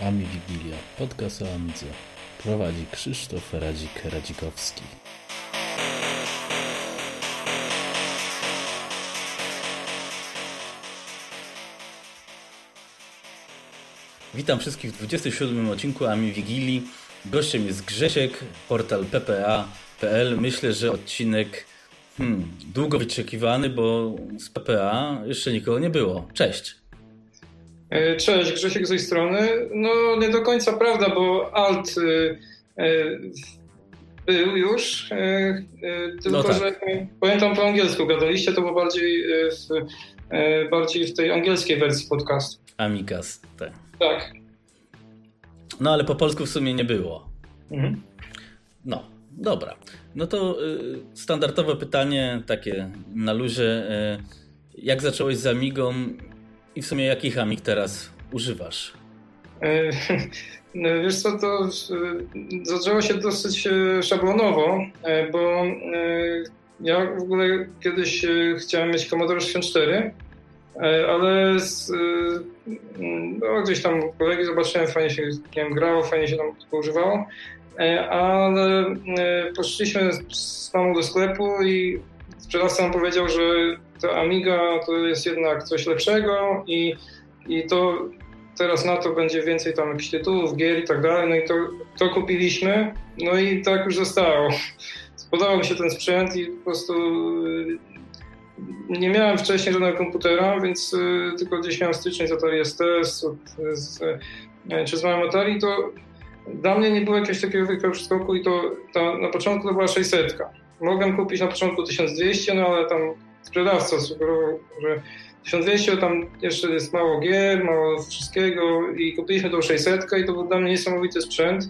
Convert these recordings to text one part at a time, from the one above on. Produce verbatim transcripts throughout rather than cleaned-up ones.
Ami Wigilia, podcast o Amidze. Prowadzi Krzysztof Radzik-Radzikowski. Witam wszystkich w dwudziestym siódmym odcinku Ami Wigilii. Gościem jest Grzesiek, portal p p a kropka p l. Myślę, że odcinek hmm, długo wyczekiwany, bo z P P A jeszcze nikogo nie było. Cześć. Cześć, Grzesiek z tej strony. No nie do końca prawda, bo Alt y, y, był już, y, y, tylko no tak. Że pamiętam po angielsku gadaliście, to było bardziej w, y, bardziej w tej angielskiej wersji podcastu. Amicast, tak. Tak. No ale po polsku w sumie nie było. Mhm. No, dobra. No to y, standardowe pytanie takie na luzie. Y, jak zacząłeś z Amigą? I w sumie jakich Amig teraz używasz? No, wiesz co, to zaczęło się dosyć szablonowo, bo ja w ogóle kiedyś chciałem mieć Commodore sześćdziesiąt cztery, ale z, no, gdzieś tam kolegi zobaczyłem, fajnie się nie wiem, grało, fajnie się tam to używało, ale poszliśmy z mamą do sklepu i sprzedawca nam powiedział, że ta Amiga to jest jednak coś lepszego i, i to teraz na to będzie więcej tam jakichś tytułów, gier i tak dalej, no i to, to kupiliśmy, no i tak już zostało. Spodobał mi się ten sprzęt i po prostu nie miałem wcześniej żadnego komputera, więc tylko gdzieś miałem styczność z Atari S T, z, z, czy z małym Atari, to dla mnie nie było jakiegoś takiego wielkiego przeskoku i to ta, na początku to była sześćset. Mogłem kupić na początku tysiąc dwieście, no ale tam sprzedawca sugerował, że tysiąc dwieście tam jeszcze jest mało gier, mało wszystkiego i kupiliśmy tą sześćset i to był dla mnie niesamowity sprzęt.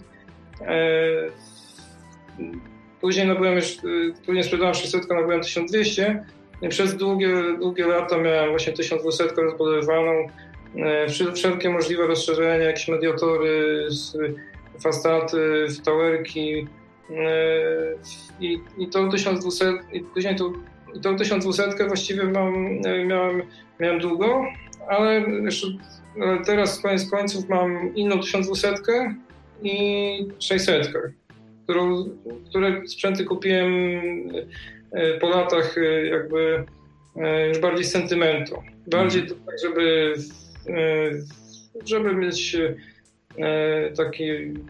Później nabyłem już, później sprzedałem sześćset, nabyłem tysiąc dwieście i przez długie, długie lata miałem właśnie tysiąc dwieście rozbudowywaną. Wszelkie możliwe rozszerzenia, jakieś mediatory, fastaty, towerki i, i tą tysiąc dwieście i później tą I tą tysiąc dwieście właściwie mam, miałem, miałem długo, ale jeszcze ale teraz koniec końców mam inną tysiąc dwieście i sześćset, którą, które sprzęty kupiłem po latach jakby już bardziej z sentymentu. Bardziej mm. tak, żeby, żeby mieć taki,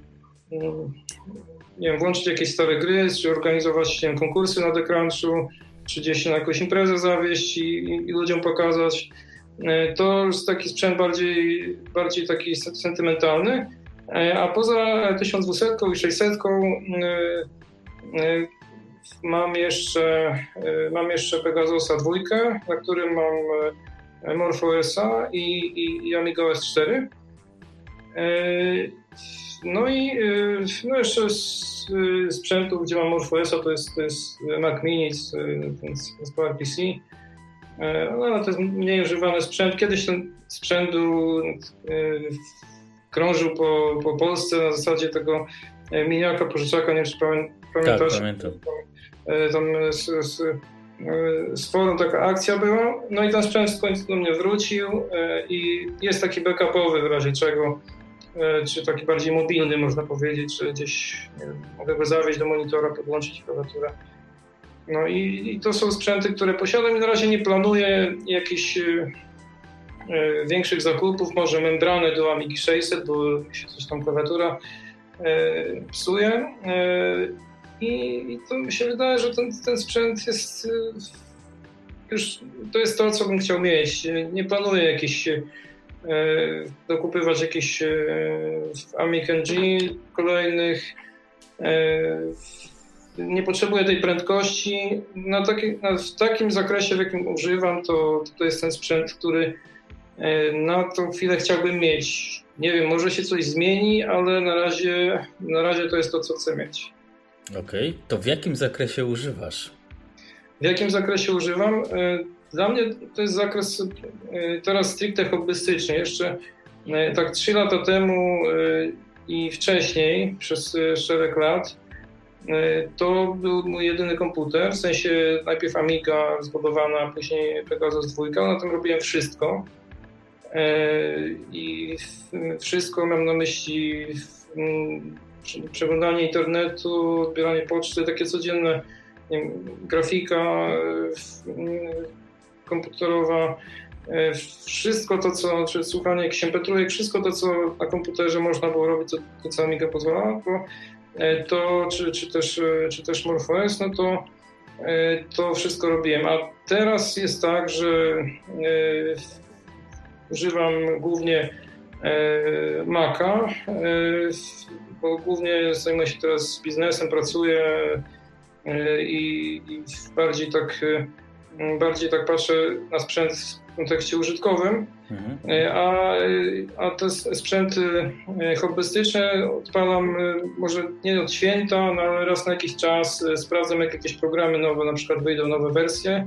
nie wiem, włączyć jakieś stare gry, czy organizować nie wiem, konkursy na The Crunchu, czy gdzieś na jakąś imprezę zawieźć i, i ludziom pokazać. To jest taki sprzęt bardziej, bardziej taki sentymentalny. A poza tysiąc dwieście i sześćset mam jeszcze, mam jeszcze Pegasusa dwa, na którym mam MorphOS-a i, i, i Amiga O S cztery. No i no jeszcze z sprzętu, gdzie mam MorphOS-a, to jest, to jest Mac Mini, więc z PowerPC. No, to jest mniej używany sprzęt. Kiedyś ten sprzęt był, krążył po, po Polsce na zasadzie tego miniaka, pożyczaka, nie wiem czy pamiętasz. Tak, pamiętam. Tam z, z, z forum taka akcja była. No i ten sprzęt w końcu do mnie wrócił i jest taki backupowy w razie czego. Czy taki bardziej mobilny, można powiedzieć, że gdzieś nie wiem, mogę go zawieźć do monitora, podłączyć klawiaturę. No i, i to są sprzęty, które posiadam i na razie nie planuję jakichś y, y, większych zakupów, może membrany do Amigi sześćset, bo się coś tam klawiatura y, psuje. Y, i, I to mi się wydaje, że ten, ten sprzęt jest y, już, to jest to, co bym chciał mieć. Nie planuję jakichś dokupywać jakieś Amig N G kolejnych. Nie potrzebuję tej prędkości. Na taki, na, w takim zakresie, w jakim używam, to, to jest ten sprzęt, który na tą chwilę chciałbym mieć. Nie wiem, może się coś zmieni, ale na razie, na razie to jest to, co chcę mieć. Okej, okay. To w jakim zakresie używasz? W jakim zakresie używam? Dla mnie to jest zakres teraz stricte hobbystyczny. Jeszcze tak trzy lata temu i wcześniej, przez szereg lat, to był mój jedyny komputer. W sensie najpierw Amiga zbudowana, a później Pegasus dwa. Na tym robiłem wszystko. i wszystko mam na myśli przeglądanie internetu, odbieranie poczty, takie codzienne, nie wiem, grafika komputerowa, wszystko to, co, czy słuchanie jakichś em pe trzy, wszystko to, co na komputerze można było robić, to, to co Amiga pozwalała, bo to, czy, czy, też, czy też MorphOS, no to, to wszystko robiłem. A teraz jest tak, że używam głównie Maca, bo głównie zajmuję się teraz biznesem, pracuję i, i bardziej tak bardziej tak patrzę na sprzęt w kontekście użytkowym, mhm. a, a te sprzęty hobbystyczne odpalam może nie od święta, no ale raz na jakiś czas sprawdzam, jak jakieś programy nowe, na przykład wyjdą nowe wersje,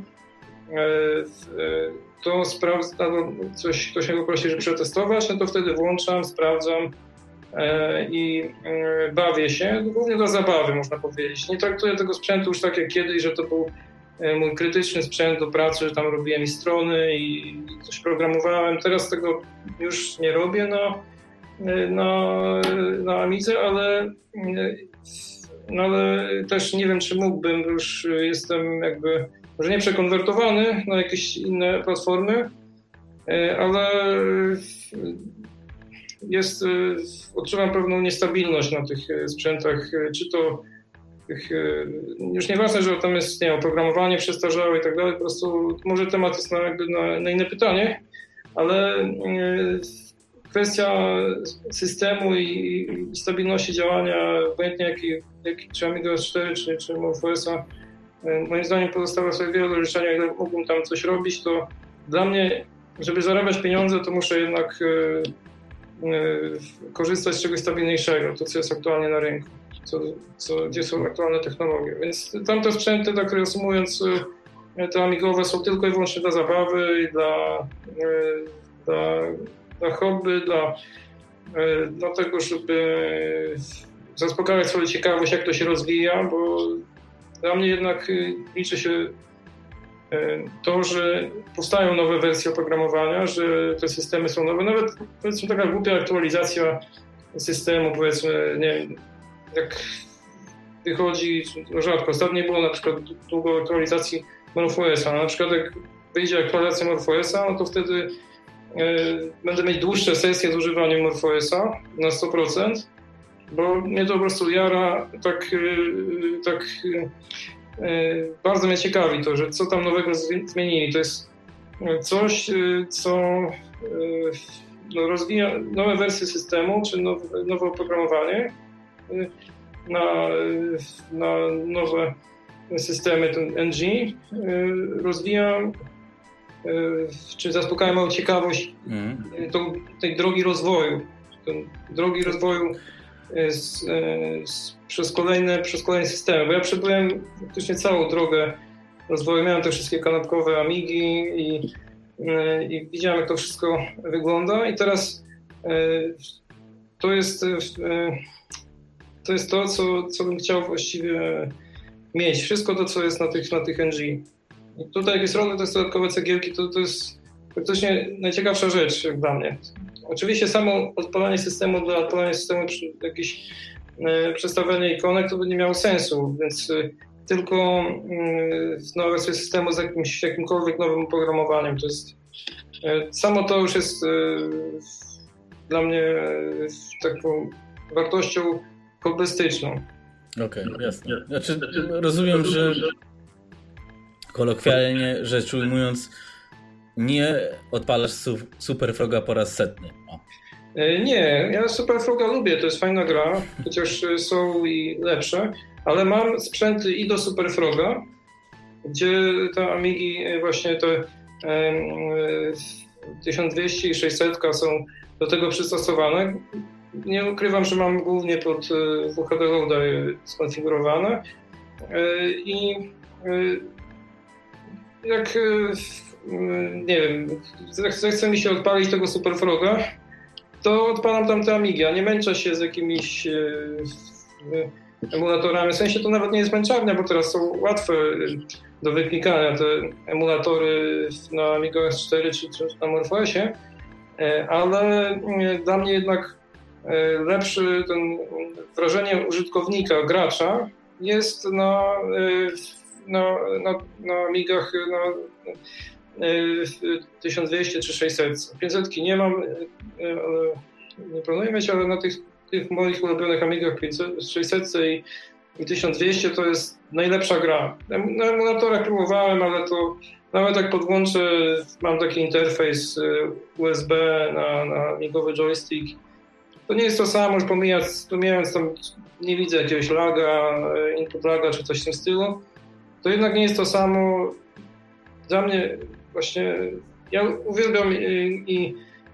to sprawdzam, coś ktoś mnie poprosi, żeby przetestować, no to wtedy włączam, sprawdzam i bawię się, głównie dla zabawy można powiedzieć. Nie traktuję tego sprzętu już tak jak kiedyś, że to był mój krytyczny sprzęt do pracy, że tam robiłem i strony i coś programowałem. Teraz tego już nie robię na, na, na Amidze, ale, no ale też nie wiem, czy mógłbym, już jestem jakby, może nie przekonwertowany na jakieś inne platformy, ale jest, odczuwam pewną niestabilność na tych sprzętach, czy to już nieważne, że tam jest, nie wiem, oprogramowanie przestarzałe i tak dalej, po prostu może temat jest na, jakby na, na inne pytanie, ale kwestia systemu i, i stabilności działania, obojętnie jaki, jaki czy Amiga S cztery, czy, czy MorphOS-a, moim zdaniem pozostawia sobie wiele do życzenia, jak mógłbym tam coś robić, to dla mnie, żeby zarabiać pieniądze, to muszę jednak y, y, korzystać z czegoś stabilniejszego, to co jest aktualnie na rynku. Co, co, gdzie są aktualne technologie. Więc tamte sprzęty, tak reasumując, te amigowe są tylko i wyłącznie dla zabawy i dla, dla, dla hobby, dla, dla tego, żeby zaspokajać swoją ciekawość, jak to się rozwija, bo dla mnie jednak liczy się to, że powstają nowe wersje oprogramowania, że te systemy są nowe. Nawet powiedzmy taka głupia aktualizacja systemu, powiedzmy, nie wiem, jak wychodzi, no rzadko, ostatnio nie było na przykład długo aktualizacji MorphOS-a, na przykład jak wyjdzie aktualizacja MorphOS-a, no to wtedy y, będę mieć dłuższe sesje z używaniem MorphOS-a na sto procent, bo mnie to po prostu jara, tak, y, tak y, y, bardzo mnie ciekawi to, że co tam nowego zmienili. To jest coś, y, co y, no, rozwija nowe wersje systemu, czy nowe, nowe oprogramowanie, Na, na nowe systemy, ten N G, rozwija, czy zaspokaja moją ciekawość mm. tą, tej drogi rozwoju, tej drogi rozwoju z, z, przez, kolejne, przez kolejne systemy, bo ja przebyłem praktycznie całą drogę rozwoju, miałem te wszystkie kanapkowe Amigi i, i widziałem, jak to wszystko wygląda i teraz to jest To jest to, co, co bym chciał właściwie mieć. Wszystko to, co jest na tych, na tych N G. I tutaj jak jest ronde, to jest dodatkowe cegiełki, to, to jest praktycznie najciekawsza rzecz jak dla mnie. Oczywiście samo odpalanie systemu dla odpalania systemu, jakieś e, przestawianie ikonek, to by nie miało sensu, więc e, tylko e, nowa wersja systemu z jakimś, jakimkolwiek nowym oprogramowaniem. To jest, e, samo to już jest e, dla mnie e, taką wartością hobbystyczną. Okej, okay, jasne. Znaczy, rozumiem, że kolokwialnie rzecz ujmując, nie odpalasz Super Froga po raz setny. O. Nie, ja Super Froga lubię, to jest fajna gra, chociaż są i lepsze, ale mam sprzęty i do Super Froga, gdzie te Amigi właśnie te tysiąc dwieście i sześćset są do tego przystosowane. Nie ukrywam, że mam głównie pod W H D Loada skonfigurowane i jak, nie wiem, zechce mi się odpalić tego Super Froga, to odpalam tam te Amigi, a nie męczę się z jakimiś emulatorami. W sensie to nawet nie jest męczarnia, bo teraz są łatwe do wyklikania te emulatory na Amiga S cztery czy, czy na MorphOSie. ale dla mnie jednak lepszy ten wrażenie użytkownika, gracza jest na, na, na, na Amigach na tysiąc dwieście czy sześćset. pięćset nie mam, ale nie planuję mieć, ale na tych, tych moich ulubionych Amigach sześćset i, i tysiąc dwieście to jest najlepsza gra. Na emulatorach próbowałem, ale to nawet jak podłączę, mam taki interfejs U S B na, na amigowy joystick. To nie jest to samo, już pomijając, pomijając tam nie widzę jakiegoś laga, input laga czy coś w tym stylu. To jednak nie jest to samo. Dla mnie właśnie, ja uwielbiam i, i,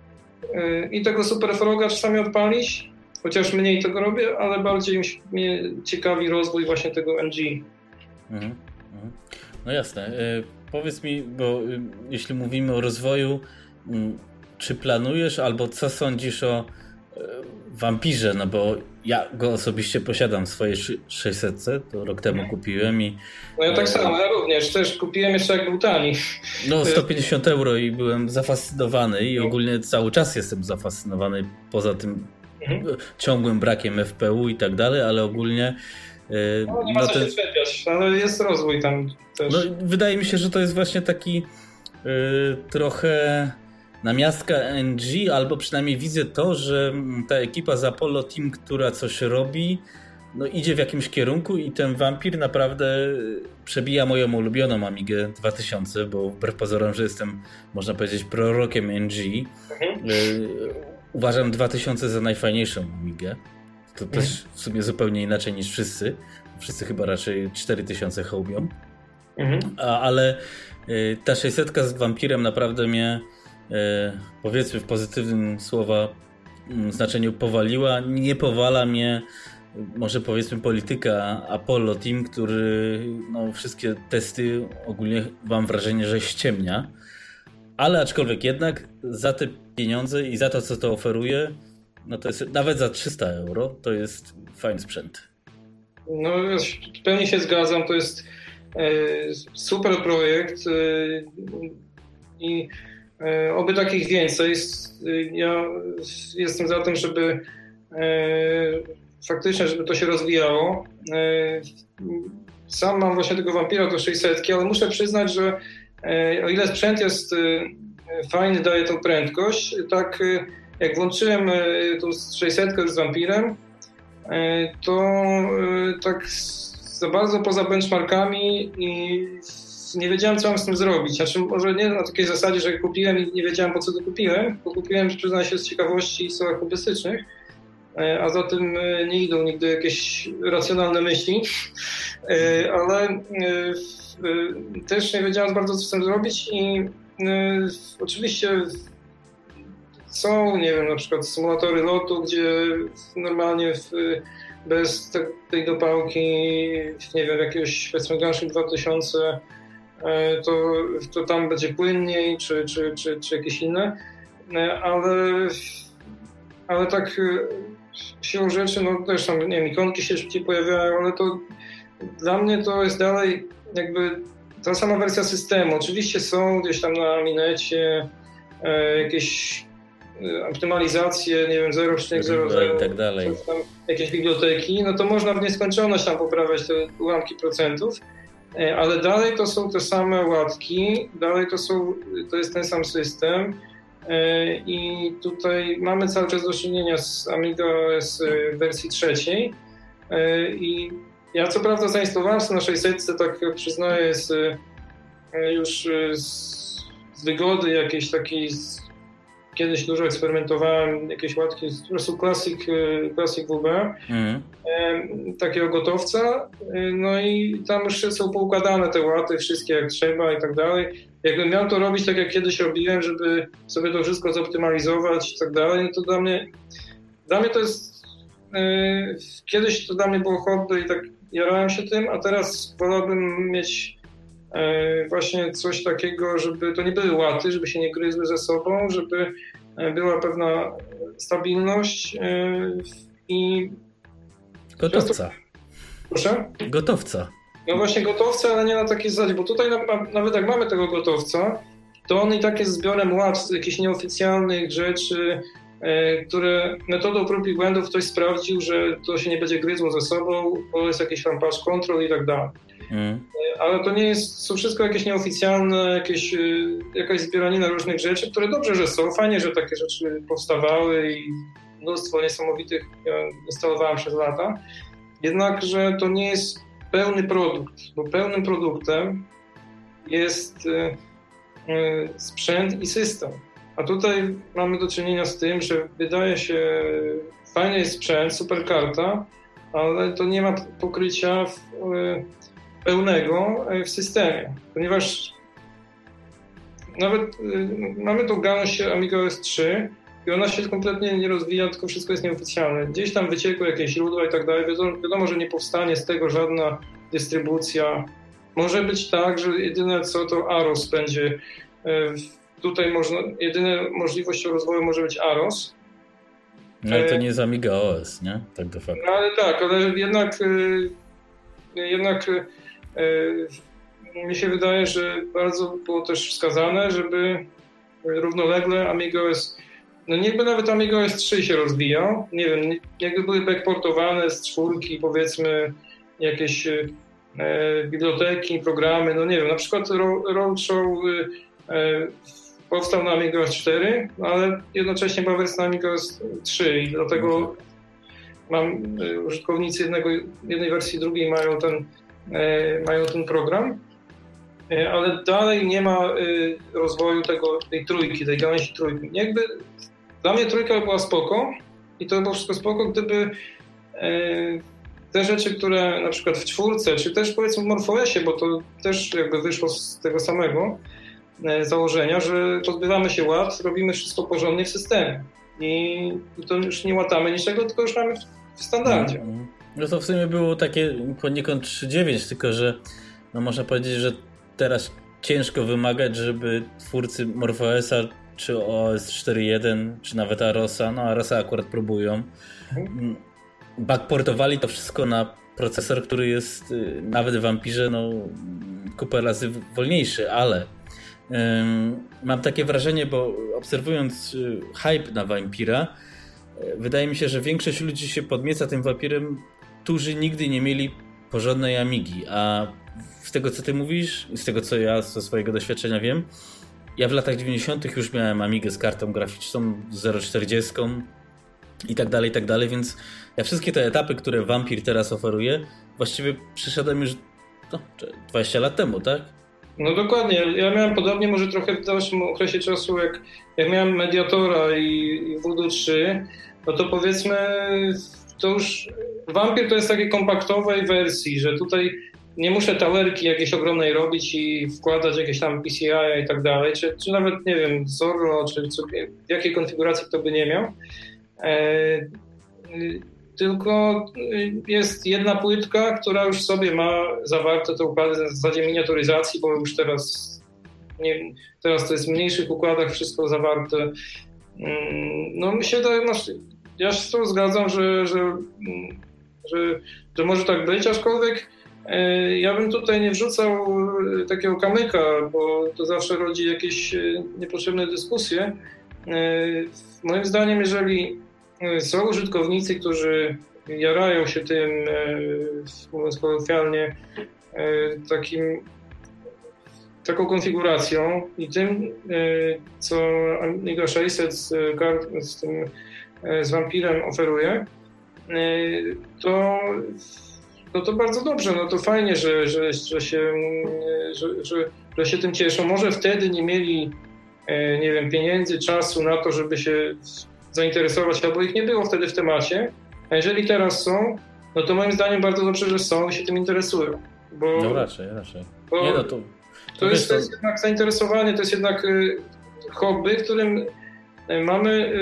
i tego Super Froga czasami odpalić, chociaż mniej tego robię, ale bardziej mnie ciekawi rozwój właśnie tego N G. Mhm, mhm. No jasne. Powiedz mi, bo jeśli mówimy o rozwoju, czy planujesz albo co sądzisz o Vampirze, no bo ja go osobiście posiadam w swojej sześćset, to rok temu kupiłem i... No ja tak samo, ja również, też kupiłem jeszcze jak był tani. No sto pięćdziesiąt euro i byłem zafascynowany i ogólnie cały czas jestem zafascynowany, poza tym mhm. ciągłym brakiem F P U i tak dalej, ale ogólnie... No nie ma no co ten... się czepiać, ale jest rozwój tam też. No, wydaje mi się, że to jest właśnie taki yy, trochę... namiastka N G, albo przynajmniej widzę to, że ta ekipa z Apollo Team, która coś robi, no idzie w jakimś kierunku i ten Vampir naprawdę przebija moją ulubioną Amigę dwa tysiące, bo wbrew pozorom, że jestem, można powiedzieć, prorokiem N G, mhm. y, uważam dwa tysiące za najfajniejszą Amigę. To mhm. też w sumie zupełnie inaczej niż wszyscy. Wszyscy chyba raczej cztery tysiące hołbią. Mhm. A, ale y, ta sześćset z Vampirem naprawdę mnie powiedzmy w pozytywnym słowa znaczeniu powaliła. Nie powala mnie może powiedzmy polityka Apollo Team, który no, wszystkie testy ogólnie mam wrażenie, że ściemnia, ale aczkolwiek jednak za te pieniądze i za to, co to oferuje, no to jest nawet za trzysta euro, to jest fajny sprzęt. No ja pełni się zgadzam, to jest e, super projekt e, i oby takich więcej. Ja jestem za tym, żeby faktycznie, żeby to się rozwijało. Sam mam właśnie tego Vampira do sześćset, ale muszę przyznać, że o ile sprzęt jest fajny, daje tą prędkość, tak jak włączyłem tą sześćset z Vampirem, to tak za bardzo poza benchmarkami i nie wiedziałem, co mam z tym zrobić. Znaczy, może nie na takiej zasadzie, że kupiłem i nie wiedziałem, po co to kupiłem, bo kupiłem, że przyznaję się, z ciekawości i celach hobbystycznych, a za tym nie idą nigdy jakieś racjonalne myśli, ale też nie wiedziałem bardzo, co z tym zrobić i oczywiście są, nie wiem, na przykład symulatory lotu, gdzie normalnie w, bez te, tej dopałki, nie wiem, jakiegoś powiedzmy Gunship dwa tysiące, to, to tam będzie płynniej, czy, czy, czy, czy jakieś inne, ale, ale tak siłą rzeczy, no też tam, nie wiem, ikonki się szybciej pojawiają, ale to dla mnie to jest dalej jakby ta sama wersja systemu. Oczywiście są gdzieś tam na Minecie jakieś optymalizacje, nie wiem, zero przecinek zero zero i tak dalej, jakieś biblioteki, no to można w nieskończoność tam poprawiać te ułamki procentów, ale dalej to są te same łatki, dalej to są, to jest ten sam system i tutaj mamy cały czas do czynienia z Amiga z wersji trzeciej i ja co prawda zainstalowałem sobie na sześćset, tak przyznaję, z, już z, z wygody jakiejś takiej, z, kiedyś dużo eksperymentowałem, jakieś łatki, po prostu Classic, Classic W B, mm. takiego gotowca, no i tam już są poukładane te łaty, wszystkie jak trzeba i tak dalej. Jakbym miał to robić tak jak kiedyś robiłem, żeby sobie to wszystko zoptymalizować i tak dalej, no to dla mnie, dla mnie to jest, yy, kiedyś to dla mnie było hobby i tak jarałem się tym, a teraz wolałbym mieć yy, właśnie coś takiego, żeby to nie były łaty, żeby się nie gryzły ze sobą, żeby była pewna stabilność yy, i... Gotowca. Proszę? Gotowca. No właśnie gotowca, ale nie na takiej zasadzie, bo tutaj na, nawet jak mamy tego gotowca, to on i tak jest zbiorem łat, jakichś nieoficjalnych rzeczy, które metodą prób i błędów ktoś sprawdził, że to się nie będzie gryzło ze sobą, bo jest jakiś tam patch control i tak dalej. Mm. Ale to nie jest, są wszystko jakieś nieoficjalne, jakieś, jakaś zbieranina różnych rzeczy, które dobrze, że są, fajnie, że takie rzeczy powstawały i mnóstwo niesamowitych ja instalowałem przez lata. Jednakże to nie jest pełny produkt, bo pełnym produktem jest sprzęt i system. A tutaj mamy do czynienia z tym, że wydaje się, fajny jest sprzęt, super karta, ale to nie ma pokrycia w, pełnego w systemie, ponieważ nawet mamy tą gałąź AmigaOS trzy i ona się kompletnie nie rozwija, tylko wszystko jest nieoficjalne. Gdzieś tam wyciekły jakieś źródła i tak dalej. Wiadomo, wiadomo, że nie powstanie z tego żadna dystrybucja. Może być tak, że jedyne co to AROS będzie. Tutaj można, jedyna możliwość rozwoju może być AROS. No ale to nie jest AmigaOS, nie? Tak de facto. No ale tak, ale jednak jednak mi się wydaje, że bardzo było też wskazane, żeby równolegle AmigaOS, no niechby nawet AmigaOS trzy się rozwijał, nie wiem, jakby były backportowane z czwórki, powiedzmy jakieś e, biblioteki, programy, no nie wiem, na przykład Roadshow e, powstał na AmigaOS cztery, no ale jednocześnie była wersja na AmigaOS trzy i dlatego mam e, użytkownicy jednego, jednej wersji, drugiej mają ten, e, mają ten program. Ale dalej nie ma y, rozwoju tego, tej trójki, tej gałęzi trójki. Jakby dla mnie trójka była spoko i to było wszystko spoko, gdyby y, te rzeczy, które na przykład w czwórce, czy też powiedzmy w MorphOSie, bo to też jakby wyszło z tego samego y, założenia, że pozbywamy się łat, robimy wszystko porządnie w systemie i, i to już nie łatamy niczego, tylko już mamy w, w standardzie. No, no to w sumie było takie poniekąd trzy dziewięć, tylko że no można powiedzieć, że teraz ciężko wymagać, żeby twórcy MorphOSa, czy O S cztery jeden, czy nawet AROSa, no AROSa akurat próbują, backportowali to wszystko na procesor, który jest nawet w Vampirze no, kupę razy wolniejszy, ale um, mam takie wrażenie, bo obserwując hype na Vampira, wydaje mi się, że większość ludzi się podnieca tym Vampirem, którzy nigdy nie mieli porządnej Amigi, a z tego, co ty mówisz i z tego, co ja ze swojego doświadczenia wiem, ja w latach dziewięćdziesiątych już miałem Amigę z kartą graficzną zero czterdzieści i tak dalej, i tak dalej, więc ja wszystkie te etapy, które Vampir teraz oferuje, właściwie przeszedłem już no, dwadzieścia lat temu, tak? No dokładnie. Ja miałem podobnie, może trochę w dalszym okresie czasu, jak, jak miałem Mediatora i, i Voodoo trzy, no to powiedzmy, to już Vampir to jest takiej kompaktowej wersji, że tutaj nie muszę towerki jakiejś ogromnej robić i wkładać jakieś tam P C I i tak dalej, czy, czy nawet, nie wiem, Zorro, czy, czy w jakiej konfiguracji kto by nie miał. E, tylko jest jedna płytka, która już sobie ma zawarte te układy w zasadzie miniaturyzacji, bo już teraz, nie, teraz to jest w mniejszych układach wszystko zawarte. No mi się wydaje, no, ja się z tym zgadzam, że, że, że, że może tak być, aczkolwiek ja bym tutaj nie wrzucał takiego kamyka, bo to zawsze rodzi jakieś niepotrzebne dyskusje. Moim zdaniem, jeżeli są użytkownicy, którzy jarają się tym, mówiąc kolokwialnie, takim, taką konfiguracją i tym, co Amiga sześćset z, z tym z Vampirem oferuje, to no to bardzo dobrze, no to fajnie, że, że, że, się, że, że, że się tym cieszą. Może wtedy nie mieli, nie wiem, pieniędzy, czasu na to, żeby się zainteresować, albo ich nie było wtedy w temacie, a jeżeli teraz są, no to moim zdaniem bardzo dobrze, że są i się tym interesują. Bo, no raczej, raczej. Bo nie, no to, to, to, jest, to jest jednak zainteresowanie, to jest jednak hobby, w którym mamy,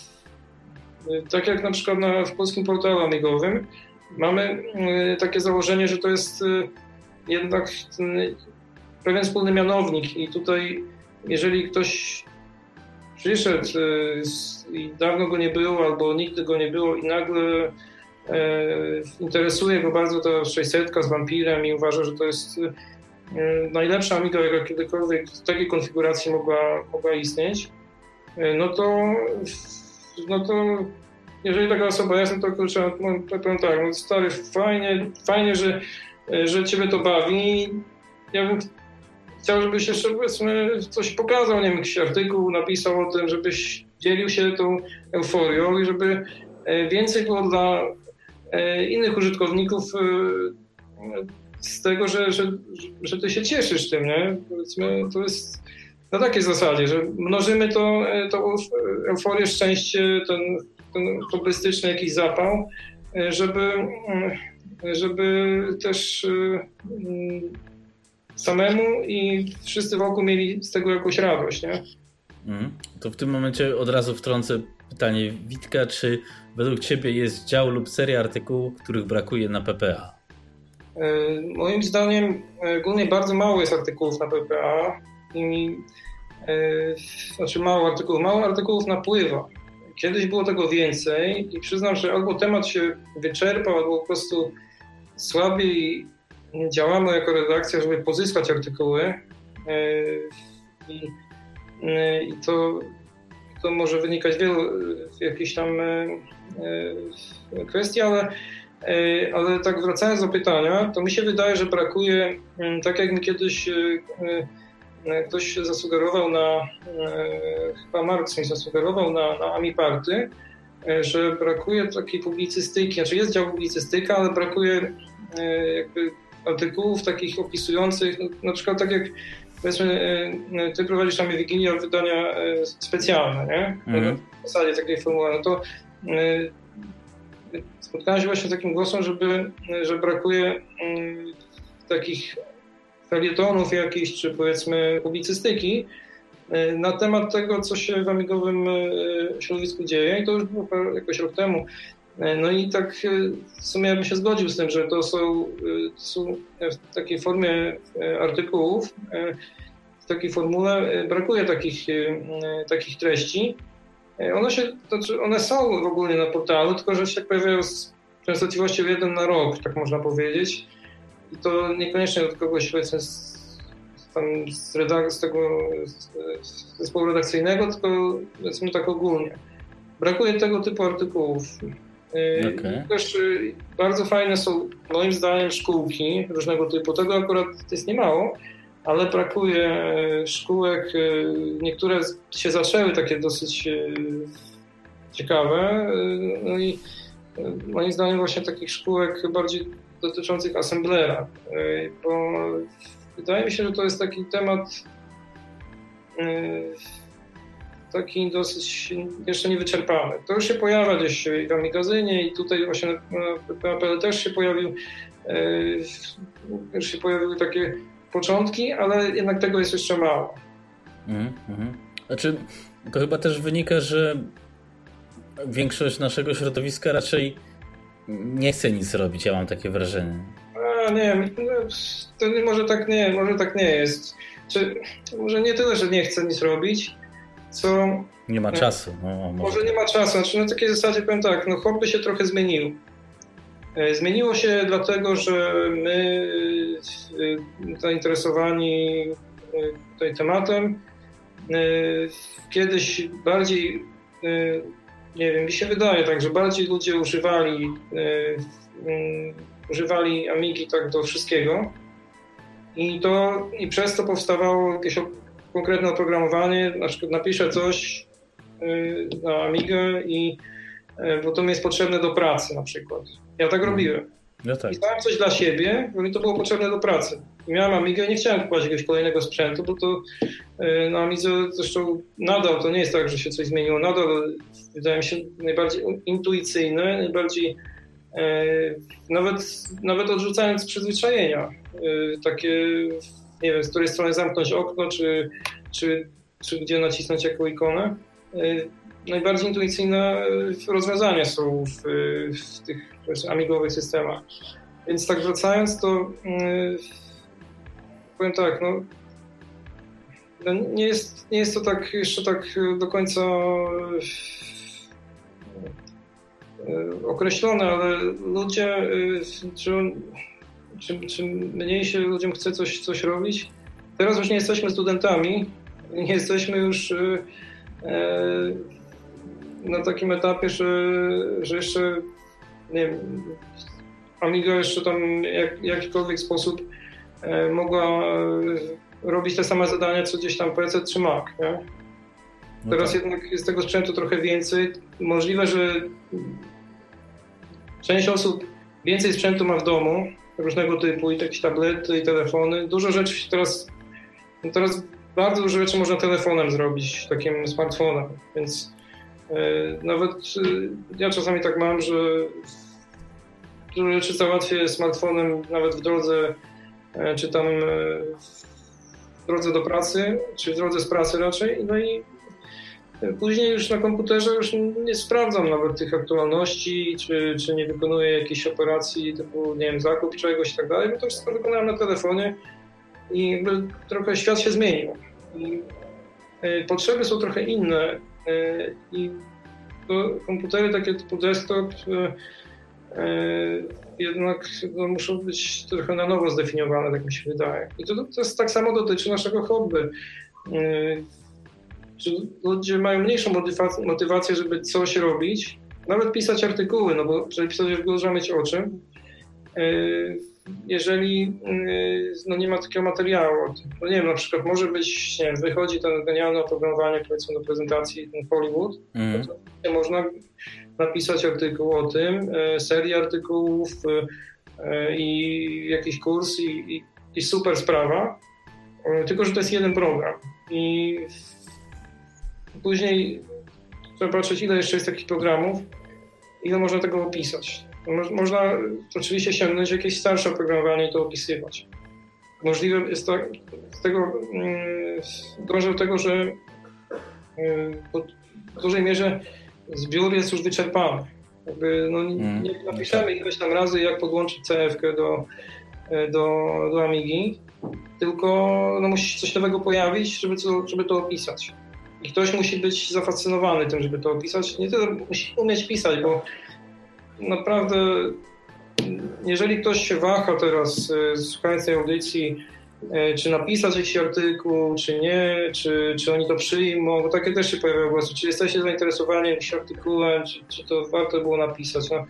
tak jak na przykład na, w polskim portalu amigowym, mamy takie założenie, że to jest jednak pewien wspólny mianownik i tutaj jeżeli ktoś przyszedł i dawno go nie było albo nigdy go nie było i nagle interesuje go bardzo ta sześćsetka z Vampirem i uważa, że to jest najlepsza Amiga, jaka kiedykolwiek w takiej konfiguracji mogła, mogła istnieć, no to, no to jeżeli taka osoba jest, no to kurczę, no, powiem tak, no stary, fajnie, fajnie, że, że ciebie to bawi. Ja bym chciał, żebyś jeszcze powiedzmy coś pokazał, nie wiem, jakiś artykuł napisał o tym, żebyś dzielił się tą euforią i żeby więcej było dla innych użytkowników z tego, że, że, że ty się cieszysz tym, nie? Powiedzmy, to jest na takiej zasadzie, że mnożymy to, tą euforię, szczęście, ten, ten hobbystyczny jakiś zapał, żeby, żeby też samemu i wszyscy wokół mieli z tego jakąś radość, nie? Mm. To w tym momencie od razu wtrącę pytanie Witka, czy według ciebie jest dział lub seria artykułów, których brakuje na P P A? Moim zdaniem ogólnie bardzo mało jest artykułów na P P A i znaczy mało artykułów, mało artykułów napływa. Kiedyś było tego więcej i przyznam, że albo temat się wyczerpał, albo po prostu słabiej działamy jako redakcja, żeby pozyskać artykuły i, i to, to może wynikać z wielu jakichś tam kwestii, ale, ale tak wracając do pytania, to mi się wydaje, że brakuje, tak jak mi kiedyś ktoś zasugerował na, chyba Marx mi zasugerował na, na AmiParty, że brakuje takiej publicystyki, znaczy jest dział publicystyka, ale brakuje jakby artykułów takich opisujących, no, na przykład tak jak powiedzmy ty prowadzisz tam Wigilię wydania specjalne, nie? Mm. W zasadzie takiej formuły, no to spotkałem się właśnie z takim głosem, żeby, że brakuje takich felietonów jakichś, czy powiedzmy publicystyki na temat tego, co się w amigowym środowisku dzieje i to już było jakoś rok temu. No i tak w sumie ja bym się zgodził z tym, że to są, to są w takiej formie artykułów, w takiej formule brakuje takich, takich treści. One, się, to znaczy one są w ogóle na portalu, tylko że się pojawiają z częstotliwością jeden na rok, tak można powiedzieć. I to niekoniecznie od kogoś powiedzmy z, tam z, redak- z tego z zespołu redakcyjnego, tylko powiedzmy tak ogólnie. Brakuje tego typu artykułów. Okay. Też bardzo fajne są moim zdaniem szkółki różnego typu. Tego akurat jest niemało, ale brakuje szkółek. Niektóre się zaczęły takie dosyć ciekawe. No i moim zdaniem właśnie takich szkółek bardziej dotyczących assemblera, bo wydaje mi się, że to jest taki temat taki dosyć jeszcze niewyczerpany. To już się pojawia gdzieś w Amigazynie i tutaj właśnie na P P A kropka P L też się pojawił, już się pojawiły takie początki, ale jednak tego jest jeszcze mało. Mm-hmm. Znaczy, to chyba też wynika, że większość naszego środowiska raczej nie chce nic robić, ja mam takie wrażenie. A nie, to nie, może tak nie, może tak nie jest. Czy, może nie tyle, że nie chce nic robić, co... Nie ma czasu. No, może. może nie ma czasu. Znaczy, na takiej zasadzie powiem tak, no hobby się trochę zmieniło. Zmieniło się dlatego, że my zainteresowani tutaj tematem kiedyś bardziej, nie wiem, mi się wydaje tak, że bardziej ludzie używali używali Amigi tak do wszystkiego i to i przez to powstawało jakieś konkretne oprogramowanie, na przykład napiszę coś na Amigę i bo to mi jest potrzebne do pracy na przykład. Ja tak robiłem. Ja tak. Pisałem coś dla siebie, bo mi to było potrzebne do pracy. Miałem Amigę i nie chciałem kupować jakiegoś kolejnego sprzętu, bo to na Amidze zresztą nadal to nie jest tak, że się coś zmieniło. Nadal wydaje mi się najbardziej intuicyjne, najbardziej nawet, nawet odrzucając przyzwyczajenia. Takie, nie wiem, z której strony zamknąć okno, czy, czy, czy gdzie nacisnąć jaką ikonę. Najbardziej intuicyjne rozwiązania są w, w tych amigowych systemach. Więc tak wracając, to yy, powiem tak, no, nie jest, nie jest to tak jeszcze tak do końca yy, określone, ale ludzie, yy, czym, czym mniej się ludziom chce coś, coś robić. Teraz już nie jesteśmy studentami, nie jesteśmy już na takim etapie, że, że jeszcze nie wiem, Amiga jeszcze tam jak, w jakikolwiek sposób mogła robić te same zadania, co gdzieś tam P C czy Mac. Nie? Teraz no tak. Jednak jest tego sprzętu trochę więcej. Możliwe, że część osób więcej sprzętu ma w domu, różnego typu, i jakieś tablety, i telefony. Dużo rzeczy teraz, no teraz bardzo dużo rzeczy można telefonem zrobić, takim smartfonem, więc yy, nawet yy, ja czasami tak mam, że dużo rzeczy załatwię smartfonem nawet w drodze, yy, czy tam yy, w drodze do pracy, czy w drodze z pracy raczej, no i później już na komputerze już nie sprawdzam nawet tych aktualności, czy, czy nie wykonuję jakiejś operacji typu, nie wiem, zakup czegoś i tak dalej, bo to wszystko wykonałem na telefonie i jakby trochę świat się zmienił. I y, potrzeby są trochę inne y, i to komputery takie typu desktop y, y, jednak no, muszą być trochę na nowo zdefiniowane, tak mi się wydaje. I to, to jest, tak samo dotyczy naszego hobby. Y, Ludzie mają mniejszą motywację, żeby coś robić, nawet pisać artykuły, no bo żeby pisać artykuły, trzeba mieć o czym. Jeżeli no nie ma takiego materiału, no nie wiem, na przykład może być, nie wiem, wychodzi ten genialne oprogramowanie, powiedzmy, do prezentacji, ten Hollywood, mm. to można napisać artykuł o tym, serię artykułów i jakiś kurs i, i, i super sprawa, tylko że to jest jeden program i później trzeba patrzeć, ile jeszcze jest takich programów, ile można tego opisać. Mo- można oczywiście sięgnąć jakieś starsze oprogramowanie i to opisywać. Możliwe jest to, z tego, yy, dążę do tego, że yy, w dużej mierze zbiór jest już wyczerpany. Jakby, no, hmm. Nie napiszemy ileś tam razy, jak podłączyć C F-kę do, do, do Amigi, tylko no, musi się coś nowego pojawić, żeby to, żeby to opisać. I ktoś musi być zafascynowany tym, żeby to opisać. Nie tyle musi umieć pisać, bo naprawdę jeżeli ktoś się waha teraz, słuchając tej audycji, czy napisać jakiś artykuł, czy nie, czy, czy oni to przyjmą, bo takie też się pojawiają głosy, czy jesteście zainteresowani jakimś artykułem, czy, czy to warto było napisać. No,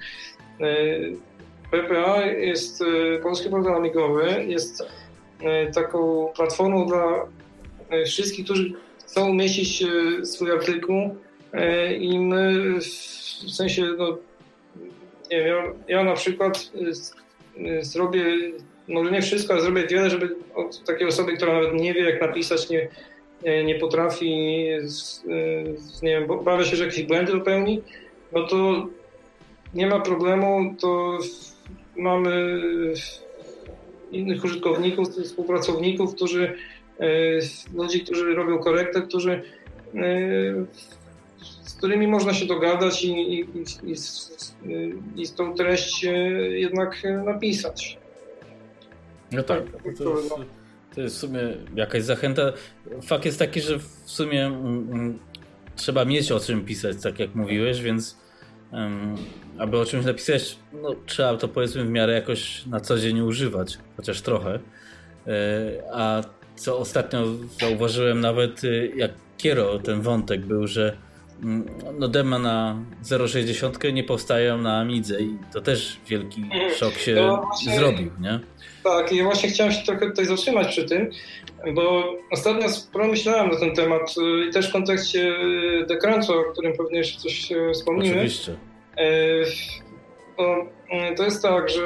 P P A jest, Polski Portal Amigowy, jest taką platformą dla wszystkich, którzy chcą umieścić swój artykuł i my w sensie, no nie wiem, ja, ja na przykład zrobię, może nie wszystko, ale zrobię wiele, żeby od takiej osoby, która nawet nie wie, jak napisać, nie, nie potrafi, nie wiem, bawia się, że jakieś błędy popełni, no to nie ma problemu, to mamy innych użytkowników, współpracowników, którzy ludzi, którzy robią korektę, którzy, z którymi można się dogadać i, i, i, i, i tą treść jednak napisać. No tak, to jest, to jest w sumie jakaś zachęta. Fakt jest taki, że w sumie mm, trzeba mieć o czym pisać, tak jak mówiłeś, więc um, aby o czymś napisać, no, trzeba to, powiedzmy, w miarę jakoś na co dzień używać, chociaż trochę. A co ostatnio zauważyłem, nawet jak Kiero, ten wątek był, że no dema na zero sześćdziesiąt nie powstają na Amidze i to też wielki szok się no właśnie, zrobił, nie? Tak, i właśnie chciałem się trochę tutaj zatrzymać przy tym, bo ostatnio sporo myślałem na ten temat i też w kontekście Decruncha, o którym pewnie jeszcze coś wspomnimy. Oczywiście. Bo to jest tak, że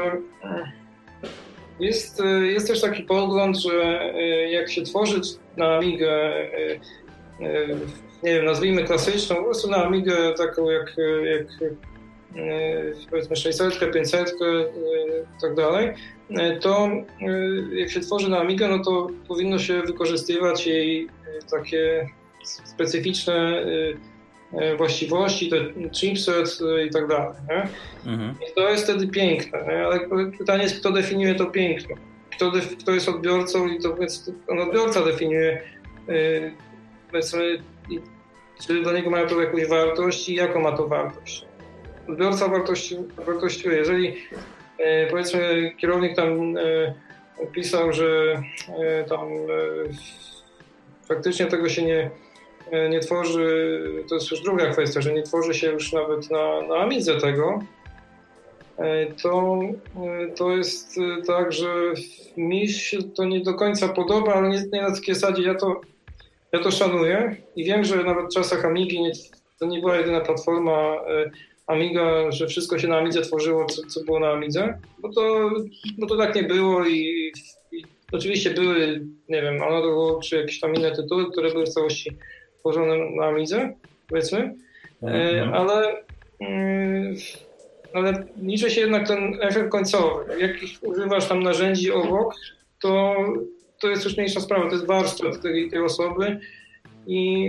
jest, jest też taki pogląd, że jak się tworzy na Amigę, nie wiem, nazwijmy klasyczną, po prostu na Amigę taką jak, jak powiedzmy sześćset, pięćset i tak dalej, to jak się tworzy na Amigę, no to powinno się wykorzystywać jej takie specyficzne właściwości, ten chipset i tak dalej. Nie? Mhm. I to jest wtedy piękne, nie? Ale pytanie jest, kto definiuje to piękno? Kto, def, kto jest odbiorcą i to więc on odbiorca definiuje, yy, powiedzmy, czy dla niego mają to jakąś wartość i jaką ma to wartość. Odbiorca wartości, wartościuje. Jeżeli powiedzmy kierownik tam pisał, że tam faktycznie tego się nie, nie tworzy, to jest już druga kwestia, że nie tworzy się już nawet na, na Amidze tego, to, to jest tak, że mi się to nie do końca podoba, ale nie, nie na takiej zasadzie, ja to, ja to szanuję i wiem, że nawet w czasach Amigi nie, to nie była jedyna platforma Amiga, że wszystko się na Amidze tworzyło, co, co było na Amidze, bo to, bo to tak nie było i, i oczywiście były, nie wiem, Another czy jakieś tam inne tytuły, które były w całości tworzone na Amidze, powiedzmy, mhm. ale, ale liczy się jednak ten efekt końcowy. Jak używasz tam narzędzi obok, to, to jest już mniejsza sprawa, to jest warsztat tej, tej osoby i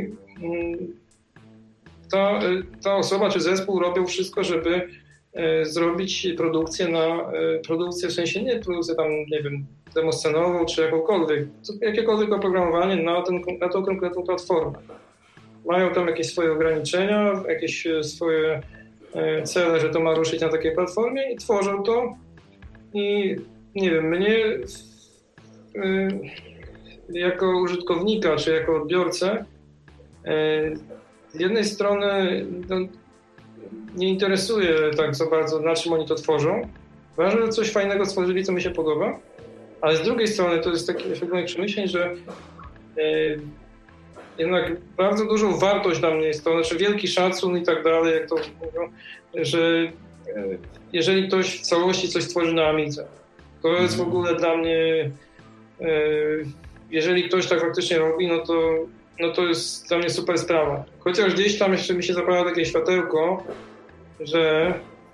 Ta, ta osoba czy zespół robią wszystko, żeby e, zrobić produkcję na e, produkcję, w sensie nie produkcję tam, nie wiem, demoscenową czy jakąkolwiek, jakiekolwiek oprogramowanie na, ten, na tą konkretną platformę. Mają tam jakieś swoje ograniczenia, jakieś swoje e, cele, że to ma ruszyć na takiej platformie i tworzą to. I nie wiem, mnie e, jako użytkownika czy jako odbiorcę e, z jednej strony no, nie interesuje tak za bardzo, na czym oni to tworzą. Ważne, że coś fajnego stworzyli, co mi się podoba, ale z drugiej strony to jest taki efekt moich przemyśleń, że e, jednak bardzo dużą wartość dla mnie jest to, znaczy wielki szacun i tak dalej, jak to mówią, że e, jeżeli ktoś w całości coś tworzy na Amidze, to jest w ogóle dla mnie, e, jeżeli ktoś tak faktycznie robi, no to no to jest dla mnie super sprawa. Chociaż gdzieś tam jeszcze mi się zapala takie światełko, że,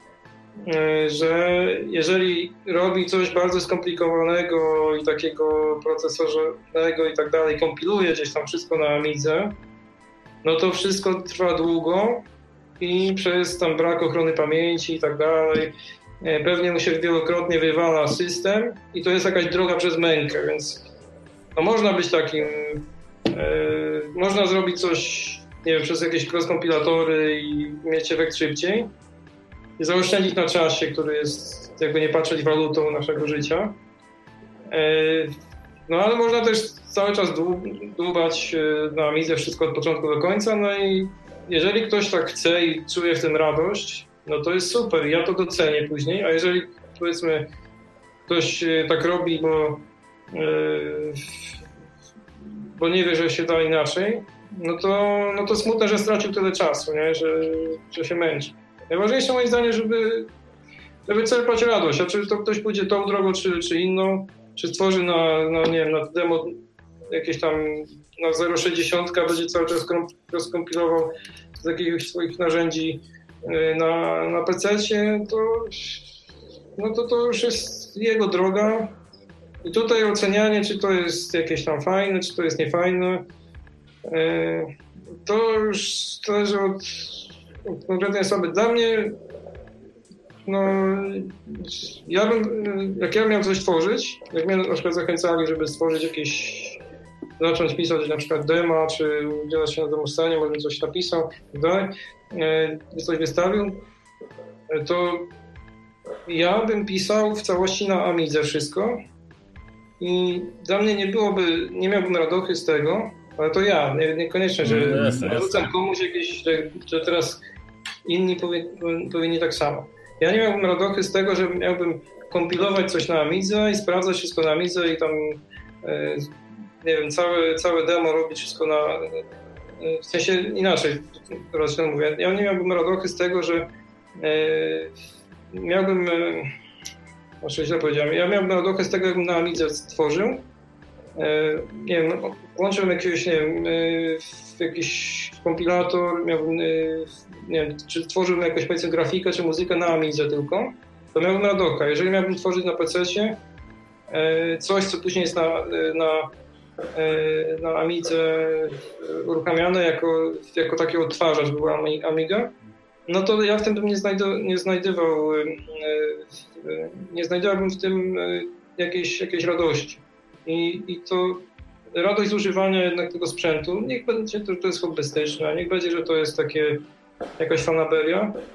że jeżeli robi coś bardzo skomplikowanego i takiego procesorowego i tak dalej, kompiluje gdzieś tam wszystko na Amidze, no to wszystko trwa długo i przez tam brak ochrony pamięci i tak dalej, pewnie mu się wielokrotnie wywala system i to jest jakaś droga przez mękę, więc no można być takim Yy, można zrobić coś, nie wiem, przez jakieś cross-kompilatory i mieć efekt szybciej i zaoszczędzić na czasie, który jest, jakby nie patrzeć, walutą naszego życia. Yy, no ale można też cały czas dłubać na Amidze wszystko od początku do końca, no i jeżeli ktoś tak chce i czuje w tym radość, no to jest super, ja to docenię później, a jeżeli powiedzmy ktoś tak robi, bo yy, bo nie wie, że się da inaczej, no to, no to smutne, że stracił tyle czasu, nie? Że, że się męczy. Najważniejsze moim zdaniem, żeby, żeby czerpać radość, a czy to ktoś pójdzie tą drogą, czy, czy inną, czy stworzy na, na, nie wiem, na demo jakieś tam na zero przecinek sześćdziesiąt, będzie cały czas rozkompilował z jakiegoś swoich narzędzi na, na pececie, to, no to to już jest jego droga. I tutaj ocenianie, czy to jest jakieś tam fajne, czy to jest niefajne, to już zależy od, od konkretnej osoby. Dla mnie, no, ja bym, jak ja miał coś tworzyć, jak mnie na przykład zachęcali, żeby stworzyć jakieś, zacząć pisać na przykład dema, czy udzielać się na demostanie, może coś napisał, tak, coś wystawił, to ja bym pisał w całości na Amidze wszystko. I dla mnie nie byłoby, nie miałbym radochy z tego, ale to ja, nie, niekoniecznie, że narzucam komuś jakieś, że, że teraz inni powie, powinni tak samo. Ja nie miałbym radochy z tego, że miałbym kompilować coś na Amidze i sprawdzać wszystko na Amidze i tam, e, nie wiem, całe, całe demo robić wszystko na, e, w sensie inaczej, teraz mówię, ja nie miałbym radochy z tego, że e, miałbym... E, Znaczy źle powiedziałem. Ja miałbym radochy z tego, jakbym na Amidze stworzył. Nie wiem, włączyłem jakiegoś, nie wiem, jakiś kompilator, miałbym, nie wiem, czy tworzyłbym jakąś, powiedzmy, grafikę, czy muzykę na Amidze tylko, to miałbym radocha. Jeżeli miałbym tworzyć na pececie coś, co później jest na, na, na Amidze uruchamiane jako, jako taki odtwarzacz była Amiga, no to ja w tym bym nie, znajdo, nie znajdował, nie znajdowałbym w tym jakiejś, jakiejś radości. I, I to radość z używania jednak tego sprzętu, niech będzie, że to jest hobbystyczne, niech będzie, że to jest takie jakaś fanaberia,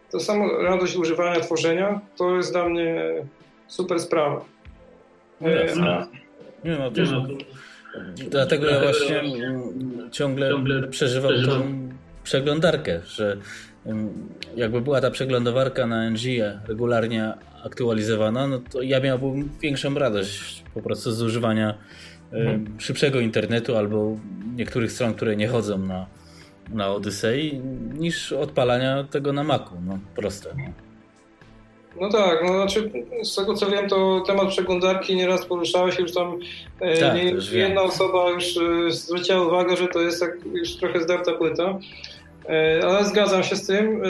to samo radość używania, tworzenia, to jest dla mnie super sprawa. No jasne. Nie no, to, dlatego ja właśnie ciągle przeżywam tą przeglądarkę, że jakby była ta przeglądarka na N G regularnie aktualizowana, no to ja miałbym większą radość po prostu z używania hmm. szybszego internetu albo niektórych stron, które nie chodzą na, na Odyssey, niż odpalania tego na Macu. No proste. No. No tak, no znaczy z tego co wiem, to temat przeglądarki nieraz poruszałeś, już tam tak, nie, już jedna wiem. osoba już zwróciła uwagę, że to jest tak już trochę zdarta płyta. Ale zgadzam się z tym,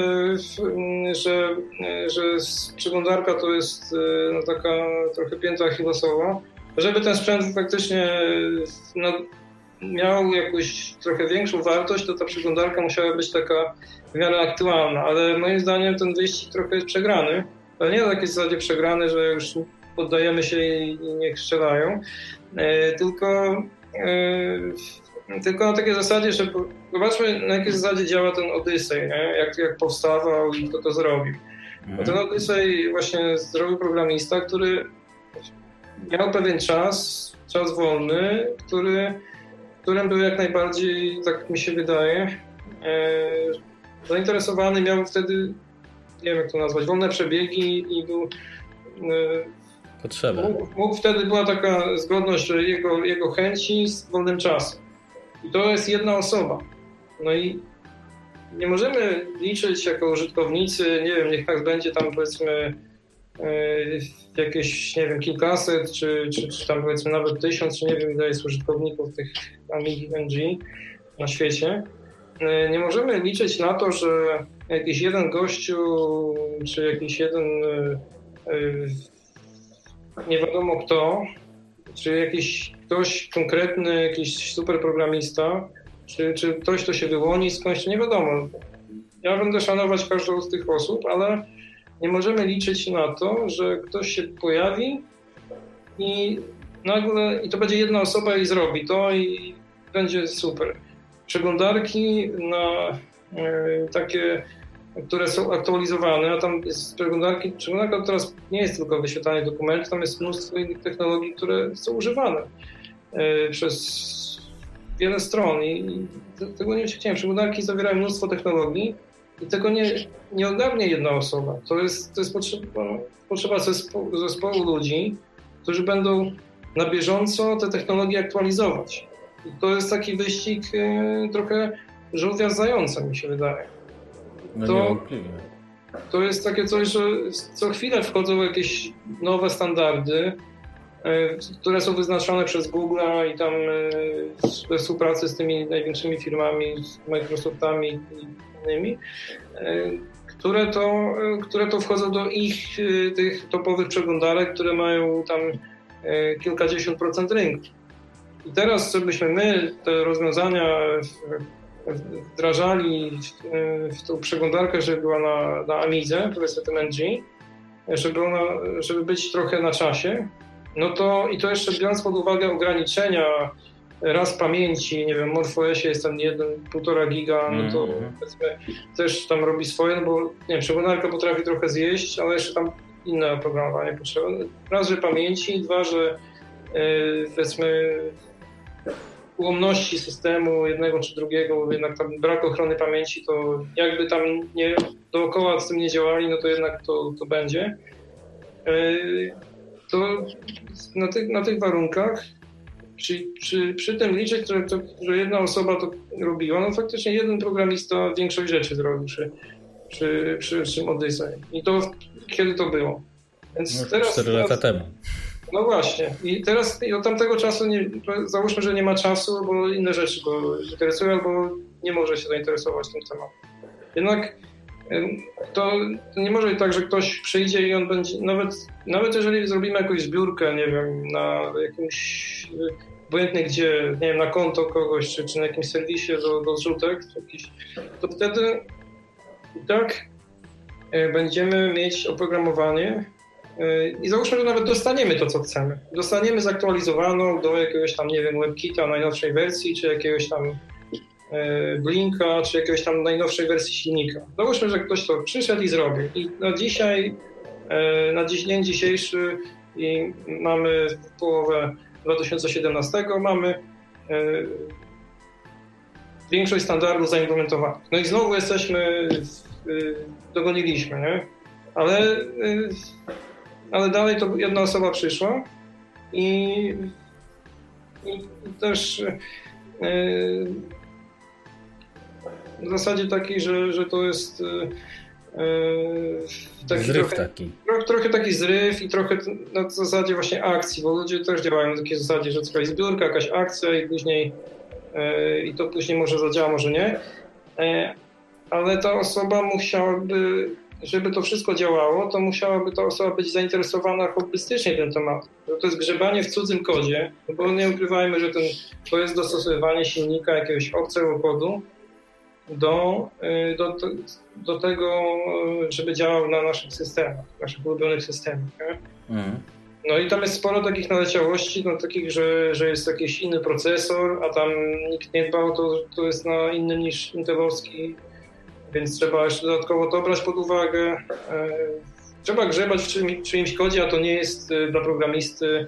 że, że przeglądarka to jest no, taka trochę pięta achillesowa. Żeby ten sprzęt faktycznie no, miał jakąś trochę większą wartość, to ta przeglądarka musiała być taka w miarę aktualna, ale moim zdaniem ten wyścig trochę jest przegrany. Ale nie na takiej zasadzie przegrany, że już poddajemy się i niech strzelają, tylko Tylko na takiej zasadzie, że zobaczmy, na jakiej zasadzie działa ten Odyssey, nie? Jak, jak powstawał i kto to zrobił. Bo ten Odyssey właśnie zrobił programista, który miał pewien czas, czas wolny, który, którym był jak najbardziej, tak mi się wydaje, e, zainteresowany, miał wtedy, nie wiem jak to nazwać, wolne przebiegi i był... E, Potrzeba. Mógł, mógł wtedy, była taka zgodność jego, jego chęci z wolnym czasem. I to jest jedna osoba. No i nie możemy liczyć jako użytkownicy, nie wiem, niech tak będzie tam powiedzmy yy, jakieś, nie wiem, kilkaset, czy, czy, czy tam powiedzmy nawet tysiąc, czy nie wiem ile jest użytkowników tych Amigi N G na świecie. Yy, nie możemy liczyć na to, że jakiś jeden gościu, czy jakiś jeden yy, nie wiadomo kto, czy jakiś ktoś konkretny, jakiś super programista, czy, czy ktoś, kto się wyłoni skądś, nie wiadomo. Ja będę szanować każdą z tych osób, ale nie możemy liczyć na to, że ktoś się pojawi i nagle, i to będzie jedna osoba i zrobi to i będzie super. Przeglądarki na y, takie, które są aktualizowane, a tam jest przeglądarki, przeglądarka teraz nie jest tylko wyświetlanie dokumentów, tam jest mnóstwo innych technologii, które są używane y, przez wiele stron i tego nie chciałem. Przeglądarki zawierają mnóstwo technologii i tego nie, nie ogarnie jedna osoba. To jest, to jest potrzeba, potrzeba zespołu, zespołu ludzi, którzy będą na bieżąco te technologie aktualizować. I to jest taki wyścig y, trochę żółwia z zającem, mi się wydaje. No to, niewątpliwie. To jest takie coś, że co chwilę wchodzą jakieś nowe standardy, które są wyznaczone przez Google'a i tam we współpracy z tymi największymi firmami, z Microsoftami i innymi, które to, które to wchodzą do ich tych topowych przeglądarek, które mają tam kilkadziesiąt procent rynku. I teraz, żebyśmy my te rozwiązania wdrażali w tą przeglądarkę, żeby była na, na Amidze, powiedzmy tym N G, żeby, ona, żeby być trochę na czasie, no to i to jeszcze biorąc pod uwagę ograniczenia raz pamięci, nie wiem, MorphOSie jest tam jeden, półtora giga, no to mm-hmm. powiedzmy też tam robi swoje, no bo nie wiem, przeglądarka potrafi trochę zjeść, ale jeszcze tam inne oprogramowanie potrzeba. Raz, że pamięci, dwa, że yy, powiedzmy ułomności systemu jednego czy drugiego, bo jednak tam brak ochrony pamięci, to jakby tam nie, dookoła z tym nie działali, no to jednak to, to będzie. Yy, to na, ty, na tych warunkach przy, przy, przy tym liczyć, że, to, że jedna osoba to robiła, no faktycznie jeden programista większość rzeczy zrobił przy, przy, przy, przy Odyssey. I to kiedy to było? Więc no, teraz, cztery lata teraz, temu. No właśnie. I teraz i od tamtego czasu, nie, załóżmy, że nie ma czasu, bo inne rzeczy go interesują, albo nie może się zainteresować tym tematem. Jednak to, to nie może być tak, że ktoś przyjdzie i on będzie, nawet, nawet jeżeli zrobimy jakąś zbiórkę, nie wiem, na jakimś, obojętnie gdzie, nie wiem, na konto kogoś, czy, czy na jakimś serwisie do, do zrzutek, jakiś, to wtedy i tak będziemy mieć oprogramowanie i załóżmy, że nawet dostaniemy to, co chcemy. Dostaniemy zaktualizowaną do jakiegoś tam, nie wiem, WebKita najnowszej wersji, czy jakiegoś tam Blinka, czy jakiegoś tam najnowszej wersji silnika. Załóżmy, że ktoś to przyszedł i zrobił. I na dzisiaj, na dzień dzisiejszy i mamy połowę dwa tysiące siedemnastego, mamy większość standardów zaimplementowanych. No i znowu jesteśmy, dogoniliśmy, nie? Ale, ale dalej to jedna osoba przyszła i, i też w zasadzie taki, że, że to jest taki zryw trochę, taki. Trochę, trochę taki zryw i trochę na zasadzie właśnie akcji, bo ludzie też działają na takiej zasadzie, że jakaś zbiórka, jakaś akcja i później i to później może zadziała, może nie. Ale ta osoba musiałaby, żeby to wszystko działało, to musiałaby ta osoba być zainteresowana hobbystycznie tym tematem. To jest grzebanie w cudzym kodzie, bo nie ukrywajmy, że ten, to jest dostosowywanie silnika jakiegoś obcego kodu do, do, do tego, żeby działał na naszych systemach, naszych ulubionych systemach. Mhm. No i tam jest sporo takich naleciałości, no takich, że, że jest jakiś inny procesor, a tam nikt nie dbał, to, to jest na innym niż intelowski, więc trzeba jeszcze dodatkowo to brać pod uwagę. Trzeba grzebać w czym, czyimś kodzie, a to nie jest dla programisty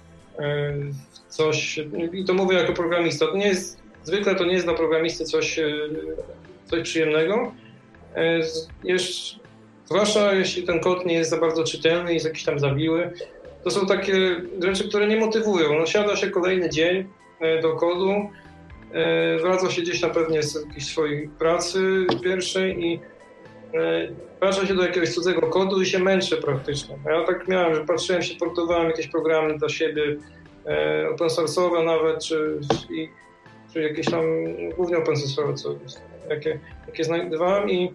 coś, i to mówię jako programista, to nie jest, zwykle to nie jest dla programisty coś, coś przyjemnego. Jeszcze, zwłaszcza jeśli ten kod nie jest za bardzo czytelny, jest jakiś tam zawiły. To są takie rzeczy, które nie motywują. No, siada się kolejny dzień do kodu, wraca się gdzieś tam pewnie z jakiejś swojej pracy pierwszej i patrzę się do jakiegoś cudzego kodu i się męczę praktycznie. Ja tak miałem, że patrzyłem się, portowałem jakieś programy dla siebie, open source'owe nawet, czy, i, czy jakieś tam głównie open source'owe, co, jakie, jakie znajdowałem i,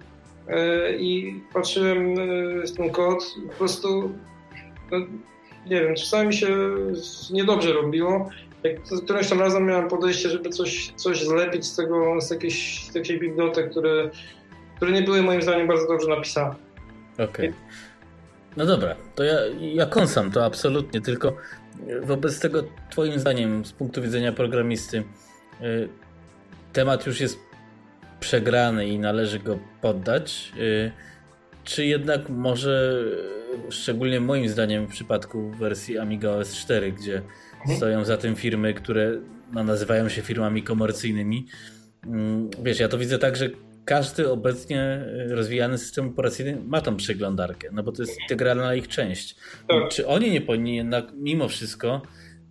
i patrzyłem w ten kod i po prostu no, nie wiem, czasami mi się niedobrze robiło. Jak któreś tam razem miałem podejście, żeby coś, coś zlepić z tego, z jakiejś, z jakiejś bibliotek, które, które nie były moim zdaniem bardzo dobrze napisane. Okej. Okay. No dobra, to ja, ja kąsam to absolutnie, tylko wobec tego twoim zdaniem, z punktu widzenia programisty, yy, temat już jest przegrany i należy go poddać, yy, czy jednak może, szczególnie moim zdaniem w przypadku wersji Amiga O S cztery, gdzie mhm. stoją za tym firmy, które no, nazywają się firmami komercyjnymi. Wiesz, ja to widzę tak, że każdy obecnie rozwijany system operacyjny ma tą przeglądarkę, no bo to jest integralna ich część. Tak. Czy oni nie powinni jednak mimo wszystko,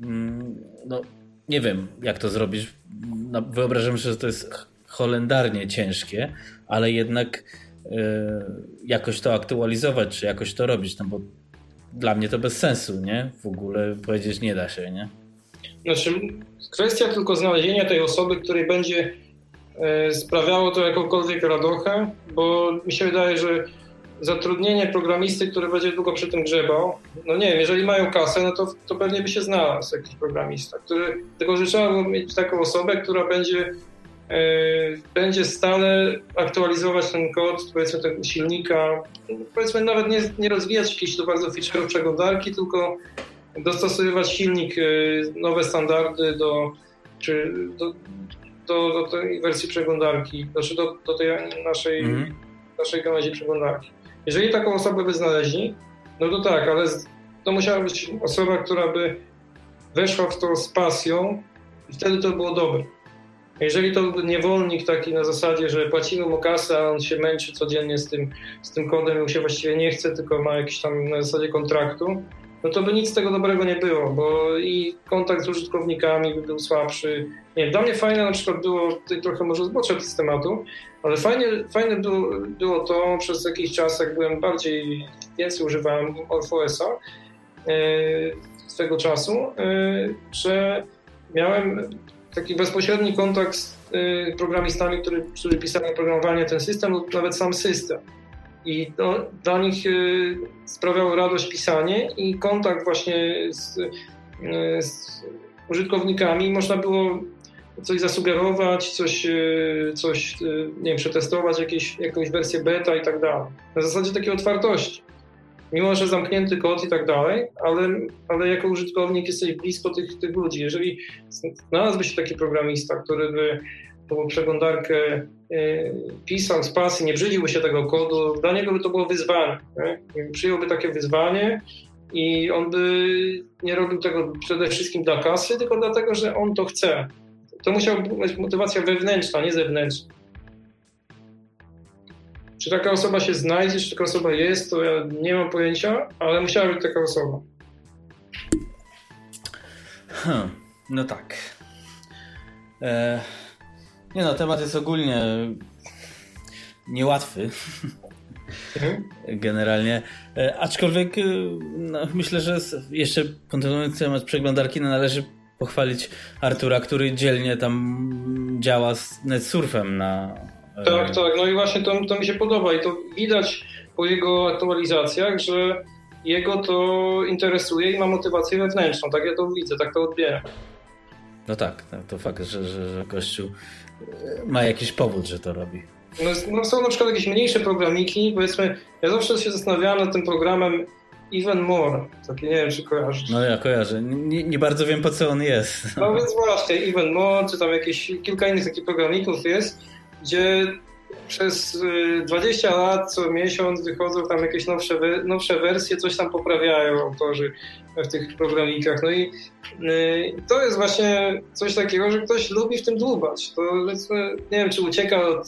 no nie wiem jak to zrobić, no, wyobrażam sobie, że to jest holendarnie ciężkie, ale jednak jakoś to aktualizować, czy jakoś to robić, no bo dla mnie to bez sensu, nie? W ogóle powiedzieć nie da się, nie? Znaczy, kwestia tylko znalezienia tej osoby, której będzie sprawiało to jakąkolwiek radochę, bo mi się wydaje, że zatrudnienie programisty, który będzie długo przy tym grzebał, no nie wiem, jeżeli mają kasę, no to, to pewnie by się znalazł jakiś programista, który, tylko że trzeba było mieć taką osobę, która będzie będzie stale aktualizować ten kod, powiedzmy tego silnika, powiedzmy nawet nie, nie rozwijać jakichś to bardzo feature'ów przeglądarki, tylko dostosowywać silnik, nowe standardy do, czy do, do, do tej wersji przeglądarki, znaczy do, do tej naszej, mm. naszej gałęzi przeglądarki. Jeżeli taką osobę by znaleźli, no to tak, ale to musiała być osoba, która by weszła w to z pasją i wtedy to było dobre. Jeżeli to był niewolnik taki na zasadzie, że płacimy mu kasę, a on się męczy codziennie z tym, z tym kodem i mu się właściwie nie chce, tylko ma jakiś tam na zasadzie kontraktu, no to by nic z tego dobrego nie było, bo i kontakt z użytkownikami by był słabszy. Nie wiem, dla mnie fajne na przykład było, tutaj trochę może zboczę z tematu, ale fajnie, fajne było, było to przez jakiś czas, jak byłem bardziej, więcej używałem OrfOS-a yy, swego czasu, yy, że miałem taki bezpośredni kontakt z y, programistami, który, którzy pisali oprogramowanie ten system lub nawet sam system. I to, dla nich y, sprawiało radość pisanie i kontakt właśnie z, y, z użytkownikami. Można było coś zasugerować, coś, y, coś y, nie wiem, przetestować, jakieś, jakąś wersję beta i tak dalej. Na zasadzie takiej otwartości. Mimo że zamknięty kod i tak dalej, ale, ale jako użytkownik jesteś blisko tych, tych ludzi. Jeżeli znalazłby się taki programista, który by tą przeglądarkę pisał z pasji, nie brzydziłby się tego kodu, dla niego by to było wyzwanie. Nie? Przyjąłby takie wyzwanie i on by nie robił tego przede wszystkim dla kasy, tylko dlatego, że on to chce. To musiała być motywacja wewnętrzna, nie zewnętrzna. Czy taka osoba się znajdzie, czy taka osoba jest, to ja nie mam pojęcia, ale musiała być taka osoba. Hmm, no tak. E, nie no, temat jest ogólnie niełatwy. Mhm. Generalnie. E, aczkolwiek no, myślę, że jeszcze kontynuując temat przeglądarki, no, należy pochwalić Artura, który dzielnie tam działa z NetSurfem na... Tak, tak, no i właśnie to, to mi się podoba i to widać po jego aktualizacjach, że jego to interesuje i ma motywację wewnętrzną, tak ja to widzę, tak to odbieram. No tak, to fakt, że, że, że Gościu ma jakiś powód, że to robi. No, no są na przykład jakieś mniejsze programiki, powiedzmy, ja zawsze się zastanawiałem nad tym programem Even More, taki nie wiem, czy kojarzysz. No ja kojarzę, nie, nie bardzo wiem, po co on jest. No więc właśnie, Even More, czy tam jakieś kilka innych takich programików jest, gdzie przez dwadzieścia lat co miesiąc wychodzą tam jakieś nowsze, nowsze wersje, coś tam poprawiają autorzy w tych programikach. No i to jest właśnie coś takiego, że ktoś lubi w tym dłubać. To nie wiem, czy ucieka od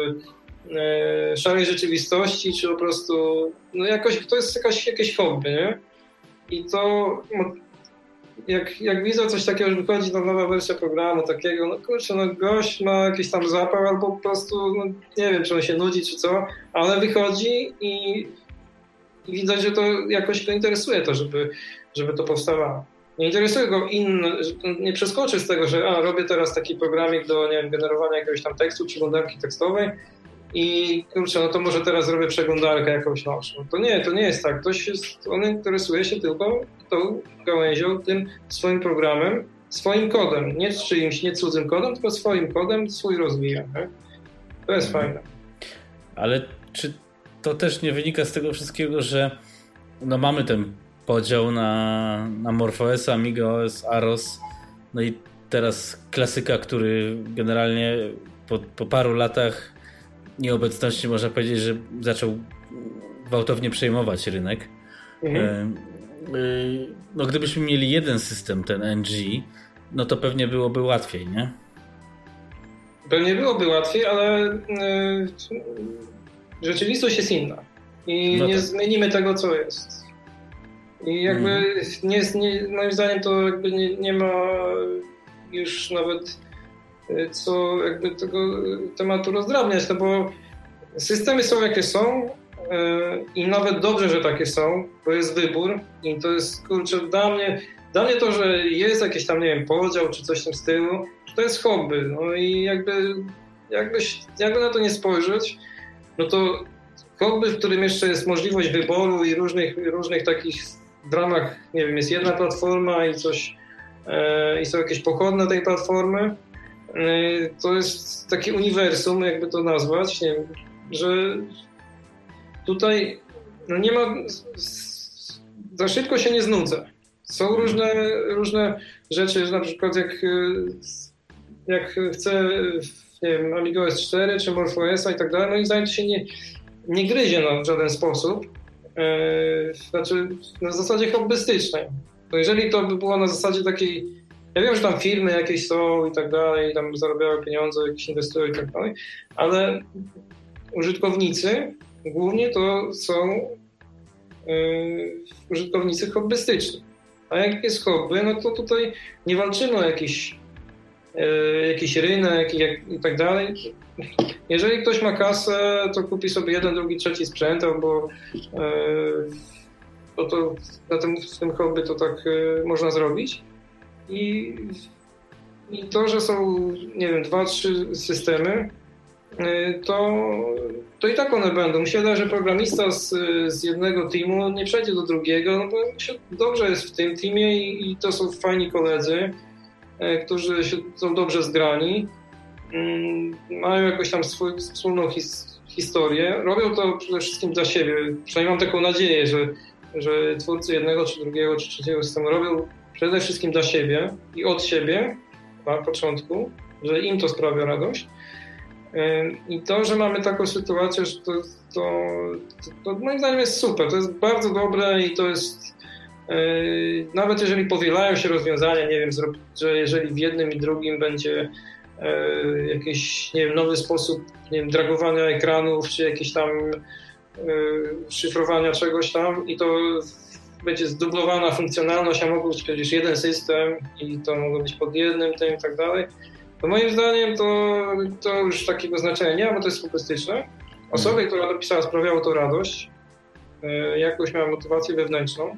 szarej rzeczywistości, czy po prostu no jakoś, to jest jakaś, jakieś hobby, nie? I to jak, jak widzę coś takiego, że wychodzi tam nowa wersja programu takiego, no kurczę, no gość ma jakiś tam zapał albo po prostu, no nie wiem, czy on się nudzi, czy co, ale wychodzi i, i widać, że to jakoś go interesuje to, żeby, żeby to powstawało. Nie interesuje go inny, nie przeskoczy z tego, że a, robię teraz taki programik do, nie wiem, generowania jakiegoś tam tekstu, przeglądarki tekstowej i kurczę, no to może teraz zrobię przeglądarkę jakąś nowszą. To nie, to nie jest tak. Ktoś jest, on interesuje się tylko tą gałęzią, tym swoim programem, swoim kodem. Nie z czyimś, nie cudzym kodem, tylko swoim kodem, swój rozwija. Nie? To jest hmm. fajne. Ale czy to też nie wynika z tego wszystkiego, że no mamy ten podział na, na MorphOS, AmigaOS, Aros, no i teraz klasyka, który generalnie po, po paru latach nieobecności można powiedzieć, że zaczął gwałtownie przejmować rynek. Mhm. No gdybyśmy mieli jeden system, ten N G, no to pewnie byłoby łatwiej, nie? Pewnie byłoby łatwiej, ale yy, rzeczywistość jest inna i no nie tak. zmienimy tego, co jest. I jakby mhm. nie jest, nie, moim zdaniem to jakby nie, nie ma już nawet co jakby tego tematu rozdrabniać, no bo systemy są jakie są yy, i nawet dobrze, że takie są, bo jest wybór i to jest, kurczę, dla mnie, dla mnie to, że jest jakiś tam, nie wiem, podział czy coś w tym stylu, to jest hobby, no i jakby, jakby, jakby na to nie spojrzeć, no to hobby, w którym jeszcze jest możliwość wyboru i różnych, różnych takich w ramach, nie wiem, jest jedna platforma i coś yy, i są jakieś pochodne tej platformy. To jest takie uniwersum, jakby to nazwać, nie wiem, że tutaj no nie ma, za szybko się nie znudzę. Są różne, różne rzeczy, że na przykład jak, jak chcę, nie wiem, AmigaOS cztery czy MorphOS i tak dalej, no i zdaje się nie, nie gryzie no, w żaden sposób. Znaczy na zasadzie hobbystycznej. To jeżeli to by było na zasadzie takiej, ja wiem, że tam firmy jakieś są i tak dalej, tam zarabiają pieniądze, jakieś inwestują i tak dalej, ale użytkownicy głównie to są yy, użytkownicy hobbystyczni. A jak jest hobby, no to tutaj nie walczymy o jakiś, yy, jakiś rynek i, jak, i tak dalej. Jeżeli ktoś ma kasę, to kupi sobie jeden, drugi, trzeci sprzęt, albo yy, to, to na tym, w tym hobby to tak yy, można zrobić. I, I to, że są, nie wiem, dwa, trzy systemy, to, to i tak one będą. Mi się wydaje, że programista z, z jednego teamu nie przejdzie do drugiego, no bo się dobrze jest w tym teamie i, i to są fajni koledzy, którzy się, są dobrze zgrani, mają jakąś tam swój, wspólną his, historię, robią to przede wszystkim dla siebie. Przynajmniej mam taką nadzieję, że, że twórcy jednego, czy drugiego, czy trzeciego systemu robią przede wszystkim dla siebie i od siebie na początku, że im to sprawia radość. I to, że mamy taką sytuację, że to, to, to, to moim zdaniem jest super, to jest bardzo dobre i to jest yy, nawet jeżeli powielają się rozwiązania, nie wiem, że jeżeli w jednym i drugim będzie yy, jakiś, nie wiem, nowy sposób, nie wiem, dragowania ekranów, czy jakieś tam yy, szyfrowania czegoś tam i to będzie zdublowana funkcjonalność, a mogło być przecież jeden system i to mogło być pod jednym tym i tak dalej. To moim zdaniem to, to już takiego znaczenia nie ma, bo to jest popystyczne. Osobie, która napisała, sprawiało to radość, jakoś miała motywację wewnętrzną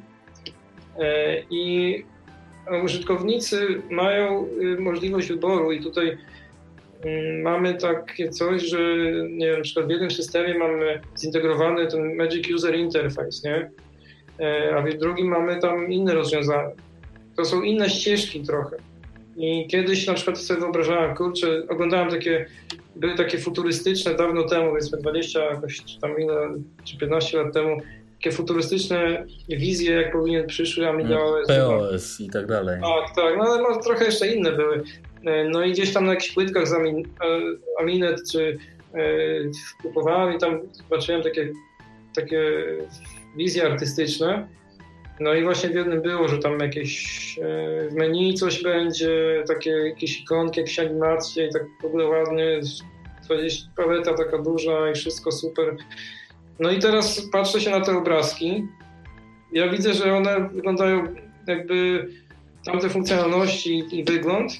i użytkownicy mają możliwość wyboru i tutaj mamy takie coś, że nie wiem, na przykład w jednym systemie mamy zintegrowany ten Magic User Interface, nie? A w drugim mamy tam inne rozwiązania. To są inne ścieżki trochę. I kiedyś na przykład sobie wyobrażałem, kurczę, oglądałem takie, były takie futurystyczne dawno temu, powiedzmy dwadzieścia jakoś tam ile, czy piętnaście lat temu, takie futurystyczne wizje, jak powinien przyszły Amiga O S. P O S i tak dalej. Tak, tak, no ale może trochę jeszcze inne były. No i gdzieś tam na jakichś płytkach z Amin, Aminet czy yy, kupowałem i tam zobaczyłem takie, takie wizje artystyczne. No i właśnie w jednym było, że tam jakieś w menu coś będzie, takie jakieś ikonki, jakieś animacje i tak w ogóle ładnie, paleta taka duża i wszystko super. No i teraz patrzę się na te obrazki. Ja widzę, że one wyglądają jakby tamte funkcjonalności i wygląd.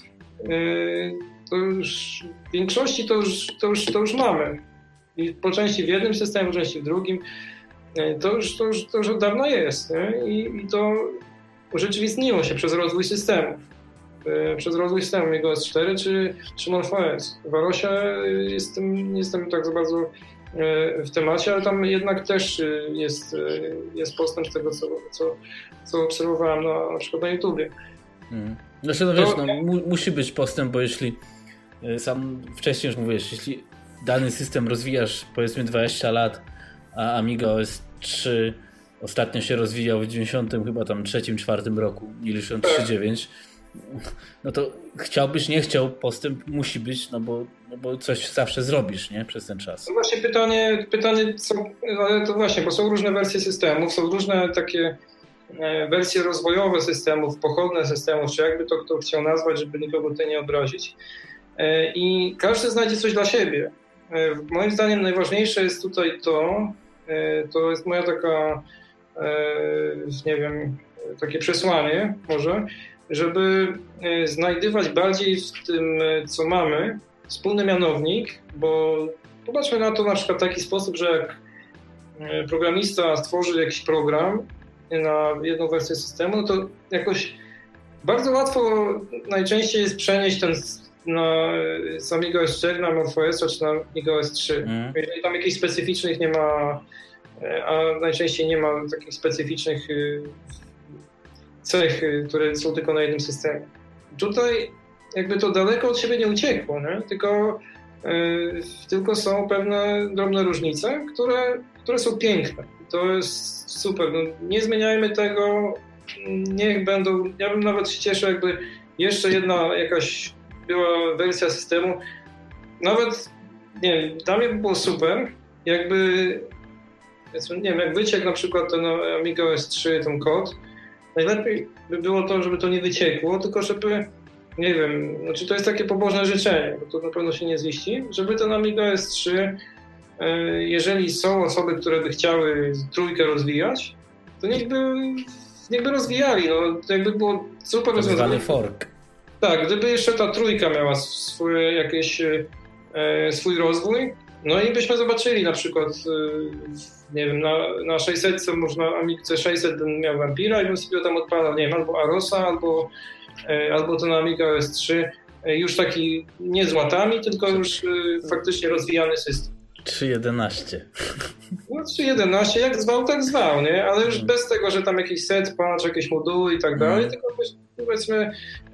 To już w większości to już, to już, to już mamy. I po części w jednym systemie, po części w drugim. To już, to, już, to już od dawna jest, nie? I, i to urzeczywistniło się przez rozwój systemów. Przez rozwój systemu Amiga O S cztery czy, czy MorphOS. W Arosie jestem, nie jestem tak za bardzo w temacie, ale tam jednak też jest, jest postęp z tego, co, co, co obserwowałem na, na przykład na YouTubie. Hmm. Znaczy, no wiesz, no, mu, musi być postęp, bo jeśli sam wcześniej już mówiłeś, jeśli dany system rozwijasz powiedzmy dwadzieścia lat, a Amiga O S trzy ostatnio się rozwijał w dziewięćdziesiątym chyba tam trzecim, czwartym roku, nie licząc trzy dziewięć, no to chciałbyś, nie chciał, postęp musi być, no bo, no bo coś zawsze zrobisz, nie? Przez ten czas. No właśnie pytanie, pytanie są, ale to właśnie, bo są różne wersje systemów, są różne takie wersje rozwojowe systemów, pochodne systemów, czy jakby to kto chciał nazwać, żeby nikogo tutaj nie obrazić. I każdy znajdzie coś dla siebie. Moim zdaniem najważniejsze jest tutaj to, to jest moja taka, nie wiem, takie przesłanie może, żeby znajdywać bardziej w tym, co mamy, wspólny mianownik, bo popatrzmy na to na przykład w taki sposób, że jak programista stworzy jakiś program na jedną wersję systemu, to jakoś bardzo łatwo najczęściej jest przenieść ten na, z Amiga O S cztery na MorphOS czy na Amiga O S trzy. Mm. Jeżeli tam jakichś specyficznych nie ma, a najczęściej nie ma takich specyficznych cech, które są tylko na jednym systemie. Tutaj jakby to daleko od siebie nie uciekło, nie? Tylko, yy, tylko są pewne drobne różnice, które, które są piękne. To jest super. No, nie zmieniajmy tego, niech będą, ja bym nawet się cieszył, jakby jeszcze jedna jakaś była wersja systemu. Nawet, nie wiem, dla mnie by było super, jakby, nie wiem, jak wyciekł na przykład ten Amiga O S trzy, ten kod, najlepiej by było to, żeby to nie wyciekło, tylko żeby, nie wiem, znaczy to jest takie pobożne życzenie, bo to na pewno się nie ziści, żeby ten Amiga O S trzy, jeżeli są osoby, które by chciały trójkę rozwijać, to niechby, niechby rozwijali, no, to jakby było super rozwiązane. fork. Tak, gdyby jeszcze ta trójka miała swój, jakieś, e, swój rozwój, no i byśmy zobaczyli na przykład, e, nie wiem, na, na sześćset można, Amigce sześćset bym miał Vampira i bym sobie tam odpalał, nie wiem, albo Arosa, albo, e, albo ten Amiga O S trzy, e, już taki nie z łatami, tylko już e, faktycznie rozwijany system. trzy jedenaście. No trzy jedenaście, jak zwał, tak zwał, nie? Ale już bez tego, że tam jakiś set, patch, jakieś moduły i tak dalej, tylko powiedzmy,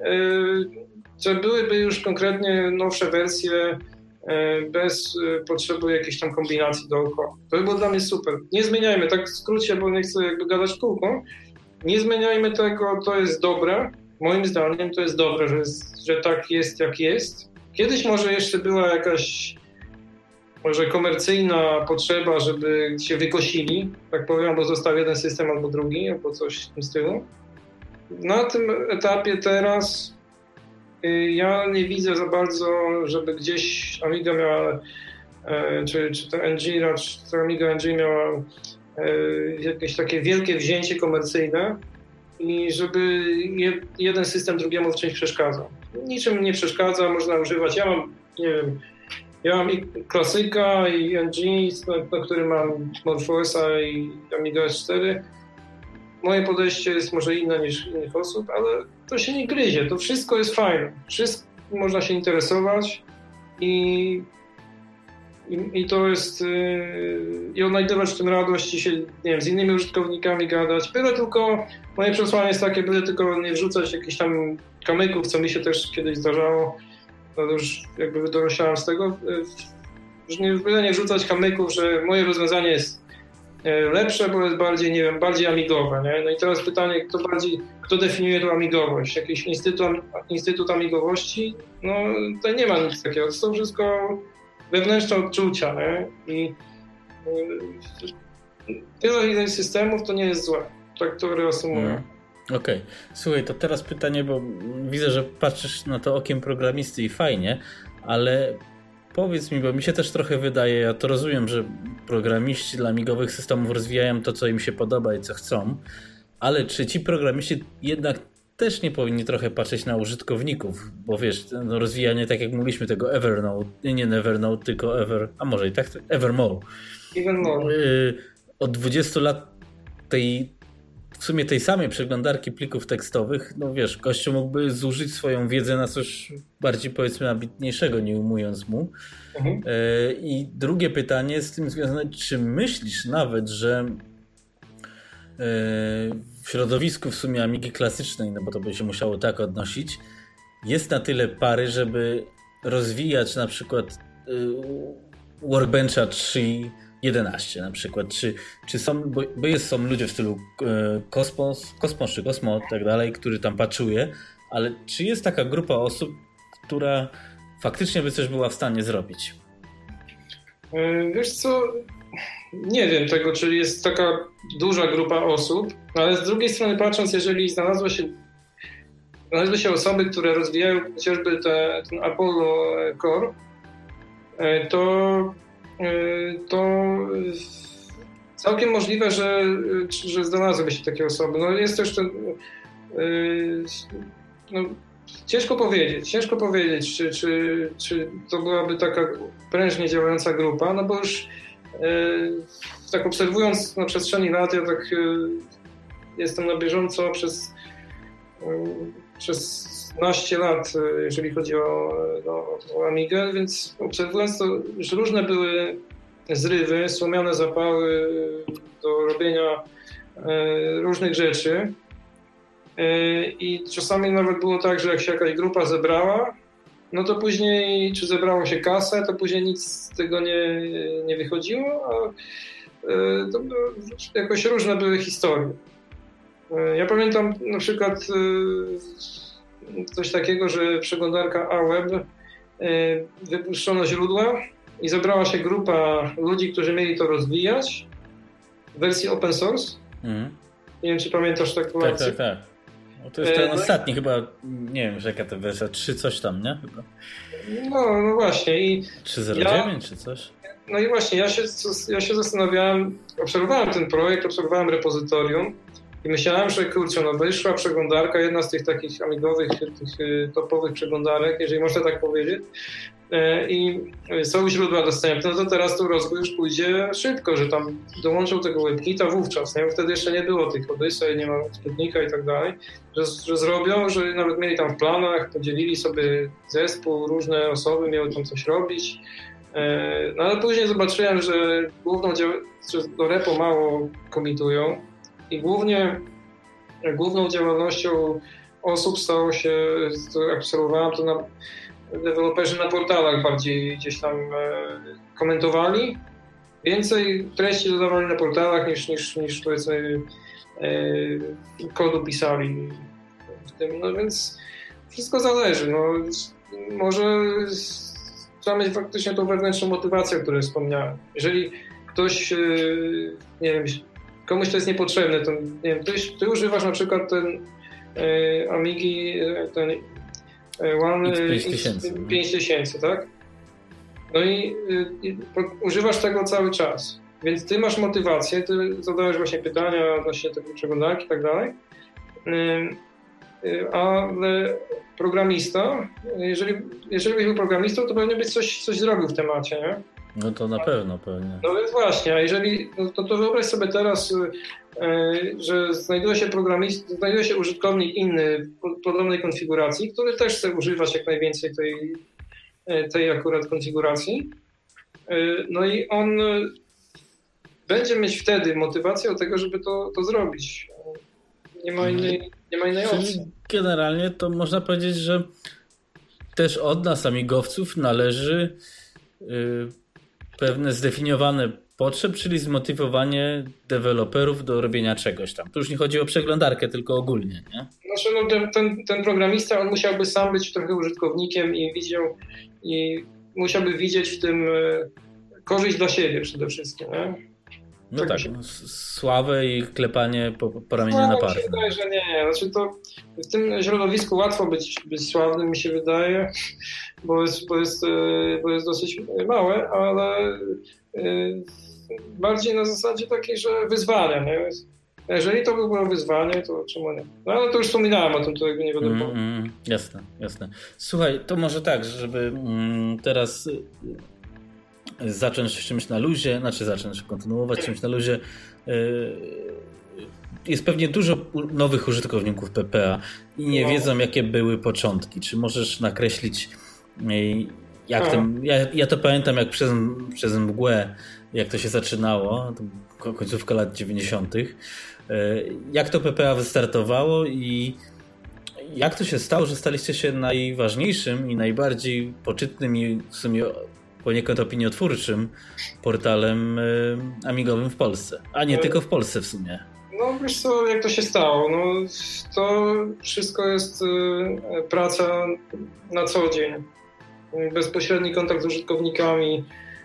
że byłyby już konkretnie nowsze wersje bez potrzeby jakiejś tam kombinacji dookoła. To by było dla mnie super. Nie zmieniajmy, tak w skrócie, bo nie chcę jakby gadać w kółko, nie zmieniajmy tego, to jest dobre. Moim zdaniem to jest dobre, że, jest, że tak jest jak jest. kiedyś może jeszcze była jakaś może komercyjna potrzeba, żeby się wykosili, tak powiem, bo został jeden system albo drugi, albo coś w tym stylu. Na tym etapie teraz ja nie widzę za bardzo, żeby gdzieś Amiga miała, czy, czy ta N G, czy ta Amiga N G miała jakieś takie wielkie wzięcie komercyjne i żeby jeden system drugiemu w czymś przeszkadzał. Niczym nie przeszkadza, można używać. Ja mam, nie wiem, ja mam i klasyka, i N G, na, na którym mam MorphOS-a i Amiga S cztery. Moje podejście jest może inne niż innych osób, ale to się nie gryzie, to wszystko jest fajne. Wszystko można się interesować i, i, i to jest yy, i odnajdywać w tym radość i się, nie wiem, z innymi użytkownikami gadać. Byle tylko, moje przesłanie jest takie, byle tylko nie wrzucać jakichś tam kamyków, co mi się też kiedyś zdarzało. No już jakby doroślałem z tego, że nie, byle nie wrzucać kamyków, że moje rozwiązanie jest lepsze, bo jest bardziej, nie wiem, bardziej amigowe, nie? No i teraz pytanie, kto bardziej, kto definiuje tą amigowość? Jakiś instytut, instytut amigowości? No to nie ma nic takiego, to są wszystko wewnętrzne odczucia, nie? I tyle ile systemów to nie jest złe, tak to reasumuję. Mm. Okej. Okay. Słuchaj, to teraz pytanie, bo widzę, że patrzysz na to okiem programisty i fajnie, ale powiedz mi, bo mi się też trochę wydaje, ja to rozumiem, że programiści dla amigowych systemów rozwijają to, co im się podoba i co chcą, ale czy ci programiści jednak też nie powinni trochę patrzeć na użytkowników, bo wiesz, no rozwijanie, tak jak mówiliśmy, tego Evernote, nie Evernote, tylko Ever, a może i tak, Evermore. Evermore. Od dwudziestu lat tej w sumie tej samej przeglądarki plików tekstowych, no wiesz, gościu mógłby zużyć swoją wiedzę na coś bardziej, powiedzmy, ambitniejszego, nie ujmując mu. Mhm. I drugie pytanie z tym związane, czy myślisz nawet, że w środowisku w sumie Amigi klasycznej, no bo to by się musiało tak odnosić, jest na tyle pary, żeby rozwijać na przykład Workbencha trzy jedenaście na przykład, czy, czy są, bo, bo jest, są ludzie w stylu e, Kosmos, Kosmos czy Kosmo i tak dalej, który tam paczuje, ale czy jest taka grupa osób, która faktycznie by coś była w stanie zrobić? Wiesz co, nie wiem tego, czy jest taka duża grupa osób, ale z drugiej strony patrząc, jeżeli znalazło się znalazły się osoby, które rozwijają chociażby te, ten Apollo Core, to to całkiem możliwe, że, że znalazłyby się takie osoby. No jest też ten, no, ciężko powiedzieć, ciężko powiedzieć, czy, czy, czy to byłaby taka prężnie działająca grupa, no bo już tak obserwując na przestrzeni lat, ja tak jestem na bieżąco przez przez naście lat, jeżeli chodzi o, o, o Amigę, więc obserwując to, już różne były zrywy, słomiane zapały do robienia e, różnych rzeczy e, i czasami nawet było tak, że jak się jakaś grupa zebrała, no to później, czy zebrało się kasę, to później nic z tego nie, nie wychodziło, a e, to jakoś różne były historie. Ja pamiętam na przykład coś takiego, że przeglądarka A-Web wypuszczono źródła i zebrała się grupa ludzi, którzy mieli to rozwijać w wersji open source. Mm. Nie wiem, czy pamiętasz taką tak, akcję? Tak, tak. No to jest ten e, ostatni no, chyba, nie wiem, jaka to wersja, trzy coś tam, nie? Chyba. No, no właśnie. I trzy zero dziewięć ja, czy coś? No i właśnie, ja się, ja się zastanawiałem, obserwowałem ten projekt, obserwowałem repozytorium i myślałem, że kurczę, no wyszła przeglądarka, jedna z tych takich amigowych, tych topowych przeglądarek, jeżeli można tak powiedzieć, i są źródła dostępne, no to teraz to rozwój już pójdzie szybko, że tam dołączą tego WebKita wówczas, nie? Wtedy jeszcze nie było tych Odyssey, nie ma Sputnika i tak dalej, że, że zrobią, że nawet mieli tam w planach, podzielili sobie zespół, różne osoby miały tam coś robić, no ale później zobaczyłem, że główną dział- że do repo mało komitują i głównie główną działalnością osób stało się, jak obserwowałem to na deweloperzy na portalach bardziej gdzieś tam komentowali. Więcej treści dodawali na portalach niż, niż, niż powiedzmy kodu pisali w tym. No więc wszystko zależy. No, może trzeba mieć faktycznie tą wewnętrzną motywację, o której wspomniałem. Jeżeli ktoś, nie wiem, komuś to jest niepotrzebne, to nie wiem, ty, ty używasz na przykład ten e, Amigi, ten One pięć tysięcy, tak? No i, i używasz tego cały czas. Więc ty masz motywację, ty zadałeś właśnie pytania odnośnie tego przeglądarki i tak dalej. Ale programista, jeżeli, jeżeli byś był programistą, to pewnie byś coś, coś zrobił w temacie, nie? No to na pewno, pewnie. No więc właśnie, a jeżeli, no to, to wyobraź sobie teraz, że znajduje się programista, znajduje się użytkownik inny w podobnej konfiguracji, który też chce używać jak najwięcej tej, tej akurat konfiguracji. No i on będzie mieć wtedy motywację do tego, żeby to, to zrobić. Nie ma innej, nie ma innej opcji. Czyli generalnie to można powiedzieć, że też od nas, amigowców, należy yy, pewne zdefiniowane potrzeb, czyli zmotywowanie deweloperów do robienia czegoś tam. Tu już nie chodzi o przeglądarkę, tylko ogólnie, nie? Znaczy, no, ten, ten programista, on musiałby sam być trochę użytkownikiem i widział, i musiałby widzieć w tym korzyść dla siebie przede wszystkim, nie? No tak, tak się... sławę i klepanie po, po ramieniu no, na parę. Mi się wydaje, że nie. Znaczy to w tym środowisku łatwo być, być sławnym, mi się wydaje, bo jest, bo jest, bo jest dosyć małe, ale bardziej na zasadzie takiej, że wyzwania. Nie? Jeżeli to by było wyzwanie, to czemu nie? No ale to już wspominałem o tym, to jakby nie będę mm, mm, Jasne, jasne. Słuchaj, to może tak, żeby mm, teraz zacząć czymś na luzie, znaczy zacząć kontynuować czymś na luzie. Jest pewnie dużo nowych użytkowników P P A i nie no. wiedzą, jakie były początki. Czy możesz nakreślić, jak ten, ja, ja to pamiętam, jak przez, przez mgłę, jak to się zaczynało, to końcówka lat dziewięćdziesiątych. Jak to P P A wystartowało i jak to się stało, że staliście się najważniejszym i najbardziej poczytnym i w sumie poniekąd opiniotwórczym portalem amigowym w Polsce, a nie tylko w Polsce w sumie. No wiesz co, jak to się stało? No, to wszystko jest praca na co dzień. Bezpośredni kontakt z użytkownikami.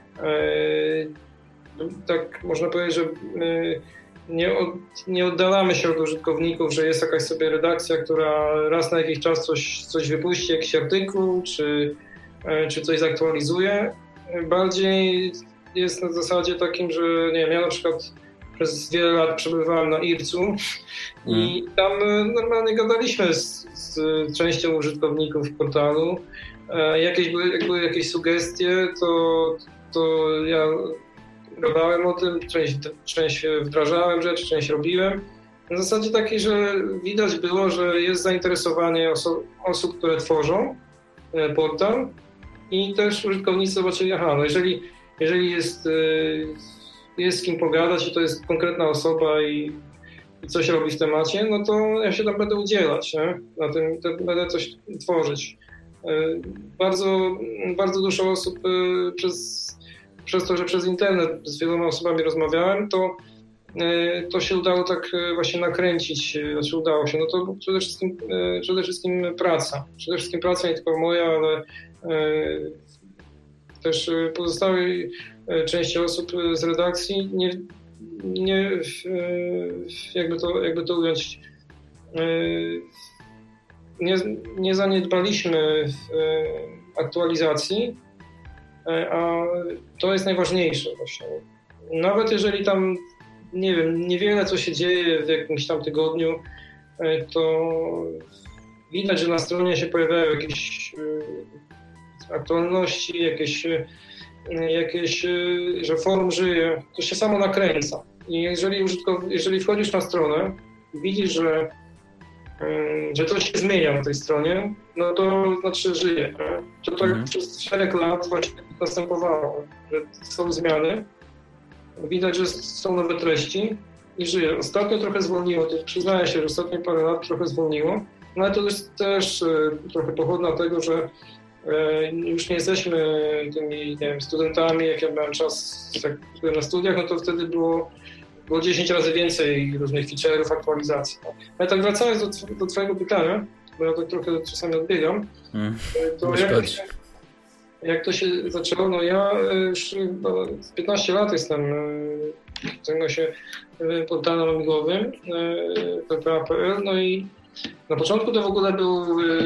Tak można powiedzieć, że nie, od, nie oddalamy się od użytkowników, że jest jakaś sobie redakcja, która raz na jakiś czas coś, coś wypuści, jakiś artykuł, czy, czy coś zaktualizuje. Bardziej jest na zasadzie takim, że nie wiem, ja na przykład przez wiele lat przebywałem na IRC-u mm. i tam normalnie gadaliśmy z, z częścią użytkowników portalu. Jakieś były, jak były jakieś sugestie, to, to ja gadałem o tym, część, część wdrażałem rzeczy, część robiłem. Na zasadzie takiej, że widać było, że jest zainteresowanie oso- osób, które tworzą portal i też użytkownicy zobaczyli, aha, no jeżeli, jeżeli jest, jest z kim pogadać i to jest konkretna osoba i, i coś robi w temacie, no to ja się tam będę udzielać, nie? Na tym to będę coś tworzyć. Bardzo, bardzo dużo osób przez, przez to, że przez internet z wieloma osobami rozmawiałem, to, to się udało tak właśnie nakręcić, znaczy udało się. No to przede wszystkim, przede wszystkim praca. Przede wszystkim praca nie tylko moja, ale też pozostałej części osób z redakcji. Nie, nie jakby to, jakby to ująć, nie, nie zaniedbaliśmy aktualizacji, a to jest najważniejsze właśnie. Nawet jeżeli tam, nie wiem, niewiele co się dzieje w jakimś tam tygodniu, to widać, że na stronie się pojawiają jakieś aktualności, jakieś, jakieś że forum żyje, to się samo nakręca. I jeżeli, użytkow- jeżeli wchodzisz na stronę i widzisz, że że coś się zmienia na tej stronie, no to znaczy żyje. To tak mhm. przez szereg lat właśnie następowało, że są zmiany, widać, że są nowe treści i żyje. Ostatnio trochę zwolniło, to przyznaję się, że ostatnie parę lat trochę zwolniło, no ale to jest też trochę pochodna tego, że już nie jesteśmy tymi, nie wiem, studentami, jak ja miałem czas, jak byłem na studiach, no to wtedy było Było dziesięć razy więcej różnych feature'ów, aktualizacji. Ale tak wracając do, do twojego pytania, bo ja tak trochę czasami odbiegam. Mm, to jak, jak to się zaczęło? No ja już no, piętnaście lat jestem, zajmuję się portalem amigowym P P A kropka P L, no i na początku to w ogóle był,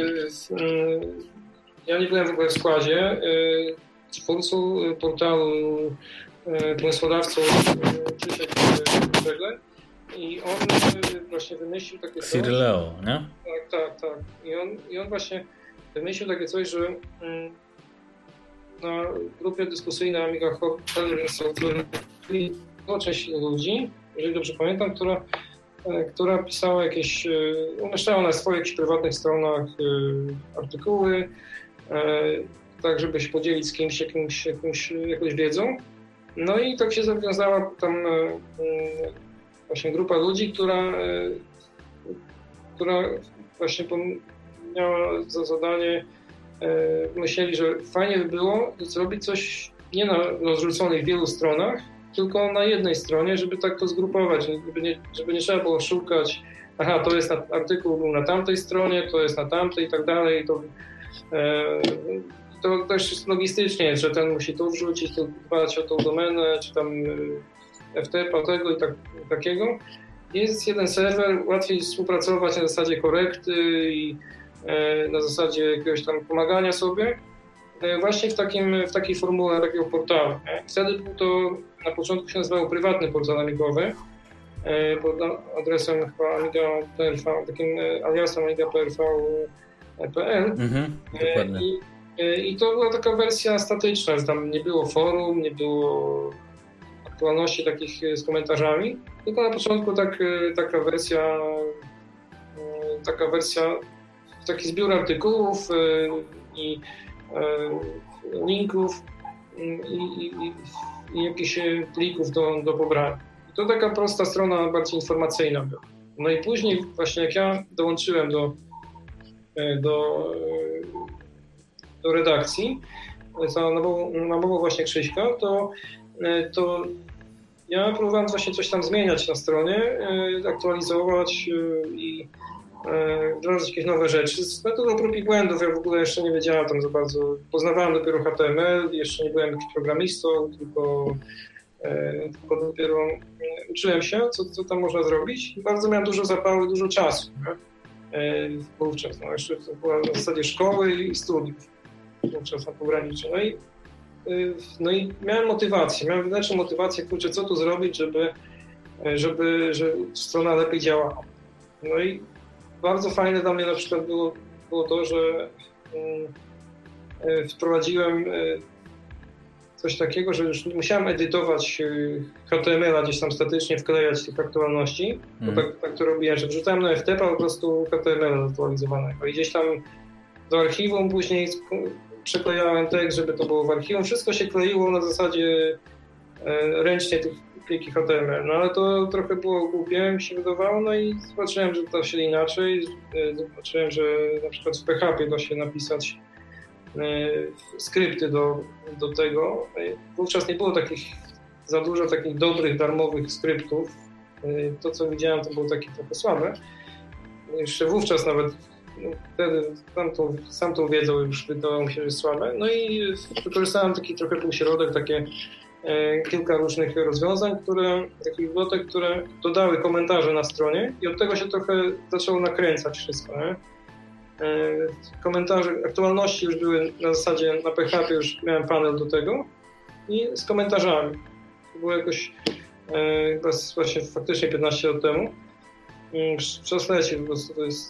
ja nie byłem w ogóle w składzie, twórcą portalu, pomysłodawcą Krzysiek Żegle i on właśnie wymyślił takie coś. Cyrleo, nie? Tak, tak, tak. I on, i on właśnie wymyślił takie coś, że na grupie dyskusyjnej Amiga Hot była część ludzi, jeżeli dobrze pamiętam, która, która pisała jakieś, umieszczała na swoich jakichś prywatnych stronach artykuły, tak żeby się podzielić z kimś, jakimś, jakimś, jakąś wiedzą. No i tak się zawiązała tam właśnie grupa ludzi, która, która właśnie miała za zadanie, myśleli, że fajnie by było zrobić coś nie na rozrzuconych wielu stronach, tylko na jednej stronie, żeby tak to zgrupować, żeby nie, żeby nie trzeba było szukać, aha, to jest na, artykuł był na tamtej stronie, to jest na tamtej i tak dalej. To, e, to też jest logistycznie, że ten musi tu wrzucić, tu dbać o tą domenę, czy tam F T P tego i tak, takiego. Jest jeden serwer, łatwiej współpracować na zasadzie korekty i e, na zasadzie jakiegoś tam pomagania sobie. Właśnie w, takim, w takiej formule takiego portalu. Nie? Wtedy był to, na początku się nazywało prywatny portal amigowy, pod adresem chyba amiga.prv, takim aliasem amiga.prv kropka p l. Mhm, dokładnie. I, I to była taka wersja statyczna, że tam nie było forum, nie było aktualności takich z komentarzami, tylko na początku tak, taka wersja, taka wersja, taki zbiór artykułów i linków i, i, i jakichś plików do, do pobrania. To taka prosta strona, bardziej informacyjna była. No i później właśnie jak ja dołączyłem do, do, do redakcji za namową właśnie Krzyśka, to, to ja próbowałem właśnie coś tam zmieniać na stronie, aktualizować i wdrożyć jakieś nowe rzeczy. Z metodą prób i błędów ja w ogóle jeszcze nie wiedziałem tam za bardzo. Poznawałem dopiero H T M L, jeszcze nie byłem jakimś programistą, tylko, e, tylko dopiero uczyłem się, co, co tam można zrobić. Bardzo miałem dużo zapału i dużo czasu. E, wówczas, no, jeszcze to była na zasadzie szkoły i studiów. Wówczas na pograniczy. No i, e, no i miałem motywację, miałem wewnętrzną motywację, kurczę, co tu zrobić, żeby, żeby, żeby strona lepiej działała. No i bardzo fajne dla mnie na przykład było, było to, że y, wprowadziłem y, coś takiego, że już nie musiałem edytować y, H T M L a gdzieś tam statycznie wklejać tych aktualności, mm. bo tak, tak to robiłem, że wrzucałem na F T P a po prostu H T M L aktualizowanego i gdzieś tam do archiwum później przeklejałem tekst, żeby to było w archiwum. Wszystko się kleiło na zasadzie y, ręcznie tych pliki H T M L, no ale to trochę było głupie, mi się wydawało, no i zobaczyłem, że to się inaczej, zobaczyłem, że na przykład w P H P da się napisać skrypty do, do tego. Wówczas nie było takich za dużo takich dobrych, darmowych skryptów. To, co widziałem, to było takie trochę słabe. Jeszcze wówczas nawet, no, wtedy tamtą, sam tą wiedzą już wydawało mi się, że jest słabe. No i wykorzystałem taki trochę półśrodek, takie kilka różnych rozwiązań, które, takich bibliotek, które dodały komentarze na stronie i od tego się trochę zaczęło nakręcać wszystko. Nie? Komentarze, aktualności już były na zasadzie na P H P, już miałem panel do tego i z komentarzami. To było jakoś chyba właśnie faktycznie piętnaście lat temu. Czas leci, po prostu to jest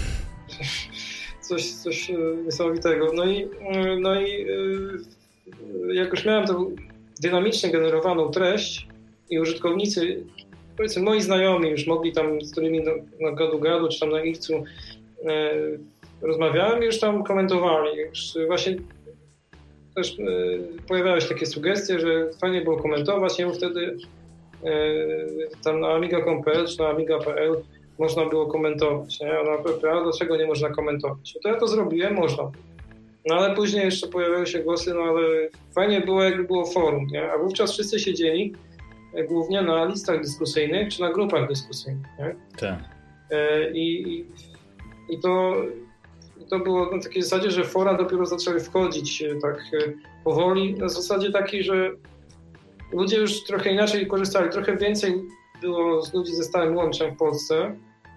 coś, coś niesamowitego. No i, no i jak już miałem to dynamicznie generowaną treść i użytkownicy, powiedzmy moi znajomi już mogli tam, z którymi na, na gadu-gadu czy tam na X-u e, rozmawiałem, już tam komentowali. Już właśnie też e, pojawiały się takie sugestie, że fajnie było komentować. Ja wtedy e, tam na amiga kropka com kropka p l czy na amiga kropka p l można było komentować. Nie? A na P P A dlaczego nie można komentować? To ja to zrobiłem, można. No ale później jeszcze pojawiały się głosy, no ale fajnie było, jakby było forum, nie? A wówczas wszyscy siedzieli głównie na listach dyskusyjnych czy na grupach dyskusyjnych, nie? Tak. I, i, I to, to było na takiej zasadzie, że fora dopiero zaczęły wchodzić tak powoli. Na zasadzie takiej, że ludzie już trochę inaczej korzystali. Trochę więcej było z ludzi ze stałym łączem w Polsce.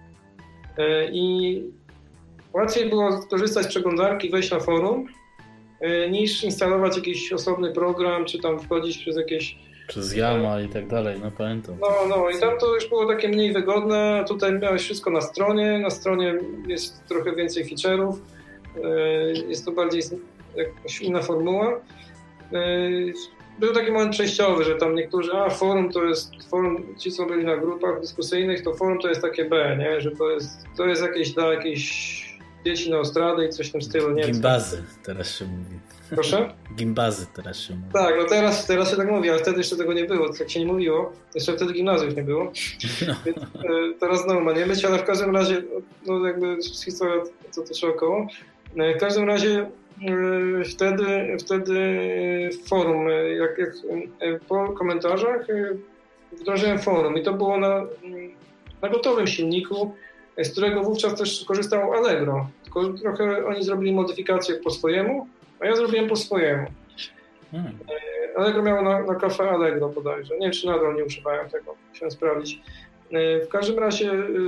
I łatwiej było korzystać z przeglądarki, wejść na forum, niż instalować jakiś osobny program, czy tam wchodzić przez jakieś... Przez Yama i tak dalej, no pamiętam. No, no i tam to już było takie mniej wygodne. Tutaj miałeś wszystko na stronie. Na stronie jest trochę więcej feature'ów. Jest to bardziej jakaś inna formuła. Był taki moment przejściowy, że tam niektórzy, a forum to jest, forum, ci co byli na grupach dyskusyjnych, to forum to jest takie B, nie? Że to jest, to jest jakieś dla jakiejś dzieci na Ostradę i coś w tym stylu. Nie Gimbazy teraz się mówi. Proszę? Gimbazy teraz się mówi. Tak, no teraz, teraz się tak mówi, ale wtedy jeszcze tego nie było, tak się nie mówiło. Jeszcze wtedy gimnazjów nie było. No. Więc, e, teraz znowu ma nie być, ale w każdym razie, no jakby historia co to około. W każdym razie e, wtedy, wtedy forum, jak, jak po komentarzach wdrożyłem forum i to było na, na gotowym silniku, z którego wówczas też korzystało Allegro. Tylko trochę oni zrobili modyfikację po swojemu, a ja zrobiłem po swojemu. Hmm. Allegro miało na, na kafe Allegro bodajże. Nie wiem, czy nadal nie używają tego. Chciałem sprawdzić. W każdym razie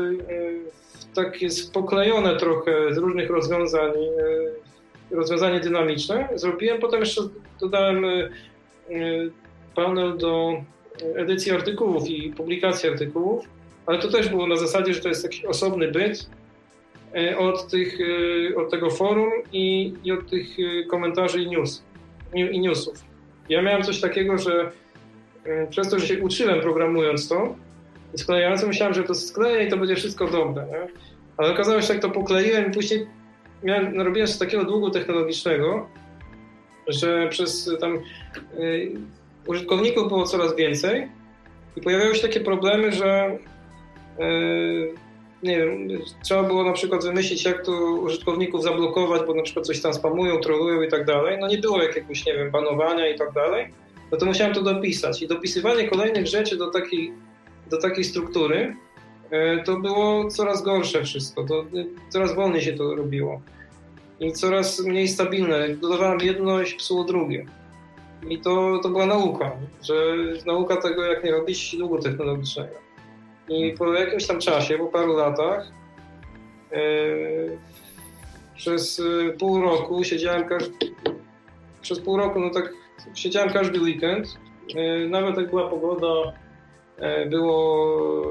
takie poklejone trochę z różnych rozwiązań rozwiązanie dynamiczne zrobiłem. Potem jeszcze dodałem panel do edycji artykułów i publikacji artykułów, ale to też było na zasadzie, że to jest taki osobny byt od, tych, od tego forum i, i od tych komentarzy i, news, i newsów. Ja miałem coś takiego, że przez to, że się uczyłem programując to i sklejając, myślałem, że to skleję i to będzie wszystko dobre. Nie? Ale okazało się, że jak to pokleiłem i później miałem, narobiłem coś takiego długu technologicznego, że przez tam y, użytkowników było coraz więcej i pojawiały się takie problemy, że y, nie wiem, trzeba było na przykład wymyślić, jak tu użytkowników zablokować, bo na przykład coś tam spamują, trolują i tak dalej. No nie było jakiegoś, nie wiem, banowania i tak dalej. No to musiałem to dopisać. I dopisywanie kolejnych rzeczy do takiej, do takiej struktury to było coraz gorsze wszystko. To coraz wolniej się to robiło. I coraz mniej stabilne. Dodawałem jedno i psuło drugie. I to, to była nauka, że nauka tego, jak nie robić długu technologicznego. I po jakimś tam czasie, po paru latach, yy, przez pół roku siedziałem każdy, przez pół roku, no tak siedziałem każdy weekend, yy, nawet jak była pogoda, yy, było,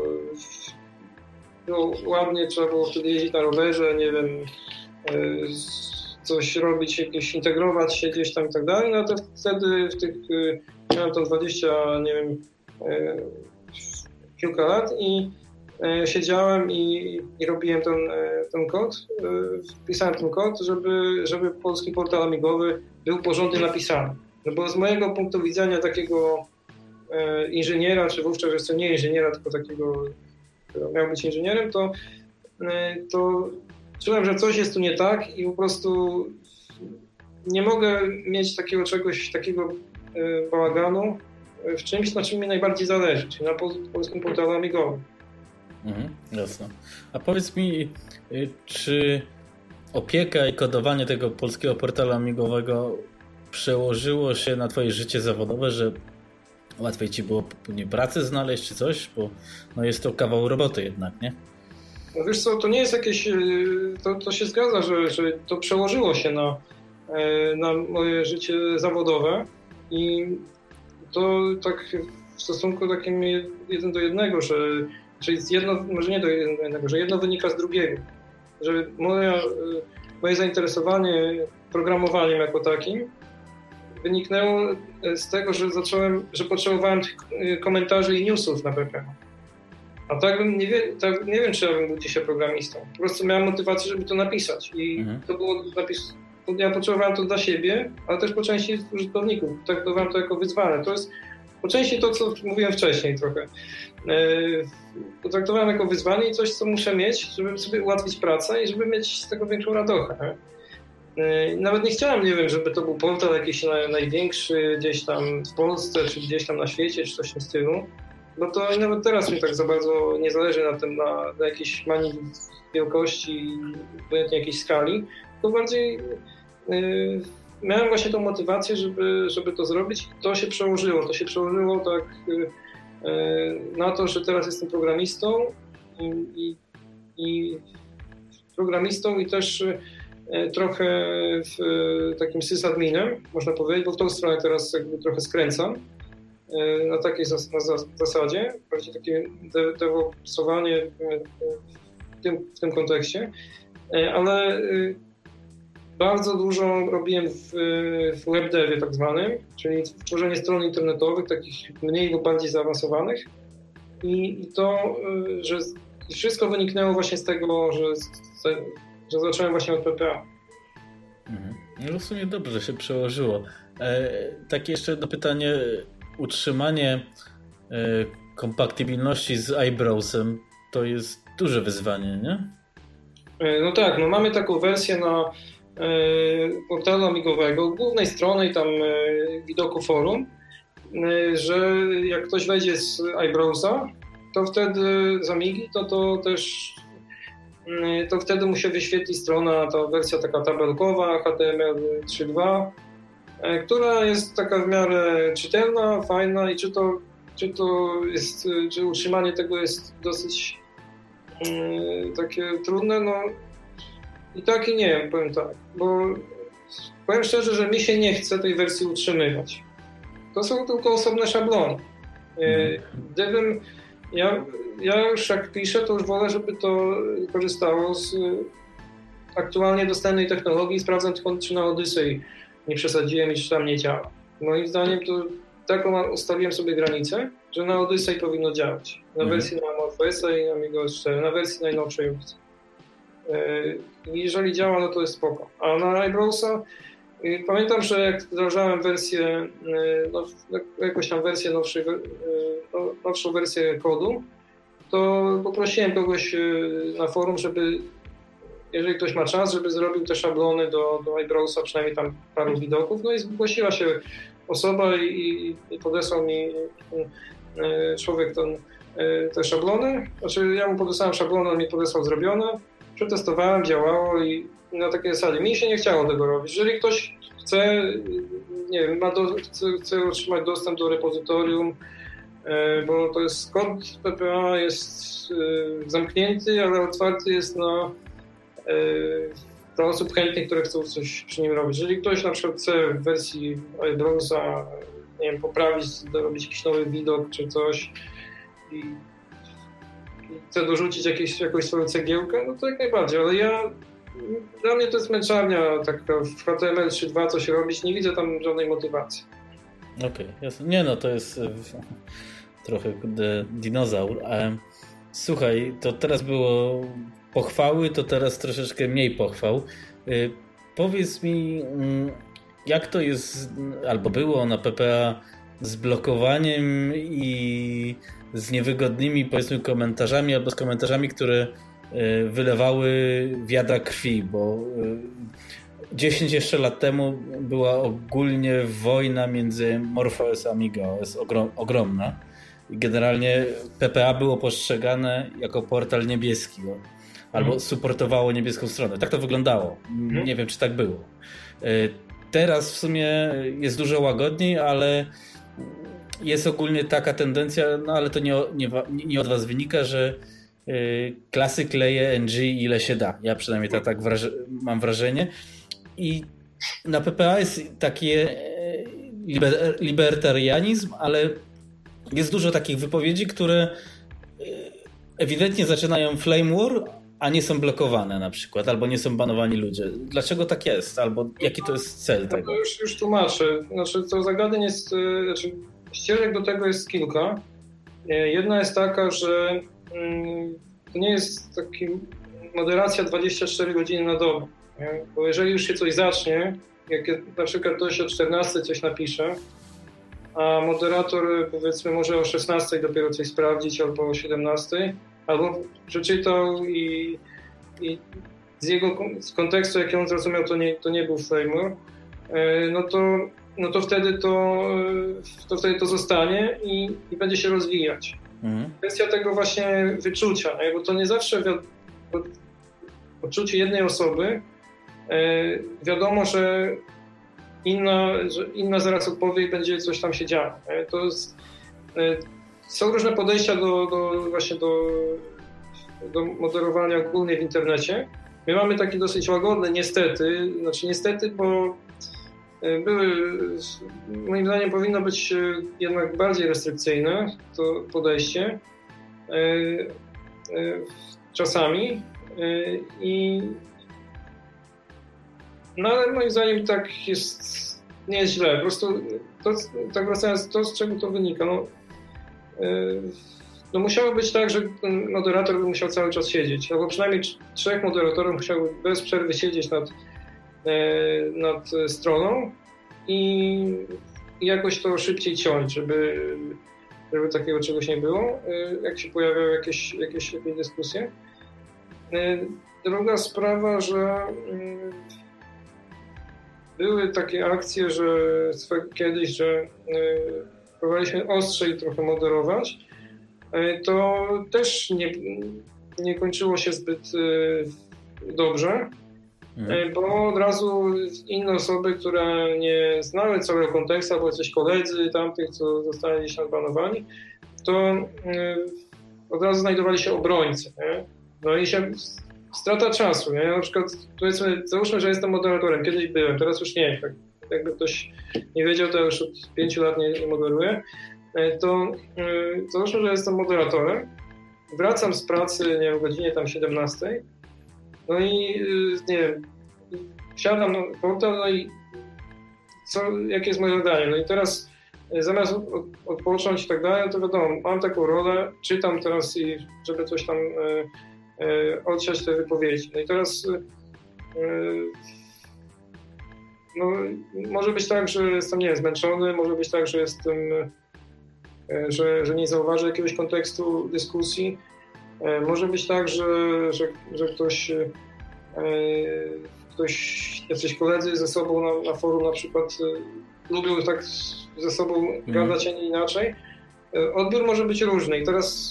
było ładnie, trzeba było wtedy jeździć na rowerze, nie wiem, yy, coś robić, jakieś integrować się gdzieś tam i tak dalej, no to wtedy w tych, yy, miałem tam dwadzieścia, nie wiem, yy, kilka lat i e, siedziałem i, i robiłem ten, e, ten kod, e, wpisałem ten kod, żeby, żeby polski portal amigowy był porządnie napisany. No bo z mojego punktu widzenia takiego e, inżyniera, czy wówczas jeszcze nie inżyniera, tylko takiego, który miał być inżynierem, to, e, to czułem, że coś jest tu nie tak i po prostu nie mogę mieć takiego czegoś, takiego e, bałaganu w czymś, na czym mi najbardziej zależy, czyli na polskim portalu amigowym. Mhm, jasne. A powiedz mi, czy opieka i kodowanie tego polskiego portalu amigowego przełożyło się na twoje życie zawodowe, że łatwiej ci było nie pracę znaleźć czy coś, bo no jest to kawał roboty jednak, nie? No wiesz co, to nie jest jakieś, to, to się zgadza, że, że to przełożyło się na, na moje życie zawodowe i to tak w stosunku takim jeden do jednego, że czyli jedno, może nie do jednego, że jedno wynika z drugiego. Że moja, moje zainteresowanie programowaniem jako takim wyniknęło z tego, że zacząłem, że potrzebowałem tych komentarzy i newsów na P P. A tak bym nie, wie, tak nie wiem, czy ja bym był dzisiaj programistą. Po prostu miałem motywację, żeby to napisać. I mhm. to było napis. Ja potrzebowałem to dla siebie, ale też po części użytkowników. Traktowałem to jako wyzwanie. To jest po części to, co mówiłem wcześniej trochę. Potraktowałem jako wyzwanie i coś, co muszę mieć, żeby sobie ułatwić pracę i żeby mieć z tego większą radochę. Nawet nie chciałem, nie wiem, żeby to był portal jakiś największy gdzieś tam w Polsce, czy gdzieś tam na świecie, czy coś w tym stylu. bo to nawet teraz mi tak za bardzo nie zależy na tym, na, na jakiejś manii wielkości, obojętnie jakiejś skali, tylko bardziej yy, miałem właśnie tą motywację, żeby, żeby to zrobić. To się przełożyło, to się przełożyło tak yy, na to, że teraz jestem programistą i, i, i programistą i też trochę w takim sysadminem, można powiedzieć, bo w tą stronę teraz jakby trochę skręcam na takiej zas- na zas- zasadzie, bardziej takie de- dewopowanie w tym, w tym kontekście, ale bardzo dużo robiłem w, w webdevie tak zwanym, czyli w tworzeniu stron internetowych, takich mniej lub bardziej zaawansowanych i, i to, że wszystko wyniknęło właśnie z tego, że że zacząłem właśnie od P P A. Mhm. No w sumie dobrze się przełożyło. E, takie jeszcze jedno pytanie. Utrzymanie e, kompatybilności z iBrowsem to jest duże wyzwanie, nie? E, no tak, no mamy taką wersję na e, portalu amigowego, głównej strony i tam e, widoku forum, e, że jak ktoś wejdzie z iBrowsa, to wtedy z Amigi, to to też to wtedy mu się wyświetli strona, ta wersja taka tabelkowa, H T M L trzy dwa, która jest taka w miarę czytelna, fajna i czy to, czy to jest, czy utrzymanie tego jest dosyć yy, takie trudne, no i tak i nie, powiem tak, bo powiem szczerze, że mi się nie chce tej wersji utrzymywać. To są tylko osobne szablony. Yy, gdybym Ja, ja już jak piszę, to już wolę, żeby to korzystało z aktualnie dostępnej technologii i sprawdzam tylko, czy na Odyssey nie przesadziłem i czy tam nie działa. Moim zdaniem to taką ustawiłem sobie granicę, że na Odyssey powinno działać. Na mhm. wersji na MorphOS i na Amiga O S cztery, na wersji najnowszej opcji. Jeżeli działa, no to jest spoko. A na iBrowsa pamiętam, że jak wdrażałem wersję, no, jakąś tam wersję nowszej, nowszą wersję kodu, to poprosiłem kogoś na forum, żeby, jeżeli ktoś ma czas, żeby zrobił te szablony do, do iBrowsa, przynajmniej tam paru widoków. No i zgłosiła się osoba i, i podesłał mi człowiek ten, te szablony. Znaczy ja mu podesłałem szablony, on mi podesłał zrobione. Przetestowałem, działało i na takiej zasadzie. Mi się nie chciało tego robić. Jeżeli ktoś chce, nie wiem, ma do, chce, chce otrzymać dostęp do repozytorium, bo to jest kod P P A jest zamknięty, ale otwarty jest na dla osób chętnych, które chcą coś przy nim robić. Jeżeli ktoś na przykład chce w wersji iBrowsa, nie wiem, poprawić, dorobić jakiś nowy widok czy coś i, i chce dorzucić jakieś, jakąś swoją cegiełkę, no to jak najbardziej, ale ja dla mnie to jest męczarnia taka w H T M L trzy dwa coś robić, nie widzę tam żadnej motywacji. Okej, okay, jasne. Nie no, to jest trochę dinozaur. A, słuchaj, to teraz było pochwały, to teraz troszeczkę mniej pochwał. Powiedz mi, jak to jest, albo było na P P A z blokowaniem i z niewygodnymi, powiedzmy, komentarzami, albo z komentarzami, które wylewały wiadra krwi, bo dziesięć jeszcze lat temu była ogólnie wojna między MorphOS a Amiga O S ogrom, ogromna. I generalnie P P A było postrzegane jako portal niebieski, albo mm. supportowało niebieską stronę. Tak to wyglądało. Mm. Nie wiem, czy tak było. Teraz w sumie jest dużo łagodniej, ale jest ogólnie taka tendencja, no ale to nie, nie, nie od was wynika, że klasy kleje N G ile się da. Ja przynajmniej tak, tak wraż- mam wrażenie. I na P P A jest taki liber- libertarianizm, ale jest dużo takich wypowiedzi, które ewidentnie zaczynają flame war, a nie są blokowane na przykład, albo nie są banowani ludzie. Dlaczego tak jest? Albo jaki to jest cel tego? No już, już tłumaczę. Znaczy, to zagadnień jest, znaczy, ścieżek do tego jest kilka. Jedna jest taka, że to nie jest taki moderacja dwadzieścia cztery godziny na dobę. Nie? Bo jeżeli już się coś zacznie, jak na przykład ktoś o czternastej coś napisze, a moderator powiedzmy może o szesnastej dopiero coś sprawdzić, albo o siedemnastej, albo przeczytał i, i z jego z kontekstu, jaki on zrozumiał, to nie, to nie był framework, no to, no to wtedy to, to wtedy to zostanie i, i będzie się rozwijać. mhm. kwestia tego właśnie wyczucia, nie? Bo to nie zawsze wi- odczucie jednej osoby wi- wiadomo, że inna, że inna zaraz odpowie i będzie coś tam się działo. Nie? To jest, są różne podejścia do, do właśnie do, do moderowania ogólnie w internecie. My mamy takie dosyć łagodne, niestety, znaczy niestety, bo były, moim zdaniem powinno być jednak bardziej restrykcyjne to podejście czasami i no ale moim zdaniem tak jest, nie jest źle, po prostu to, tak wracając, to z czego to wynika, no, no musiało być tak, że ten moderator by musiał cały czas siedzieć, albo przynajmniej trzech moderatorów musiało bez przerwy siedzieć nad, nad stroną i jakoś to szybciej ciąć, żeby, żeby takiego czegoś nie było, jak się pojawiały jakieś, jakieś, jakieś dyskusje. Druga sprawa, że były takie akcje, że kiedyś, że próbowaliśmy ostrzej trochę moderować, to też nie, nie kończyło się zbyt dobrze, mhm. bo od razu inne osoby, które nie znały całego kontekstu, albo coś koledzy tamtych, co zostali gdzieś odbanowani, to od razu znajdowali się obrońcy. Nie? No i się strata czasu. Nie? Na przykład powiedzmy, załóżmy, że jestem moderatorem, kiedyś byłem, teraz już nie. Tak, jakby ktoś nie wiedział, to ja już od pięciu lat nie, nie moderuję. To yy, załóżmy, że jestem moderatorem, wracam z pracy, nie wiem, o godzinie tam siedemnastej, no i yy, nie wiem, wsiadam na portal, no i co, jakie jest moje zadanie? No i teraz yy, zamiast od, od, odpocząć i tak dalej, to wiadomo, mam taką rolę, czytam teraz i żeby coś tam yy, yy, odsiać te wypowiedzi. No i teraz yy, no, może być tak, że jestem, nie wiem, zmęczony, może być tak, że jestem Że, że nie zauważy jakiegoś kontekstu dyskusji. Może być tak, że, że, że ktoś, ktoś, jacyś koledzy ze sobą na, na forum na przykład lubią tak ze sobą mm. gadać, a nie inaczej. Odbiór może być różny i teraz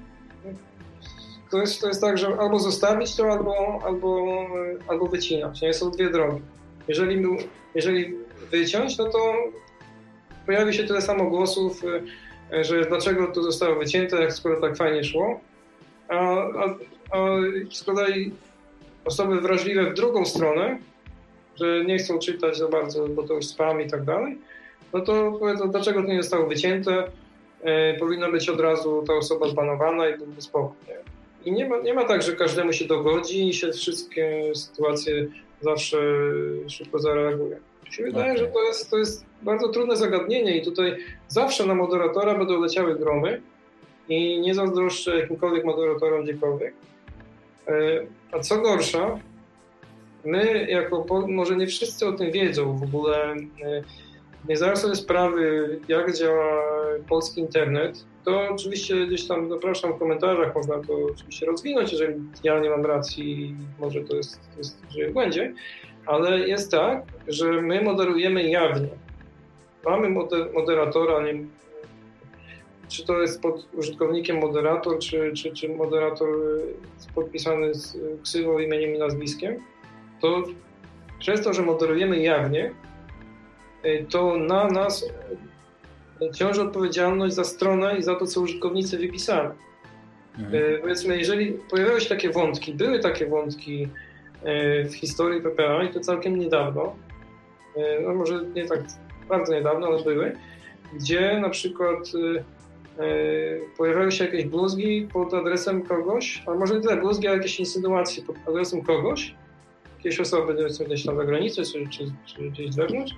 to jest, to jest tak, że albo zostawić to, albo, albo, albo wycinać. Nie? Są dwie drogi. Jeżeli, jeżeli wyciąć, no to pojawi się tyle samo głosów, że dlaczego to zostało wycięte, jak skoro tak fajnie szło, a, a, a z kolei osoby wrażliwe w drugą stronę, że nie chcą czytać za bardzo, bo to już spam i tak dalej, no to powiedzą, dlaczego to nie zostało wycięte, e, powinna być od razu ta osoba zbanowana i byłby spokój. Nie? I nie ma, nie ma tak, że każdemu się dogodzi i się wszystkie sytuacje zawsze szybko zareaguje. Mi się wydaje, okay. że to jest, to jest bardzo trudne zagadnienie i tutaj zawsze na moderatora będą leciały gromy i nie zazdroszczę jakimkolwiek moderatorom gdziekolwiek. A co gorsza, my jako, może nie wszyscy o tym wiedzą w ogóle, nie zdają sobie sprawy, jak działa polski internet, to oczywiście gdzieś tam zapraszam w komentarzach, można to oczywiście rozwinąć, jeżeli ja nie mam racji, może to jest, to jest że w błędzie, ale jest tak, że my moderujemy jawnie. Mamy moder- moderatora, nie, czy to jest pod użytkownikiem moderator, czy, czy, czy moderator podpisany z ksywą, imieniem i nazwiskiem, to przez to, że moderujemy jawnie, to na nas ciąży odpowiedzialność za stronę i za to, co użytkownicy wypisali. Mhm. Powiedzmy, jeżeli pojawiały się takie wątki, były takie wątki w historii P P A i to całkiem niedawno, no może nie tak bardzo niedawno, ale były, gdzie na przykład pojawiały się jakieś bluzgi pod adresem kogoś, a może nie tyle bluzgi, ale jakieś insynuacje pod adresem kogoś, jakiejś osoby gdzieś tam za granicą, czy, czy, czy gdzieś wewnątrz.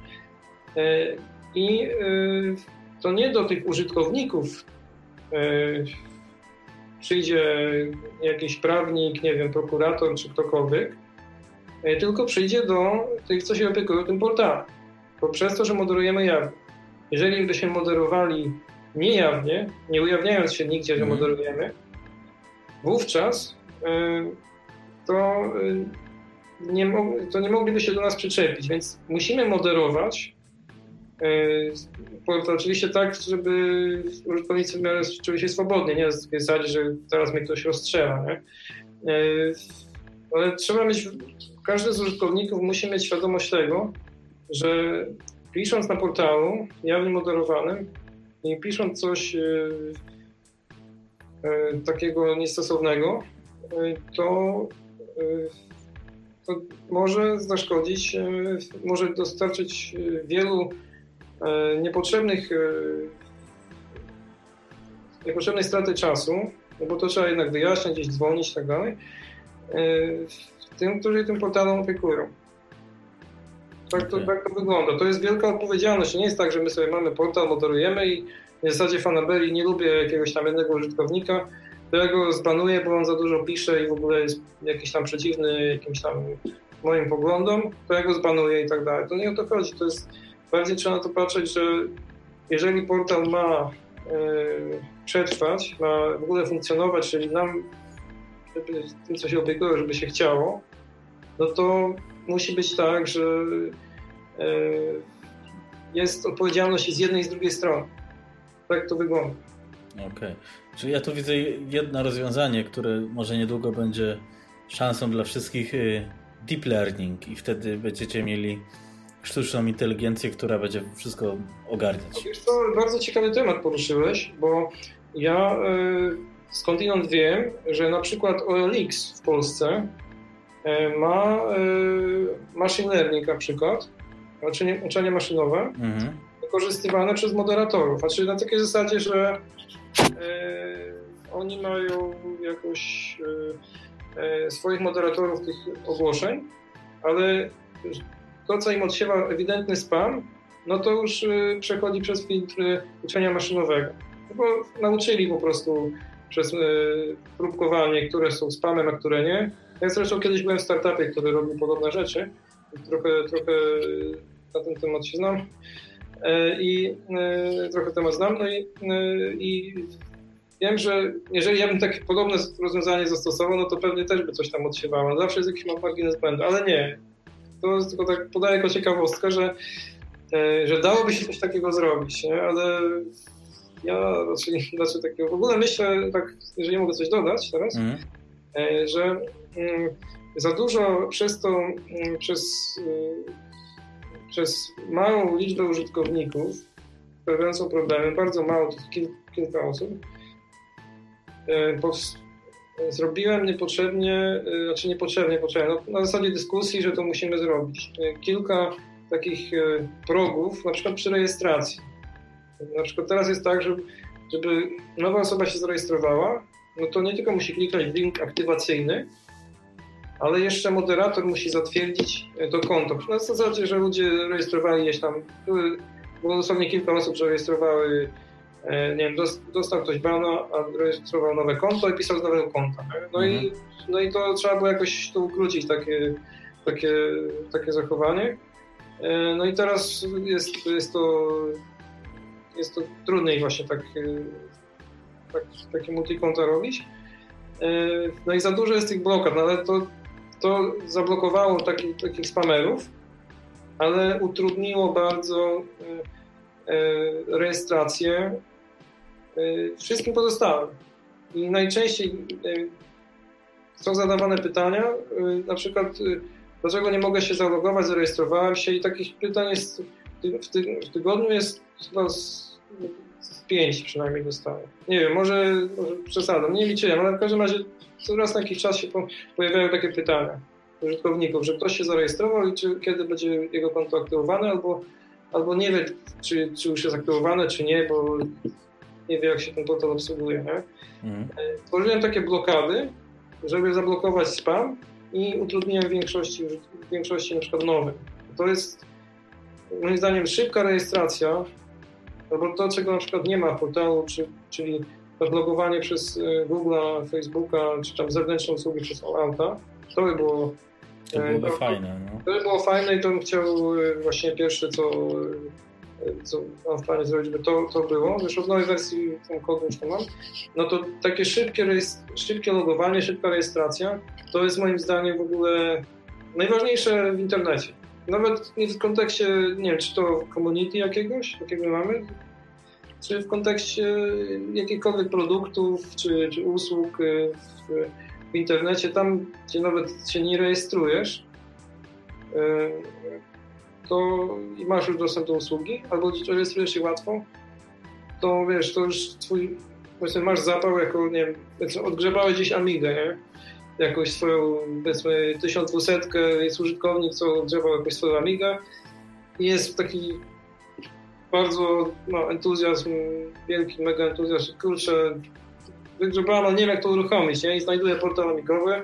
I to nie do tych użytkowników przyjdzie jakiś prawnik, nie wiem, prokurator czy ktokolwiek, tylko przyjdzie do tych, co się opiekują tym portalem. Bo przez to, że moderujemy jawnie. Jeżeli byśmy moderowali niejawnie, nie ujawniając się nigdzie, że moderujemy, wówczas to nie, to nie mogliby się do nas przyczepić, więc musimy moderować portal oczywiście tak, żeby użytkownicy w miarę czuli się swobodnie, nie w zasadzie, że teraz mnie ktoś rozstrzela, nie? Ale trzeba mieć, każdy z użytkowników musi mieć świadomość tego, że pisząc na portalu jawnie moderowanym i pisząc coś takiego niestosownego, to, to może zaszkodzić, może dostarczyć wielu niepotrzebnych, niepotrzebnej straty czasu, no bo to trzeba jednak wyjaśniać, gdzieś dzwonić i tak dalej, tym, którzy tym portalem opiekują. Tak to, okay. tak to wygląda. To jest wielka odpowiedzialność. Nie jest tak, że my sobie mamy portal, moderujemy i w zasadzie Fanabeli nie lubię jakiegoś tam jednego użytkownika, to ja go zbanuję, bo on za dużo pisze i w ogóle jest jakiś tam przeciwny jakimś tam moim poglądom, to ja go zbanuję i tak dalej. To nie o to chodzi. To jest, bardziej trzeba na to patrzeć, że jeżeli portal ma yy, przetrwać, ma w ogóle funkcjonować, czyli nam żeby tym, co się opiekuje, żeby się chciało, no to musi być tak, że yy, jest odpowiedzialność z jednej i z drugiej strony. Tak to wygląda. Okej. Okay. Czyli ja tu widzę jedno rozwiązanie, które może niedługo będzie szansą dla wszystkich, deep learning, i wtedy będziecie mieli sztuczną inteligencję, która będzie wszystko ogarniać. Wiesz co, bardzo ciekawy temat poruszyłeś, bo ja y, skądinąd wiem, że na przykład O L X w Polsce y, ma y, machine learning na przykład, uczenie, uczenie maszynowe, mhm. wykorzystywane przez moderatorów. Znaczy na takiej zasadzie, że y, oni mają jakoś y, y, swoich moderatorów tych ogłoszeń, ale to, co im odsiewa ewidentny spam, no to już y, przechodzi przez filtry uczenia maszynowego. No bo nauczyli po prostu przez y, próbkowanie, które są spamem, a które nie. Ja zresztą kiedyś byłem w startupie, który robił podobne rzeczy. Trochę, trochę na ten temat się znam. I y, trochę temat znam, no i, y, i wiem, że jeżeli ja bym takie podobne rozwiązanie zastosował, no to pewnie też by coś tam odsiewało. Zawsze jest jakiś margines błędu, ale nie. To jest tylko tak podaję jako ciekawostkę, że, y, że dałoby się coś takiego zrobić, nie? Ale ja raczej, raczej takiego w ogóle myślę, tak, jeżeli mogę coś dodać teraz, mm. y, że y, za dużo przez to, y, przez y, przez małą liczbę użytkowników, które są problemy, bardzo mało, to kil, kilka osób, powst- zrobiłem niepotrzebnie, znaczy niepotrzebnie, potrzebnie, no, na zasadzie dyskusji, że to musimy zrobić. Kilka takich progów, na przykład przy rejestracji. Na przykład teraz jest tak, że żeby nowa osoba się zarejestrowała, no to nie tylko musi kliknąć w link aktywacyjny, ale jeszcze moderator musi zatwierdzić to konto. Na zasadzie, że ludzie rejestrowali gdzieś tam, było dosłownie kilka osób, że rejestrowały, nie wiem, dostał ktoś bana, a rejestrował nowe konto i pisał z nowego konta. No, mhm. i, no i to trzeba było jakoś to ukrócić, takie, takie, takie zachowanie. No i teraz jest, jest, to, jest to trudniej właśnie tak, tak, takie multikonta robić. No i za dużo jest tych blokad, no ale to To zablokowało taki, takich spamerów, ale utrudniło bardzo e, e, rejestrację e, wszystkim pozostałym. I najczęściej e, są zadawane pytania, e, na przykład e, dlaczego nie mogę się zalogować, zarejestrowałem się i takich pytań jest w, ty, w tygodniu jest chyba z, z pięć przynajmniej dostaję. Nie wiem, może, może przesadzam, nie liczyłem, ale w każdym razie co raz na jakiś czas się pojawiają takie pytania użytkowników, że ktoś się zarejestrował i czy, kiedy będzie jego konto aktywowane, albo, albo nie wie, czy, czy już jest aktywowane, czy nie, bo nie wie, jak się ten portal obsługuje. Nie? Mhm. Tworzyłem takie blokady, żeby zablokować spam i utrudniłem większości, większości na przykład nowym. To jest moim zdaniem szybka rejestracja, albo to, czego na przykład nie ma w portalu, czy, czyli odlogowanie przez Google'a, Facebooka, czy tam zewnętrzne usługi przez Outa, to by było, to byłoby to, fajne. No. To by było fajne i to bym chciał właśnie pierwsze, co, co mam w planie zrobić, by to, to było. Zresztą w nowej wersji ten kod już to mam. No to takie szybkie, szybkie logowanie, szybka rejestracja, to jest moim zdaniem w ogóle najważniejsze w internecie. nawet nie w kontekście, nie wiem, czy to community jakiegoś, jakiego mamy, czy w kontekście jakichkolwiek produktów, czy, czy usług w, w internecie, tam gdzie nawet się nie rejestrujesz, to i masz już dostęp do usługi, albo rejestrujesz się łatwo, to wiesz, to już twój, właśnie masz zapał jako, nie wiem, odgrzebałeś gdzieś Amigę, nie? Jakąś swoją, powiedzmy, tysiąc dwieście, jest użytkownik, co odgrzebał jakąś swoją Amigę i jest taki bardzo, no, entuzjazm, wielki, mega entuzjazm, kurczę, wygrzebano, nie wiem jak to uruchomić, nie? I znajduje portal amigowy,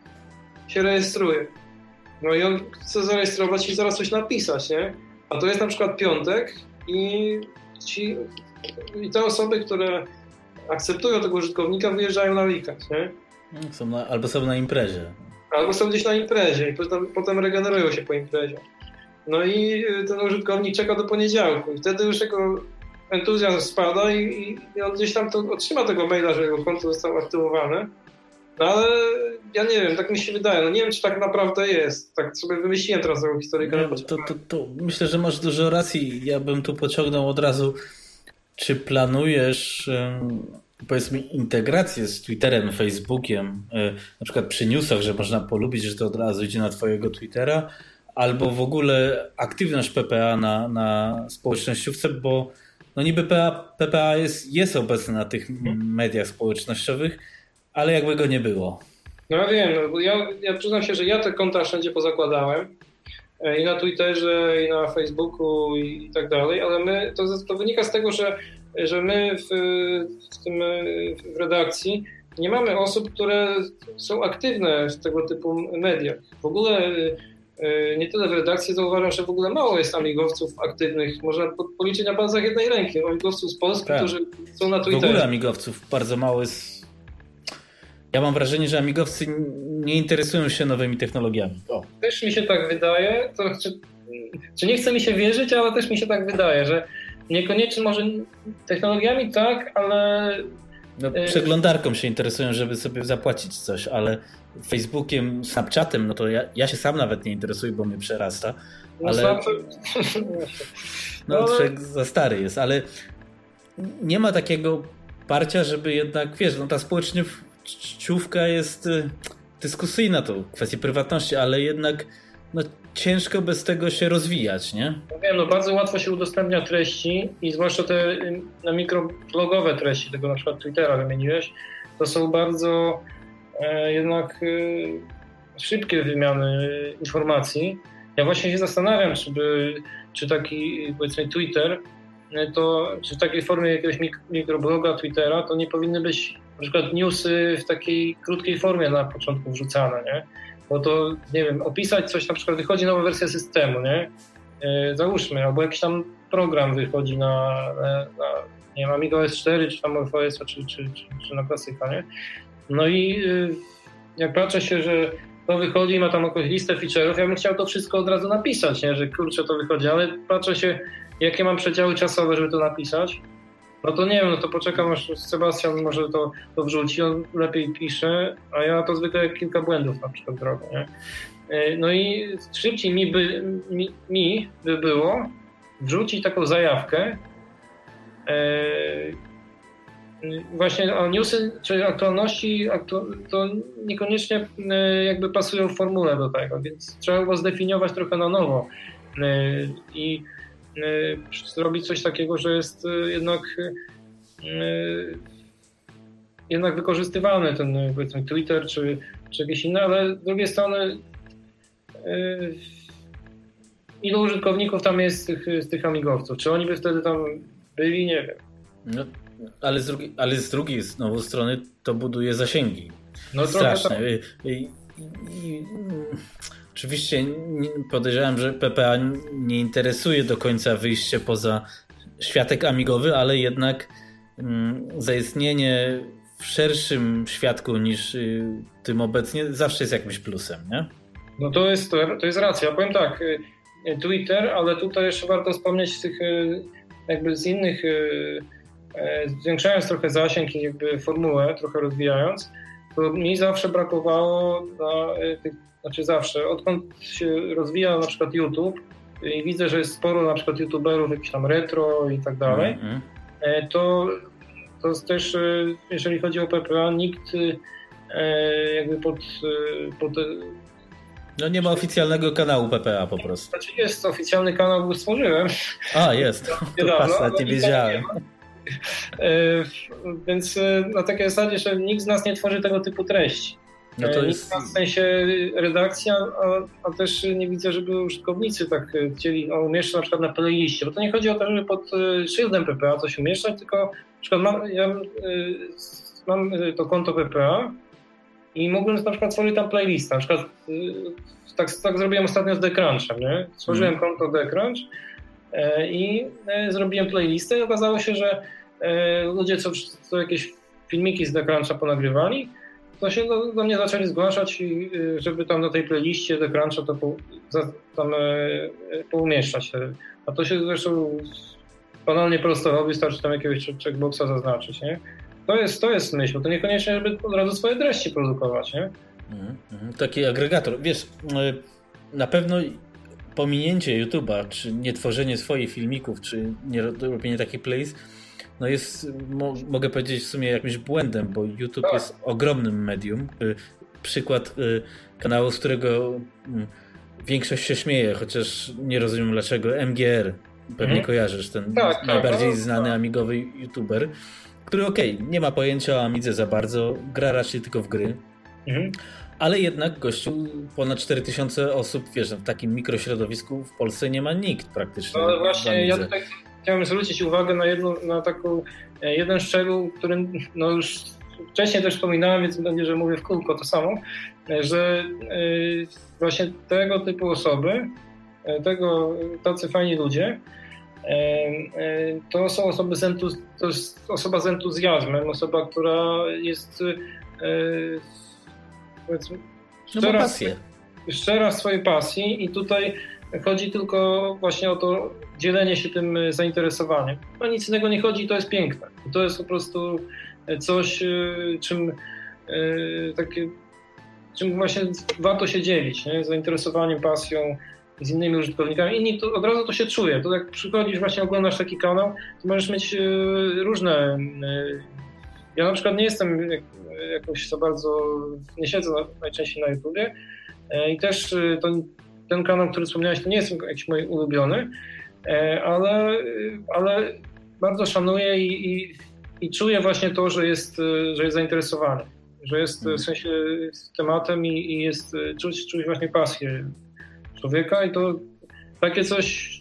się rejestruje. No i on chce zarejestrować i zaraz coś napisać, nie? A to jest na przykład piątek i ci, i te osoby, które akceptują tego użytkownika, wyjeżdżają na weekend, nie? Są na, albo są na imprezie. Albo są gdzieś na imprezie i potem, potem regenerują się po imprezie. No i ten użytkownik czeka do poniedziałku i wtedy już jego entuzjazm spada i, i, i on gdzieś tam to otrzyma tego maila, że jego konto zostało aktywowane. No ale ja nie wiem, tak mi się wydaje. No nie wiem, czy tak naprawdę jest. Tak sobie wymyśliłem teraz tą historykę. No, to, to, to myślę, że masz dużo racji. Ja bym tu pociągnął od razu, czy planujesz powiedzmy integrację z Twitterem, Facebookiem, na przykład przy newsach, że można polubić, że to od razu idzie na twojego Twittera, albo w ogóle aktywność P P A na, na społecznościówce, bo no niby P P A jest, jest obecny na tych mediach społecznościowych, ale jakby go nie było. No ja wiem, no, bo ja, ja przyznam się, że ja te konta wszędzie pozakładałem i na Twitterze, i na Facebooku i, i tak dalej, ale my, to, to wynika z tego, że, że my w, w tym w redakcji nie mamy osób, które są aktywne w tego typu mediach. W ogóle nie tyle w redakcji, zauważam, że w ogóle mało jest amigowców aktywnych. Można policzyć na palcach jednej ręki. Amigowców z Polski, tak, którzy są na Twitterze. W ogóle amigowców bardzo mało jest. Ja mam wrażenie, że amigowcy nie interesują się nowymi technologiami. O. Też mi się tak wydaje, to, czy, czy nie chce mi się wierzyć, ale też mi się tak wydaje, że niekoniecznie może technologiami tak, ale... No, przeglądarką się interesują, żeby sobie zapłacić coś, ale Facebookiem, Snapchatem, no to ja, ja się sam nawet nie interesuję, bo mnie przerasta. Ale... No, no ale... za stary jest, ale nie ma takiego parcia, żeby jednak, wiesz, no ta społecznościówka jest dyskusyjna, to kwestia prywatności, ale jednak no, ciężko bez tego się rozwijać, nie? No wiem, no bardzo łatwo się udostępnia treści i zwłaszcza te na mikroblogowe treści, tego na przykład Twittera wymieniłeś, to są bardzo e, jednak e, szybkie wymiany informacji. Ja właśnie się zastanawiam, czy, by, czy taki powiedzmy Twitter, to czy w takiej formie jakiegoś mikrobloga Twittera, to nie powinny być na przykład newsy w takiej krótkiej formie na początku wrzucane, nie? Bo to, nie wiem, opisać coś, na przykład wychodzi nowa wersja systemu, nie? Yy, załóżmy, albo jakiś tam program wychodzi na, na, na nie wiem, Amiga O S cztery, czy tam O S, czy, czy, czy, czy na klasyka, nie? No i yy, jak patrzę się, że to wychodzi i ma tam jakąś listę feature'ów, ja bym chciał to wszystko od razu napisać, nie? Że kurczę, to wychodzi, ale patrzę się, jakie mam przedziały czasowe, żeby to napisać. No to nie wiem, no to poczekam, aż Sebastian może to, to wrzuci, on lepiej pisze, a ja to zwykle kilka błędów na przykład robię, nie? No i szybciej mi by, mi, mi by było wrzucić taką zajawkę yy, właśnie o newsy czy aktualności, to niekoniecznie jakby pasują w formule do tego, więc trzeba go zdefiniować trochę na nowo yy, i zrobić coś takiego, że jest jednak jednak wykorzystywany ten, powiedzmy, Twitter czy, czy jakieś inne, ale z drugiej strony ilu użytkowników tam jest z tych, z tych amigowców? Czy oni by wtedy tam byli? Nie wiem. No, ale, z drugiej, ale z drugiej znowu strony to buduje zasięgi. No straszne. Tam... I, i, Oczywiście podejrzewam, że P P A nie interesuje do końca wyjście poza światek amigowy, ale jednak zaistnienie w szerszym świadku niż tym obecnie zawsze jest jakimś plusem, nie? No to jest, to jest racja. Powiem tak, Twitter, ale tutaj jeszcze warto wspomnieć z tych jakby z innych, zwiększając trochę zasięg i jakby formułę, trochę rozwijając, to mi zawsze brakowało na tych znaczy zawsze, odkąd się rozwija na przykład YouTube i widzę, że jest sporo na przykład youtuberów, jakiś tam retro i tak dalej, mm-hmm. to, to jest też, jeżeli chodzi o P P A, nikt jakby pod... pod no nie ma oficjalnego kanału P P A po prostu. Znaczy jest oficjalny kanał, bo stworzyłem. A, jest. To pasa, nie wiedziałem. Więc na takiej zasadzie, że nikt z nas nie tworzy tego typu treści. No to jest... W sensie redakcja, a, a też nie widzę, żeby użytkownicy tak chcieli no, umieszczać na przykład na playliście, bo to nie chodzi o to, żeby pod szyldem P P A coś umieszczać, tylko na przykład mam, ja mam to konto P P A i mógłbym na przykład stworzyć tam playlistę. Na przykład tak, tak zrobiłem ostatnio z TheCrunchem, nie? Stworzyłem hmm. konto TheCrunch i zrobiłem playlistę i okazało się, że ludzie, co, co jakieś filmiki z TheCruncha ponagrywali, to się do, do mnie zaczęli zgłaszać, żeby tam na tej playliście TheCruncha to po, tam poumieszczać. A to się zresztą banalnie prosto robi, starczy tam jakiegoś checkboxa zaznaczyć, nie? To jest, to jest myśl, bo to niekoniecznie, żeby od razu swoje treści produkować, nie? Mm, mm, taki agregator. Wiesz, na pewno pominięcie YouTube'a, czy nie tworzenie swoich filmików, czy nie robienie takich plays, no jest, mo, mogę powiedzieć w sumie jakimś błędem, bo YouTube tak. jest ogromnym medium. Przykład kanału, z którego większość się śmieje, chociaż nie rozumiem dlaczego, M G R, pewnie mhm. kojarzysz, ten tak, najbardziej tak, znany tak. amigowy YouTuber, który okej, okay, nie ma pojęcia o Amidze za bardzo, gra raczej tylko w gry, mhm. ale jednak gościu ponad cztery tysiące osób, wiesz, w takim mikrośrodowisku w Polsce nie ma nikt praktycznie. No ale właśnie ja tutaj chciałem zwrócić uwagę na jedną, na taką, jeden szczegół, który no już wcześniej też wspominałem, więc będzie, że mówię w kółko to samo, że właśnie tego typu osoby, tego, tacy fajni ludzie, to są osoby z entuz- to jest osoba z entuzjazmem, osoba, która jest powiedzmy szczera, no szczera w swojej pasji i tutaj chodzi tylko właśnie o to dzielenie się tym zainteresowaniem. No nic innego nie chodzi i to jest piękne. To jest po prostu coś, czym takie, czym właśnie warto się dzielić, nie? Zainteresowaniem, pasją z innymi użytkownikami. Inni to, od razu to się czuje. To jak przychodzisz, właśnie oglądasz taki kanał, to możesz mieć różne... Ja na przykład nie jestem jakoś za bardzo... Nie siedzę najczęściej na YouTubie i też to, ten kanał, który wspomniałeś, to nie jest jakiś mój ulubiony, ale, ale bardzo szanuję i, i, i czuję właśnie to, że jest, że jest zainteresowany. Że jest w sensie tematem i, i jest czuć, czuć właśnie pasję człowieka i to takie coś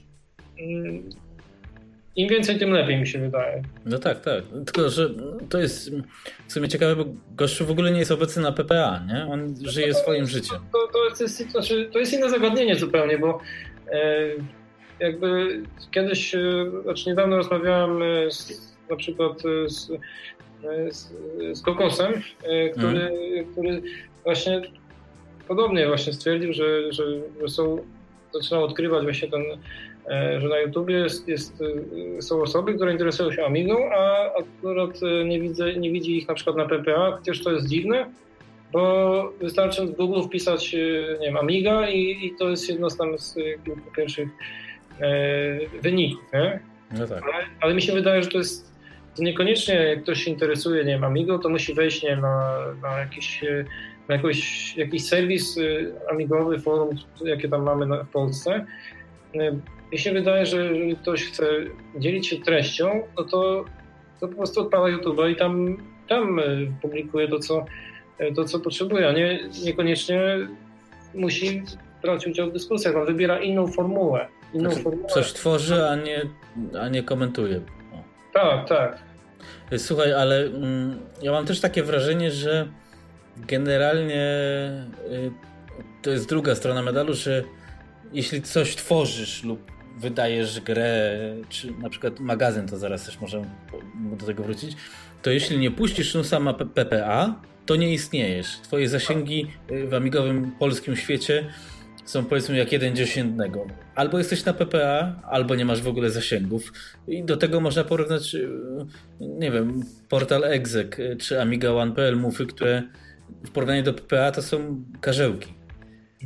im więcej, tym lepiej mi się wydaje. No tak, tak. Tylko, że to jest w sumie ciekawe, bo gościu w ogóle nie jest obecny na P P A, nie? On żyje no to, swoim to, życiem. To, to, to, jest, to, znaczy, to jest inne zagadnienie zupełnie, bo e, jakby kiedyś, e, znaczy niedawno rozmawiałem z, na przykład z, z, z Kokosem, e, który, hmm. który właśnie podobnie właśnie stwierdził, że, że, że są, zaczynał odkrywać właśnie ten, że na YouTubie jest, jest, są osoby, które interesują się Amigą, a akurat nie, widzę, nie widzi ich na przykład na P P A, chociaż to jest dziwne, bo wystarczy w Google wpisać, nie wiem, Amiga i, i to jest jedno z tam z kilku pierwszych e, wyników, nie? No tak. ale, ale mi się wydaje, że to jest to niekoniecznie jak ktoś się interesuje, nie wiem, Amigą, to musi wejść nie, na, na jakiś na jakoś, jakiś serwis amigowy, forum, jakie tam mamy na, w Polsce. Mi się wydaje, że jeżeli ktoś chce dzielić się treścią, no to, to po prostu odpala YouTube'a i tam, tam publikuje to, co, to, co potrzebuje, a nie, niekoniecznie musi brać udział w dyskusjach. On wybiera inną formułę. Inną znaczy, formułę. Coś tworzy, a nie, a nie komentuje. O. Tak, tak. Słuchaj, ale mm, ja mam też takie wrażenie, że generalnie y, to jest druga strona medalu, że jeśli coś tworzysz lub wydajesz grę, czy na przykład magazyn, to zaraz też możemy do tego wrócić, to jeśli nie puścisz nusa na P P A, to nie istniejesz. Twoje zasięgi w amigowym polskim świecie są powiedzmy jak jeden dziesiąty jednego. Albo jesteś na P P A, albo nie masz w ogóle zasięgów. I do tego można porównać, nie wiem, Portal Exec czy Amiga One kropka p l, mufy, które w porównaniu do P P A to są karzełki.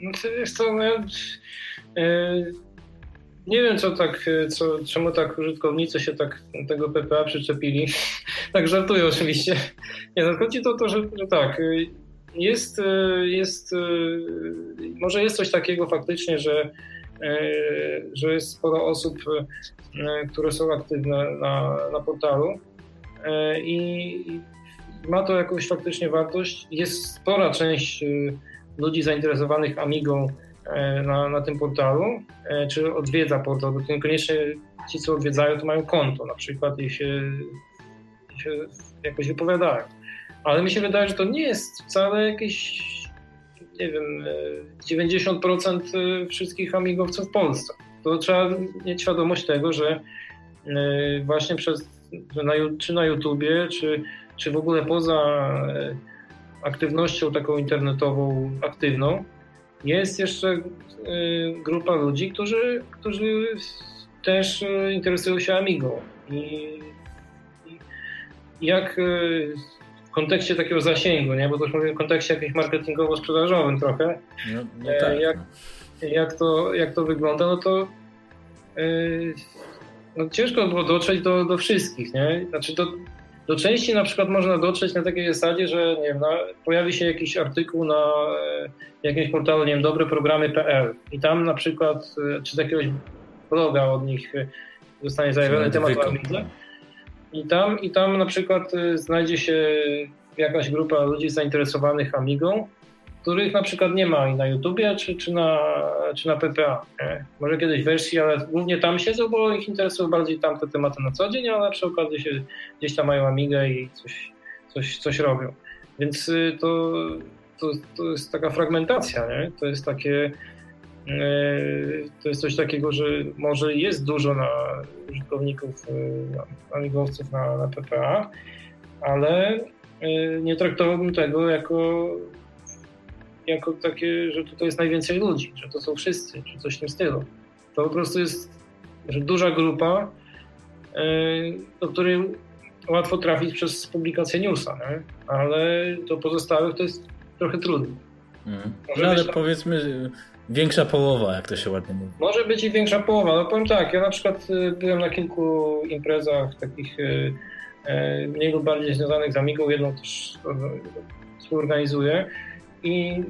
No to jest to, no, yy, nie wiem co tak, co, czemu tak użytkownicy się tak tego P P A przyczepili. Tak żartuję oczywiście. Nie, no chodzi o to, że, że tak, jest, jest, może jest coś takiego faktycznie, że, że jest sporo osób, które są aktywne na, na portalu i, i ma to jakąś faktycznie wartość. Jest spora część ludzi zainteresowanych Amigą na, na tym portalu, czy odwiedza portal, bo to niekoniecznie ci, co odwiedzają, to mają konto na przykład i się, i się jakoś wypowiadają. Ale mi się wydaje, że to nie jest wcale jakieś, nie wiem, dziewięćdziesiąt procent wszystkich amigowców w Polsce. To trzeba mieć świadomość tego, że właśnie przez, że na, czy na YouTubie, czy, czy w ogóle poza aktywnością taką internetową aktywną, jest jeszcze grupa ludzi, którzy, którzy też interesują się Amigą. I, i jak w kontekście takiego zasięgu, nie? Bo to już mówię w kontekście jakimś marketingowo-sprzedażowym trochę, no, no tak. jak, jak, to, jak to wygląda, no to no ciężko było dotrzeć do, do wszystkich, nie? Znaczy do, do części na przykład można dotrzeć na takiej zasadzie, że nie wiem, na, pojawi się jakiś artykuł na jakimś portalu, nie wiem, dobreprogramy kropka pe el i tam na przykład, czy z jakiegoś bloga od nich zostanie zajawiony temat o Amidze i tam, i tam na przykład znajdzie się jakaś grupa ludzi zainteresowanych Amigą, których na przykład nie ma i na YouTubie, czy, czy, na, czy na P P A. Nie? Może kiedyś wersji, ale głównie tam siedzą, bo ich interesują bardziej tamte tematy na co dzień, ale przy okazji się gdzieś tam mają Amigę i coś, coś, coś robią. Więc to, to, to jest taka fragmentacja, nie? To jest takie, to jest coś takiego, że może jest dużo na użytkowników, na amigowców na, na P P A, ale nie traktowałbym tego jako jako takie, że tutaj jest najwięcej ludzi, że to są wszyscy, czy coś w tym stylu. To po prostu jest że duża grupa, do której łatwo trafić przez publikację newsa, nie? Ale do pozostałych to jest trochę trudno. Mm. No ale tam... powiedzmy większa połowa, jak to się ładnie mówi. Może być i większa połowa, ale powiem tak, ja na przykład byłem na kilku imprezach takich mniej lub bardziej związanych z Amigą, jedną też współorganizuję. I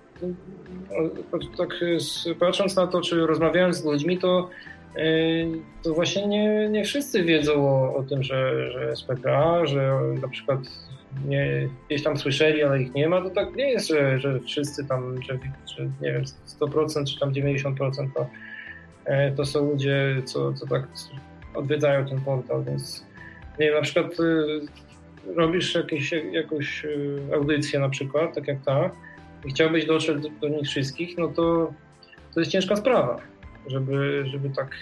tak patrząc na to, czy rozmawiając z ludźmi, to, to właśnie nie, nie wszyscy wiedzą o, o tym, że, że jest P P A, że na przykład nie, gdzieś tam słyszeli, ale ich nie ma. To tak nie jest, że, że wszyscy tam, że, że nie wiem, sto procent czy tam dziewięćdziesiąt procent to, to są ludzie, co, co tak odwiedzają ten portal, więc nie wiem, na przykład robisz jakieś, jakąś audycję na przykład, tak jak ta, i chciałbyś dotrzeć do, do nich wszystkich, no to to jest ciężka sprawa, żeby, żeby tak...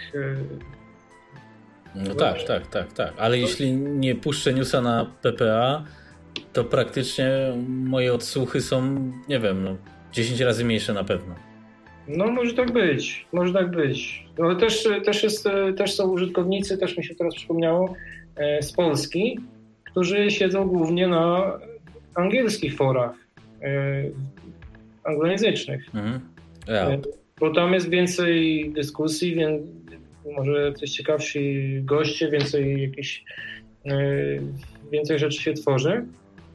No tak, tak, tak, tak. Ale to... jeśli nie puszczę newsa na P P A, to praktycznie moje odsłuchy są, nie wiem, no, dziesięć razy mniejsze na pewno. No może tak być, może tak być. No, ale też, też, jest, też są użytkownicy, też mi się teraz przypomniało, z Polski, którzy siedzą głównie na angielskich forach anglojęzycznych. Mhm. Yeah. Bo tam jest więcej dyskusji, więc może coś ciekawsi goście, więcej jakichś więcej rzeczy się tworzy.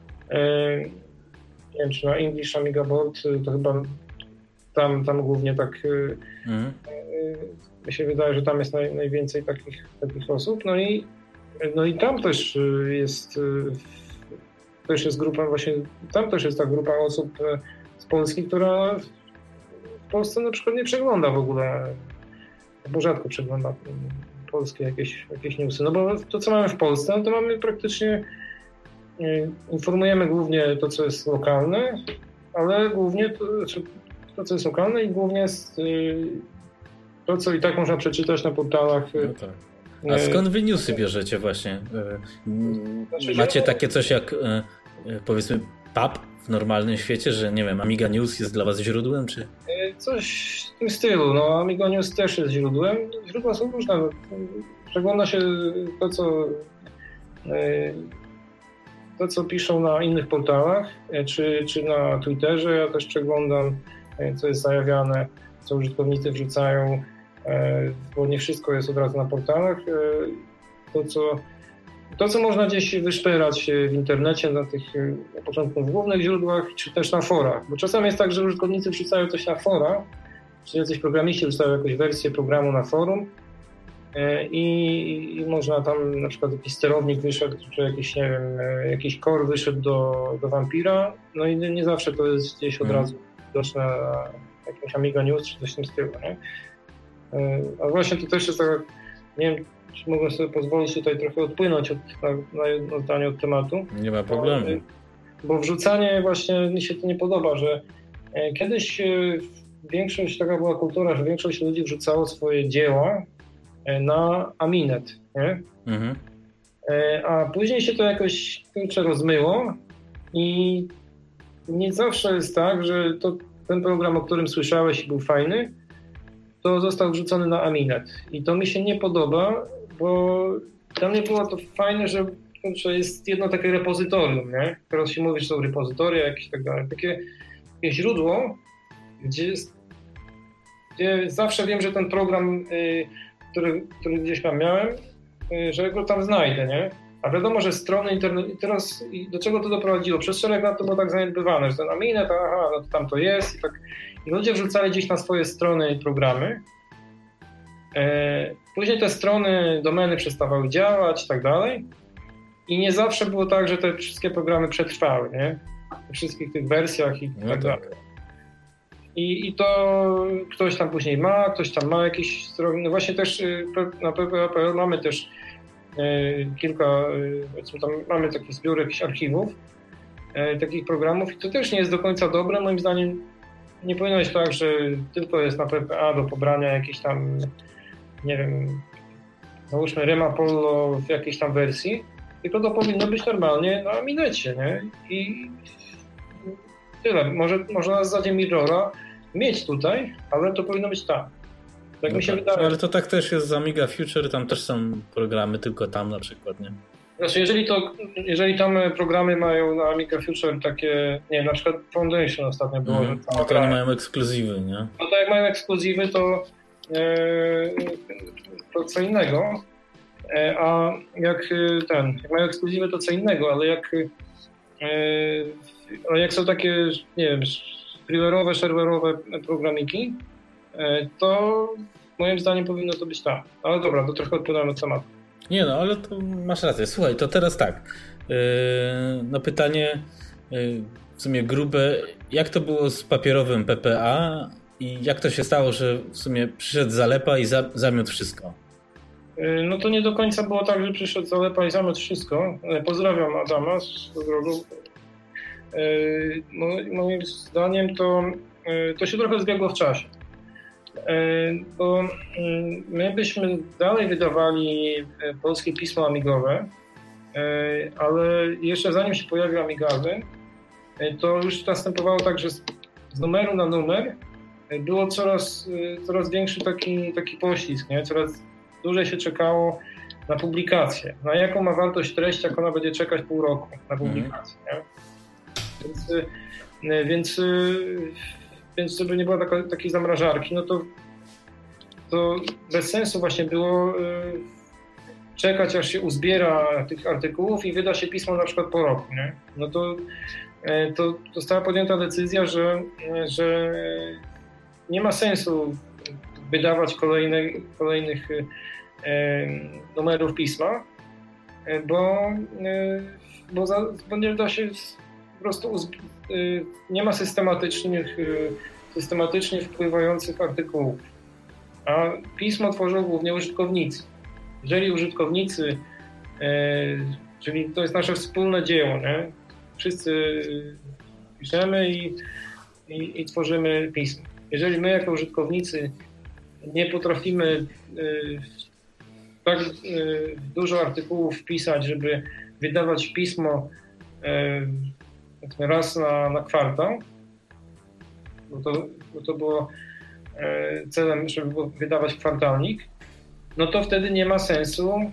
Nie wiem, czy na English Amiga Board to chyba tam, tam głównie tak mhm. mi się wydaje, że tam jest naj, najwięcej takich, takich osób. No i No i tam też jest też jest grupa właśnie, tam też jest ta grupa osób z Polski, która w Polsce na przykład nie przegląda w ogóle, bo rzadko przegląda polskie jakieś, jakieś newsy. No bo to, co mamy w Polsce, no to mamy praktycznie, informujemy głównie to, co jest lokalne, ale głównie to, to co jest lokalne i głównie jest to, co i tak można przeczytać na portalach. No tak. A skąd wy newsy bierzecie właśnie? Macie takie coś jak powiedzmy pub w normalnym świecie, że nie wiem, Amiga News jest dla was źródłem, czy? Coś w tym stylu, no Amiga News też jest źródłem. Źródła są różne. Przegląda się to, co to, co piszą na innych portalach, czy, czy na Twitterze. Ja też przeglądam co jest zajawiane, co użytkownicy wrzucają, bo nie wszystko jest od razu na portalach. To, co, to, co można gdzieś wyszperać w internecie, na tych na początku w głównych źródłach, czy też na forach. Bo czasami jest tak, że użytkownicy wrzucają coś na fora, czy jacyś programiści wrzucają jakąś wersję programu na forum i, i można tam na przykład jakiś sterownik wyszedł, czy jakiś, nie wiem, jakiś core wyszedł do, do Vampira, no i nie zawsze to jest gdzieś od razu widoczne na jakimś Amiga News, czy coś w tym stylu, nie? A właśnie to też jest tak, nie wiem, czy mogę sobie pozwolić tutaj trochę odpłynąć od, na, na zdanie od tematu. Nie ma problemu. Bo, bo wrzucanie właśnie mi się to nie podoba, że kiedyś większość, taka była kultura, że większość ludzi wrzucało swoje dzieła na Aminet, nie? Mhm. A później się to jakoś kurczę rozmyło i nie zawsze jest tak, że to, ten program, o którym słyszałeś i był fajny, to został wrzucony na Aminet. I to mi się nie podoba, bo dla mnie było to fajne, że, że jest jedno takie repozytorium, nie? Teraz się mówi, że są repozytoria jakieś tak dalej. Takie, takie źródło, gdzie, jest, gdzie zawsze wiem, że ten program, y, który, który gdzieś tam miałem, y, że go tam znajdę, nie? A wiadomo, że strony internetowe, teraz do czego to doprowadziło? Przez szereg lat to było tak zaniedbywane, że ten Aminet, aha, no to tam to jest i tak. I ludzie wrzucali gdzieś na swoje strony programy. Później te strony, domeny przestawały działać i tak dalej. I nie zawsze było tak, że te wszystkie programy przetrwały, nie? W wszystkich tych wersjach i no tak dalej. I, I to ktoś tam później ma, ktoś tam ma jakieś strony. No właśnie też na P P A kropka P L mamy też kilka, powiedzmy tam mamy taki zbiór jakichś archiwów, takich programów i to też nie jest do końca dobre. Moim zdaniem nie powinno być tak, że tylko jest na P P A do pobrania jakiejś tam, nie wiem, załóżmy Rem Apollo w jakiejś tam wersji, tylko to powinno być normalnie na Aminecie, nie? I tyle. Może, może na zasadzie Mirrora mieć tutaj, ale to powinno być tam. Tak no mi się tak. wydaje. Ale to tak też jest z Amiga Future, tam też są programy, tylko tam na przykład, nie? Znaczy, jeżeli, to, jeżeli tam programy mają na Amiga Future takie, nie wiem, na przykład Foundation ostatnio było, mm, że no to oni mają ekskluzywy, nie? No to jak mają ekskluzywy, to, yy, to co innego, a jak ten, jak mają ekskluzywy, to co innego, ale jak, yy, jak są takie, nie wiem, freeware'owe, serwerowe programiki, yy, to moim zdaniem powinno to być tam. Ale dobra, to trochę odpowiadam od tematu. Nie no, ale to masz rację. Słuchaj, to teraz tak. Yy, no pytanie yy, w sumie grube. Jak to było z papierowym P P A i jak to się stało, że w sumie przyszedł Zalepa i za, zamiótł wszystko? Yy, no to nie do końca było tak, że przyszedł Zalepa i zamiótł wszystko. Yy, pozdrawiam Adama z drogu. Yy, no, moim zdaniem to, yy, to się trochę zbiegło w czasie. Bo my byśmy dalej wydawali polskie pismo amigowe, ale jeszcze zanim się pojawił Amigazy, to już następowało tak, że z numeru na numer było coraz, coraz większy taki, taki poślizg, nie? Coraz dłużej się czekało na publikację. Na jaką ma wartość treść, jak ona będzie czekać pół roku na publikację. Nie? Więc, więc Więc żeby nie było taka, takiej zamrażarki, no to, to bez sensu właśnie było y, czekać, aż się uzbiera tych artykułów i wyda się pismo na przykład po roku. Nie? No to, y, to została podjęta decyzja, że, y, że nie ma sensu wydawać kolejne, kolejnych y, numerów pisma, y, bo, y, bo, za, bo nie da się po prostu nie ma systematycznych, systematycznie wpływających artykułów. A pismo tworzą głównie użytkownicy. Jeżeli użytkownicy, czyli to jest nasze wspólne dzieło, nie? Wszyscy piszemy i, i, i tworzymy pismo. Jeżeli my jako użytkownicy nie potrafimy tak dużo artykułów wpisać, żeby wydawać pismo raz na, na kwartał, bo to, bo to było celem, żeby wydawać kwartalnik, no to wtedy nie ma sensu,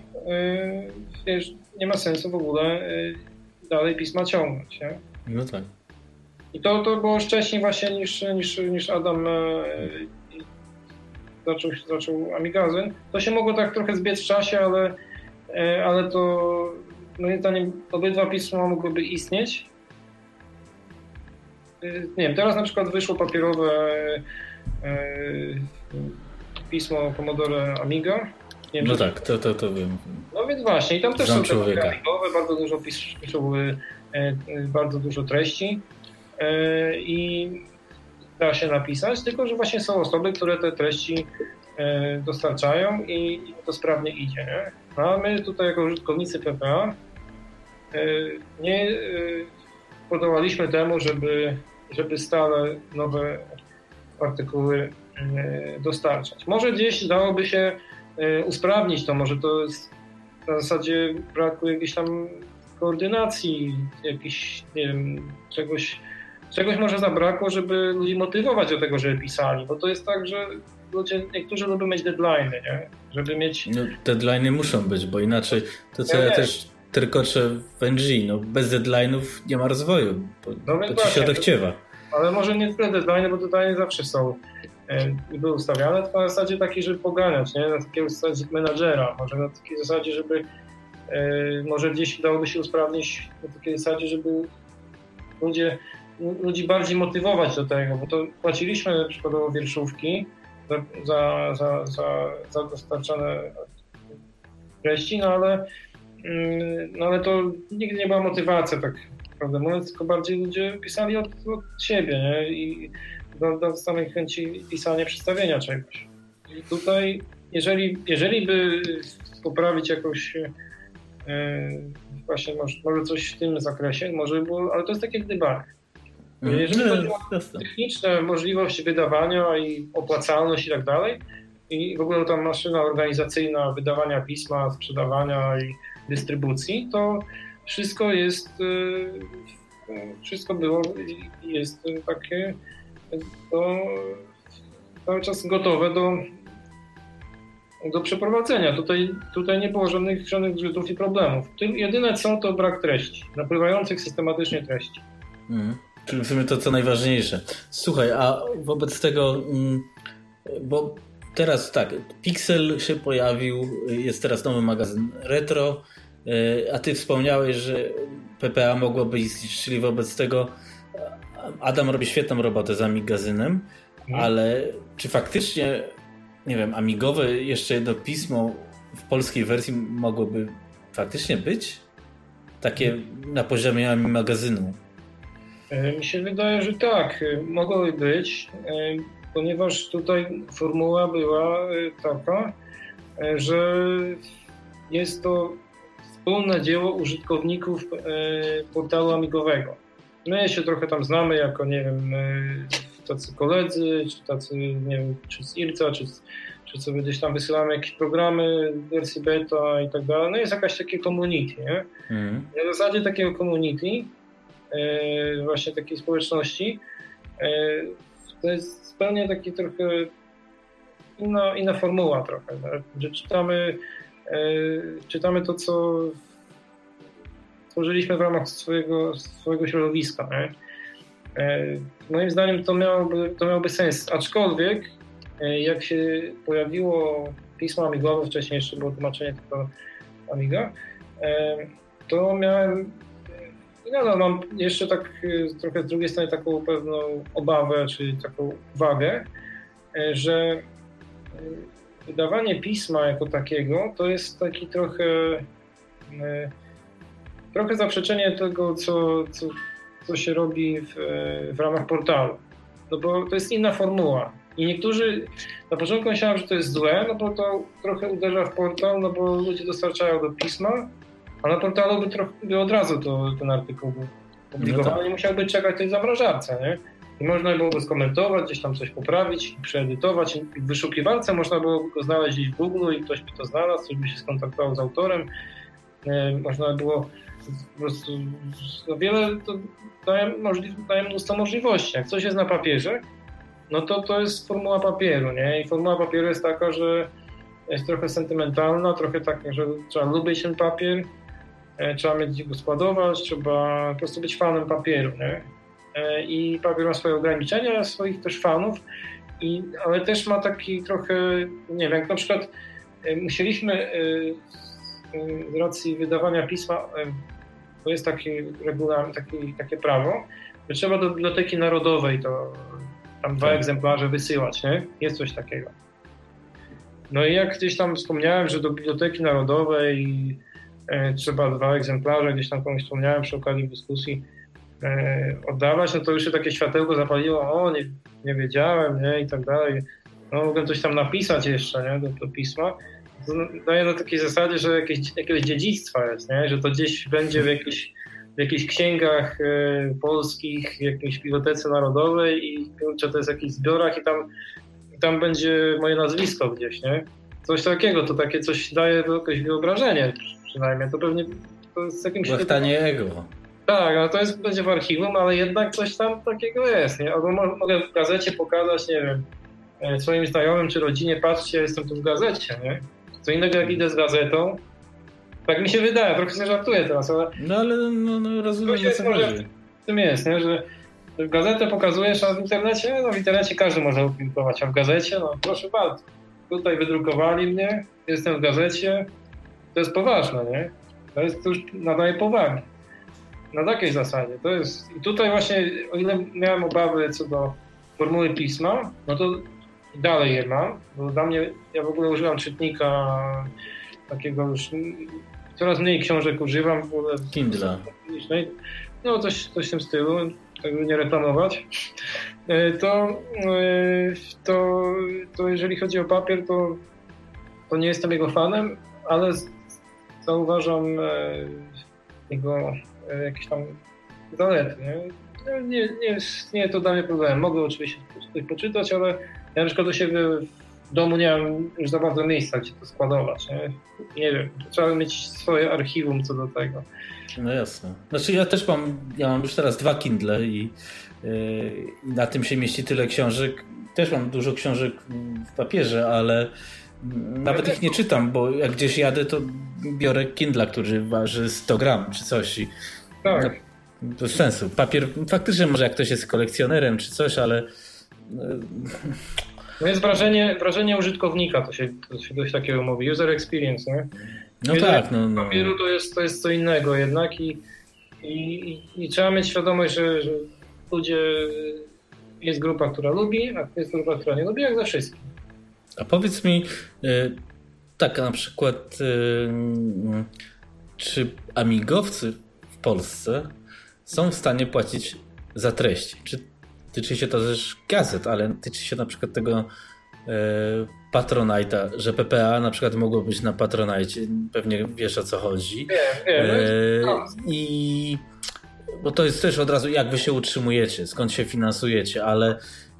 wiesz, nie ma sensu w ogóle dalej pisma ciągnąć. Nie? No tak. I to, to było wcześniej właśnie niż, niż, niż Adam zaczął, zaczął Amigazyn. To się mogło tak trochę zbiec w czasie, ale, ale to moim zdaniem obydwa pisma mogłyby istnieć. Nie wiem, teraz na przykład wyszło papierowe pismo Commodore Amiga. Nie wiem, no tak, to, to, to wiem. No więc właśnie, i tam też Znam są te człowieka. amigowe, bardzo dużo piszą, bardzo dużo treści i da się napisać, tylko że właśnie są osoby, które te treści dostarczają i to sprawnie idzie. Nie? No a my tutaj jako użytkownicy P P A nie podołaliśmy temu, żeby, żeby stale nowe artykuły dostarczać. Może gdzieś dałoby się usprawnić to, może to jest na zasadzie braku jakiejś tam koordynacji, jakiś, nie wiem, czegoś, czegoś może zabrakło, żeby ludzi motywować do tego, żeby pisali, bo to jest tak, że ludzie, niektórzy lubią mieć deadline'y, nie? Żeby mieć... No, deadline'y muszą być, bo inaczej to co ja, ja ja też trykoczę w N G, no bez deadline'ów nie ma rozwoju, bo, no bo ci się odechciewa. Ale może nie tyle deadline'y, bo deadline'y zawsze są i były ustawiane, tylko na zasadzie takiej, żeby poganiać, nie? Na takiej zasadzie menadżera, może na takiej zasadzie, żeby yy, może gdzieś dałoby się usprawnić na takiej zasadzie, żeby ludzie, ludzi bardziej motywować do tego, bo to płaciliśmy przykładowo wierszówki za, za, za, za dostarczane treści, no ale, yy, no ale to nigdy nie była motywacja, tak prawdę mówiąc, tylko bardziej ludzie pisali od, od siebie, nie? I do, do samej chęci pisania, przedstawienia czegoś. I tutaj, jeżeli, jeżeli by poprawić jakoś yy, właśnie może, może coś w tym zakresie, może było, ale to jest takie gdybanie. Mm, jeżeli chodzi o no, techniczne możliwości wydawania i opłacalność i tak dalej, i w ogóle ta maszyna organizacyjna wydawania pisma, sprzedawania i dystrybucji, to wszystko jest, wszystko było i jest takie do, cały czas gotowe do, do przeprowadzenia. Tutaj, tutaj nie było żadnych, żadnych zrzutów i problemów. Jedyne co to brak treści, napływających systematycznie treści. Mm. Czyli w sumie to co najważniejsze. Słuchaj, a wobec tego, bo teraz tak, Pixel się pojawił, jest teraz nowy magazyn Retro, a ty wspomniałeś, że P P A mogłoby istnieć, czyli wobec tego Adam robi świetną robotę z Amigazynem, hmm. ale czy faktycznie, nie wiem, amigowe jeszcze jedno pismo w polskiej wersji mogłoby faktycznie być? Takie na poziomie Amimagazynu? Mi się wydaje, że tak, mogłoby być, ponieważ tutaj formuła była taka, że jest to wspólne dzieło użytkowników portalu amigowego. My się trochę tam znamy jako, nie wiem, tacy koledzy, czy tacy, nie wiem, czy z IRCA, czy, czy sobie gdzieś tam wysyłamy jakieś programy w wersji beta i tak dalej. No jest jakaś takie community, nie? Mm. Na zasadzie takiego community, właśnie takiej społeczności, to jest zupełnie taki trochę inna, inna formuła trochę, że czytamy, czytamy to, co tworzyliśmy w ramach swojego, swojego środowiska. Nie? Moim zdaniem to miałoby, to miałoby sens, aczkolwiek jak się pojawiło pismo amigowe, wcześniej jeszcze było tłumaczenie tylko Amiga, to miałem, no, mam jeszcze tak trochę z drugiej strony taką pewną obawę, czy taką uwagę, że wydawanie pisma jako takiego to jest taki trochę trochę zaprzeczenie tego, co, co, co się robi w, w ramach portalu. No bo to jest inna formuła. I niektórzy, na początku myślałem, że to jest złe, no bo to trochę uderza w portal, no bo ludzie dostarczają do pisma, a na portalu by, trochę, by od razu to, ten artykuł był publikowany, no tak. Nie musiałby czekać tej zamrażarce, nie? I można było go skomentować, gdzieś tam coś poprawić, przeedytować. I w wyszukiwarce można było go znaleźć gdzieś w Google i ktoś by to znalazł, ktoś by się skontaktował z autorem. Można było po prostu, no wiele, to daje, możli- daje mnóstwo możliwości. Jak coś jest na papierze, no to to jest formuła papieru, nie? I formuła papieru jest taka, że jest trochę sentymentalna, trochę taka, że trzeba lubić ten papier, trzeba mieć go składować, trzeba po prostu być fanem papieru, nie? i papier ma swoje ograniczenia, swoich też fanów, i, ale też ma taki trochę, nie wiem, jak na przykład musieliśmy z racji wydawania pisma, to jest taki regulamin, taki, takie prawo, że trzeba do Biblioteki Narodowej to tam dwa egzemplarze wysyłać, nie? Jest coś takiego. No i jak gdzieś tam wspomniałem, że do Biblioteki Narodowej e, trzeba dwa egzemplarze, gdzieś tam komuś wspomniałem przy okazji dyskusji e, oddawać, no to już się takie światełko zapaliło, o nie, nie wiedziałem, nie, i tak dalej. No mogłem coś tam napisać jeszcze, nie, do, do pisma. To daje na takiej zasadzie, że jakieś, jakiegoś dziedzictwa jest, nie, że to gdzieś będzie w jakichś w jakichś księgach e, polskich, w jakiejś Bibliotece Narodowej i czy to jest w jakichś zbiorach i tam, i tam będzie moje nazwisko gdzieś, nie? Coś takiego, to takie coś daje jakieś wyobrażenie przynajmniej, to pewnie to jest jakimś... Łachtanie ego. Tak, no to jest, będzie w archiwum, ale jednak coś tam takiego jest, nie? Albo mogę w gazecie pokazać, nie wiem, swoim znajomym czy rodzinie, patrzcie, jestem tu w gazecie, nie? Co innego jak idę z gazetą, tak mi się wydaje, trochę się żartuję teraz, ale... No ale no, no rozumiem, o co chodzi. W tym jest, nie? Że gazetę pokazujesz, a w internecie, no w internecie każdy może opublikować, a w gazecie, no proszę bardzo. Tutaj wydrukowali mnie, jestem w gazecie, to jest poważne, nie? To, jest, to już nadaje powagi. Na takiej zasadzie. To jest... I tutaj właśnie, o ile miałem obawy co do formuły pisma, no to dalej je mam, bo dla mnie, ja w ogóle używam czytnika takiego już, coraz mniej książek używam. W ogóle Kindle. No coś, coś w tym stylu, tak żeby nie reklamować. To, to, to jeżeli chodzi o papier, to, to nie jestem jego fanem, ale zauważam jego jakieś tam zalety. Nie, nie, nie, nie to dla mnie problem. Mogę oczywiście coś poczytać, ale ja na przykład do siebie w domu nie mam już za bardzo miejsca, gdzie to składować. Nie, nie wiem, trzeba mieć swoje archiwum co do tego. No jasne. Znaczy ja też mam, ja mam już teraz dwa Kindle i yy, na tym się mieści tyle książek. Też mam dużo książek w papierze, ale nawet ich nie czytam, bo jak gdzieś jadę, to biorę Kindla, który waży sto gram czy coś. I tak. No, bez sensu. Papier, faktycznie może jak ktoś jest kolekcjonerem czy coś, ale... No jest wrażenie, wrażenie użytkownika, to się, to się dość takiego mówi. User experience, nie? No User tak. No, no. Papieru to jest, to jest co innego jednak i, i, i trzeba mieć świadomość, że, że ludzie, jest grupa, która lubi, a jest grupa, która nie lubi, jak ze wszystkim. A powiedz mi, tak na przykład, czy amigowcy w Polsce są w stanie płacić za treści? Czy tyczy się to też gazet, ale tyczy się na przykład tego Patronite'a, że P P A na przykład mogło być na Patronite, pewnie wiesz o co chodzi. Wiem, wiem. E, I bo to jest też od razu jak wy się utrzymujecie, skąd się finansujecie, ale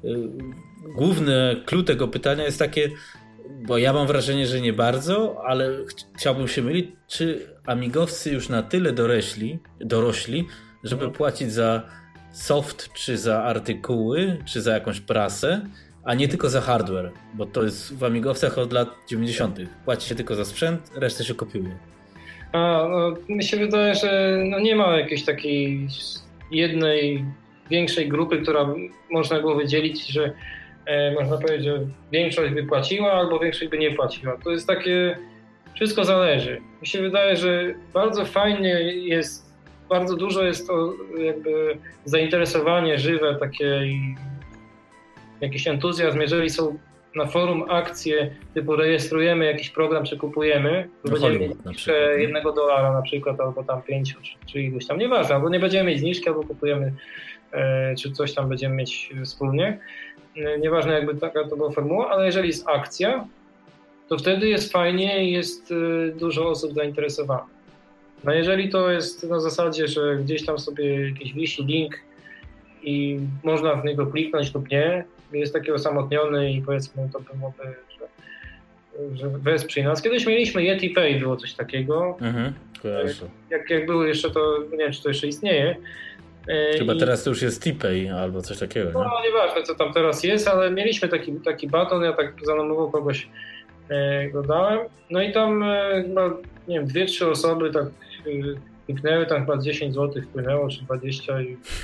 główny clue tego pytania jest takie, bo ja mam wrażenie, że nie bardzo, ale chciałbym się mylić, czy amigowcy już na tyle dorośli, dorośli, żeby płacić za soft, czy za artykuły, czy za jakąś prasę, a nie tylko za hardware, bo to jest w amigowcach od lat dziewięćdziesiątych. Płaci się tylko za sprzęt, resztę się kopiuje. A, no, mi się wydaje, że no nie ma jakiejś takiej jednej większej grupy, która można było wydzielić, że e, można powiedzieć, że większość by płaciła albo większość by nie płaciła. To jest takie, wszystko zależy. Mi się wydaje, że bardzo fajnie jest, bardzo dużo jest to jakby zainteresowanie żywe, takie i jakiś entuzjazm, jeżeli są na forum akcje typu rejestrujemy jakiś program, czy kupujemy, to no będziemy mieć zniżkę jednego dolara na przykład, albo tam pięciu, czy, czy iluś tam, nieważne, albo nie będziemy mieć zniżki, albo kupujemy, e, czy coś tam będziemy mieć wspólnie. E, nieważne jakby taka to była formuła, ale jeżeli jest akcja, to wtedy jest fajnie i jest e, dużo osób zainteresowanych. No jeżeli to jest na zasadzie, że gdzieś tam sobie jakiś wisi link i można w niego kliknąć lub nie, jest taki osamotniony i powiedzmy to byłoby, że, że wesprzyj nas. Kiedyś mieliśmy Yeti Pay, było coś takiego. Mhm, jak, jak było jeszcze to, nie wiem czy to jeszcze istnieje. Chyba I, teraz to już jest T-Pay albo coś takiego. No nie? Nieważne co tam teraz jest, ale mieliśmy taki, taki baton, ja tak za namową kogoś e, go dałem. No i tam e, chyba, nie wiem, dwie, trzy osoby tak e, kliknęły, tam chyba dziesięć złotych wpłynęło, czy dwadzieścia i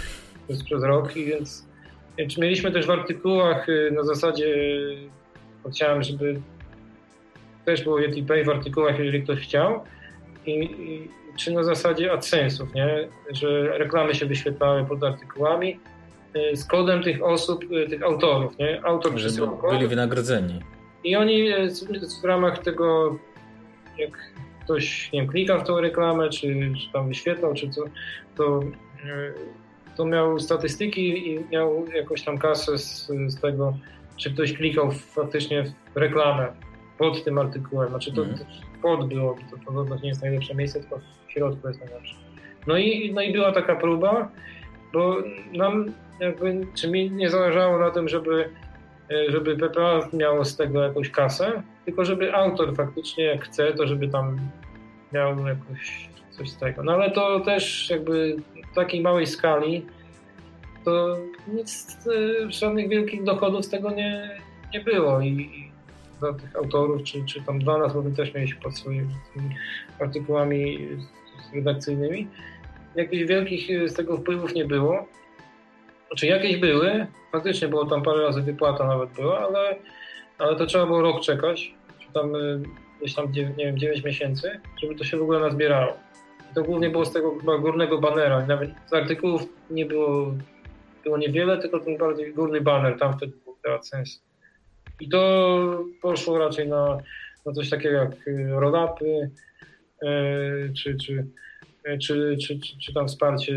przez, przez rok i więc, więc mieliśmy też w artykułach na zasadzie, chciałem, żeby też było Yeti Pay w artykułach, jeżeli ktoś chciał, i, i czy na zasadzie AdSense'ów, nie? Że reklamy się wyświetlały pod artykułami z kodem tych osób, tych autorów, nie? Autor przesyłał kod. Byli wynagrodzeni. I oni w ramach tego, jak ktoś, nie wiem, klikał w tą reklamę, czy, czy tam wyświetlał, czy co, to, to miał statystyki i miał jakąś tam kasę z, z tego, czy ktoś klikał faktycznie w reklamę pod tym artykułem. Znaczy to, mm. to pod było, to podobno nie jest najlepsze miejsce, tylko w środku jest najlepsze. No i, no i była taka próba, bo nam jakby, czy mi nie zależało na tym, żeby żeby P P A miało z tego jakąś kasę, tylko żeby autor faktycznie jak chce, to żeby tam miał jakoś coś z tego. No ale to też jakby w takiej małej skali to nic, żadnych wielkich dochodów z tego nie, nie było i, i dla tych autorów, czy, czy tam dla nas, bo my też mieliśmy pod swoimi artykułami redakcyjnymi, jakichś wielkich z tego wpływów nie było. Znaczy jakieś były, faktycznie było tam parę razy wypłata nawet była, ale, ale to trzeba było rok czekać, czy tam gdzieś tam, nie wiem, dziewięć miesięcy, żeby to się w ogóle nazbierało. I to głównie było z tego górnego banera, nawet z artykułów nie było, było niewiele, tylko ten bardziej górny baner, tam wtedy był ten sens. I to poszło raczej na, na coś takiego jak roll-upy, yy, czy, czy, czy, czy, czy, czy tam wsparcie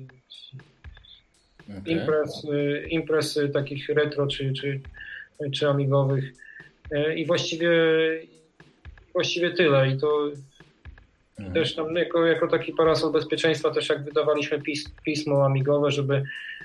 Okay. Imprez, imprez takich retro czy, czy, czy amigowych i właściwie właściwie tyle i to mhm. też tam jako, jako taki parasol bezpieczeństwa też jak wydawaliśmy pis, pismo amigowe, żeby,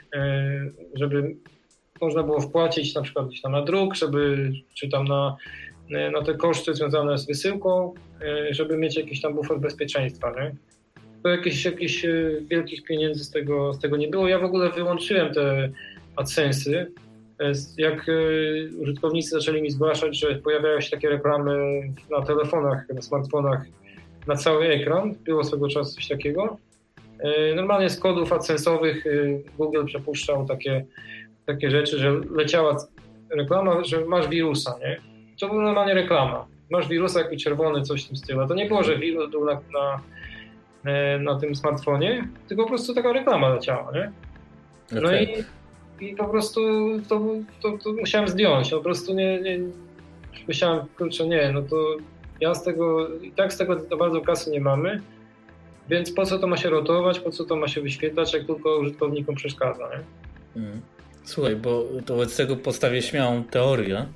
żeby można było wpłacić na przykład gdzieś tam na druk, żeby, czy tam na, na te koszty związane z wysyłką, żeby mieć jakiś tam bufor bezpieczeństwa, nie? To jakichś, jakichś wielkich pieniędzy z tego, z tego nie było. Ja w ogóle wyłączyłem te AdSense'y. Jak użytkownicy zaczęli mi zgłaszać, że pojawiają się takie reklamy na telefonach, na smartfonach na cały ekran, było swego czasu coś takiego. Normalnie z kodów AdSense'owych Google przepuszczał takie, takie rzeczy, że leciała reklama, że masz wirusa, nie? To była normalnie reklama. Masz wirusa, jaki czerwony, coś w tym stylu. To nie było, że wirus był na, na na tym smartfonie, tylko po prostu taka reklama leciała, nie? No okay. i, i po prostu to, to, to musiałem zdjąć, po prostu nie, nie myślałem, kurczę, nie, no to ja z tego, i tak z tego to bardzo kasy nie mamy, więc po co to ma się rotować, po co to ma się wyświetlać, jak tylko użytkownikom przeszkadza, nie? Mm. Słuchaj, bo to wobec tego postawię śmiałą teorię,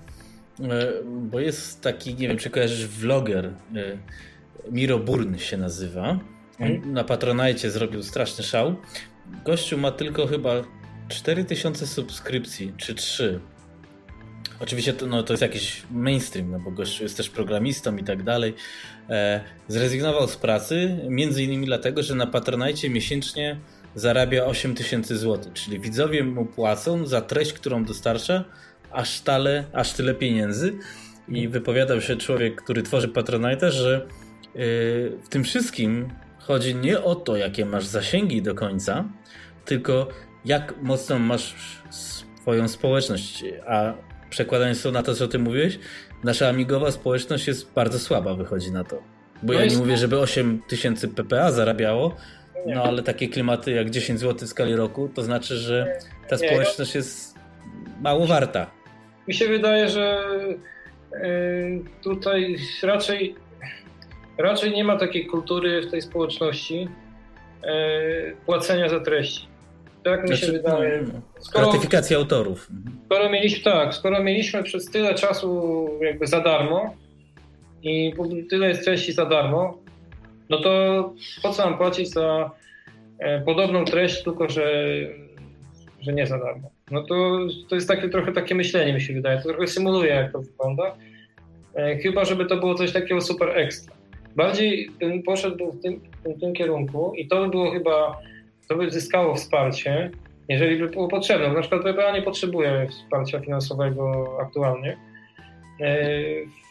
bo jest taki, nie wiem, czy kojarzysz, vloger, Miro Burn się nazywa. On na Patronite zrobił straszny szał. Gościu ma tylko chyba cztery tysiące subskrypcji, czy trzy. Oczywiście to, no, to jest jakiś mainstream, no bo gościu jest też programistą i tak dalej. E, zrezygnował z pracy, między innymi dlatego, że na Patronite miesięcznie zarabia osiem tysięcy złotych, czyli widzowie mu płacą za treść, którą dostarcza, aż, tale, aż tyle pieniędzy. I wypowiadał się człowiek, który tworzy Patronite, że yy, w tym wszystkim chodzi nie o to, jakie masz zasięgi do końca, tylko jak mocno masz swoją społeczność. A przekładając to na to, co ty mówiłeś, nasza amigowa społeczność jest bardzo słaba, wychodzi na to. Bo no ja nie mówię, żeby osiem tysięcy P P A zarabiało, no ale takie klimaty jak dziesięć złotych w skali roku, to znaczy, że ta społeczność jest mało warta. Mi się wydaje, że tutaj raczej raczej nie ma takiej kultury w tej społeczności płacenia za treści. Tak mi znaczy, się wydaje. Skoro, gratyfikacja autorów. Skoro mieliśmy, tak, skoro mieliśmy przez tyle czasu jakby za darmo i tyle jest treści za darmo, no to po co nam płacić za podobną treść, tylko że, że nie za darmo. No to, to jest takie, trochę takie myślenie, mi się wydaje. To trochę symuluje, jak to wygląda. Chyba, żeby to było coś takiego super ekstra. Bardziej bym poszedł w tym, w tym kierunku i to by było chyba, to by zyskało wsparcie, jeżeli by było potrzebne. Na przykład P P A nie potrzebuje wsparcia finansowego aktualnie.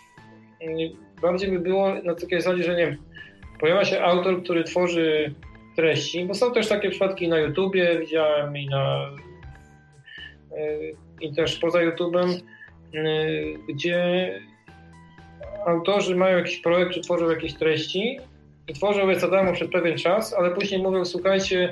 Bardziej by było na takiej zasadzie, że nie wiem, pojawia się autor, który tworzy treści, bo są też takie przypadki na YouTubie, widziałem i na i też poza YouTubem, gdzie autorzy mają jakiś projekt, czy tworzą jakieś treści i tworzą je za darmo przez pewien czas, ale później mówią, słuchajcie,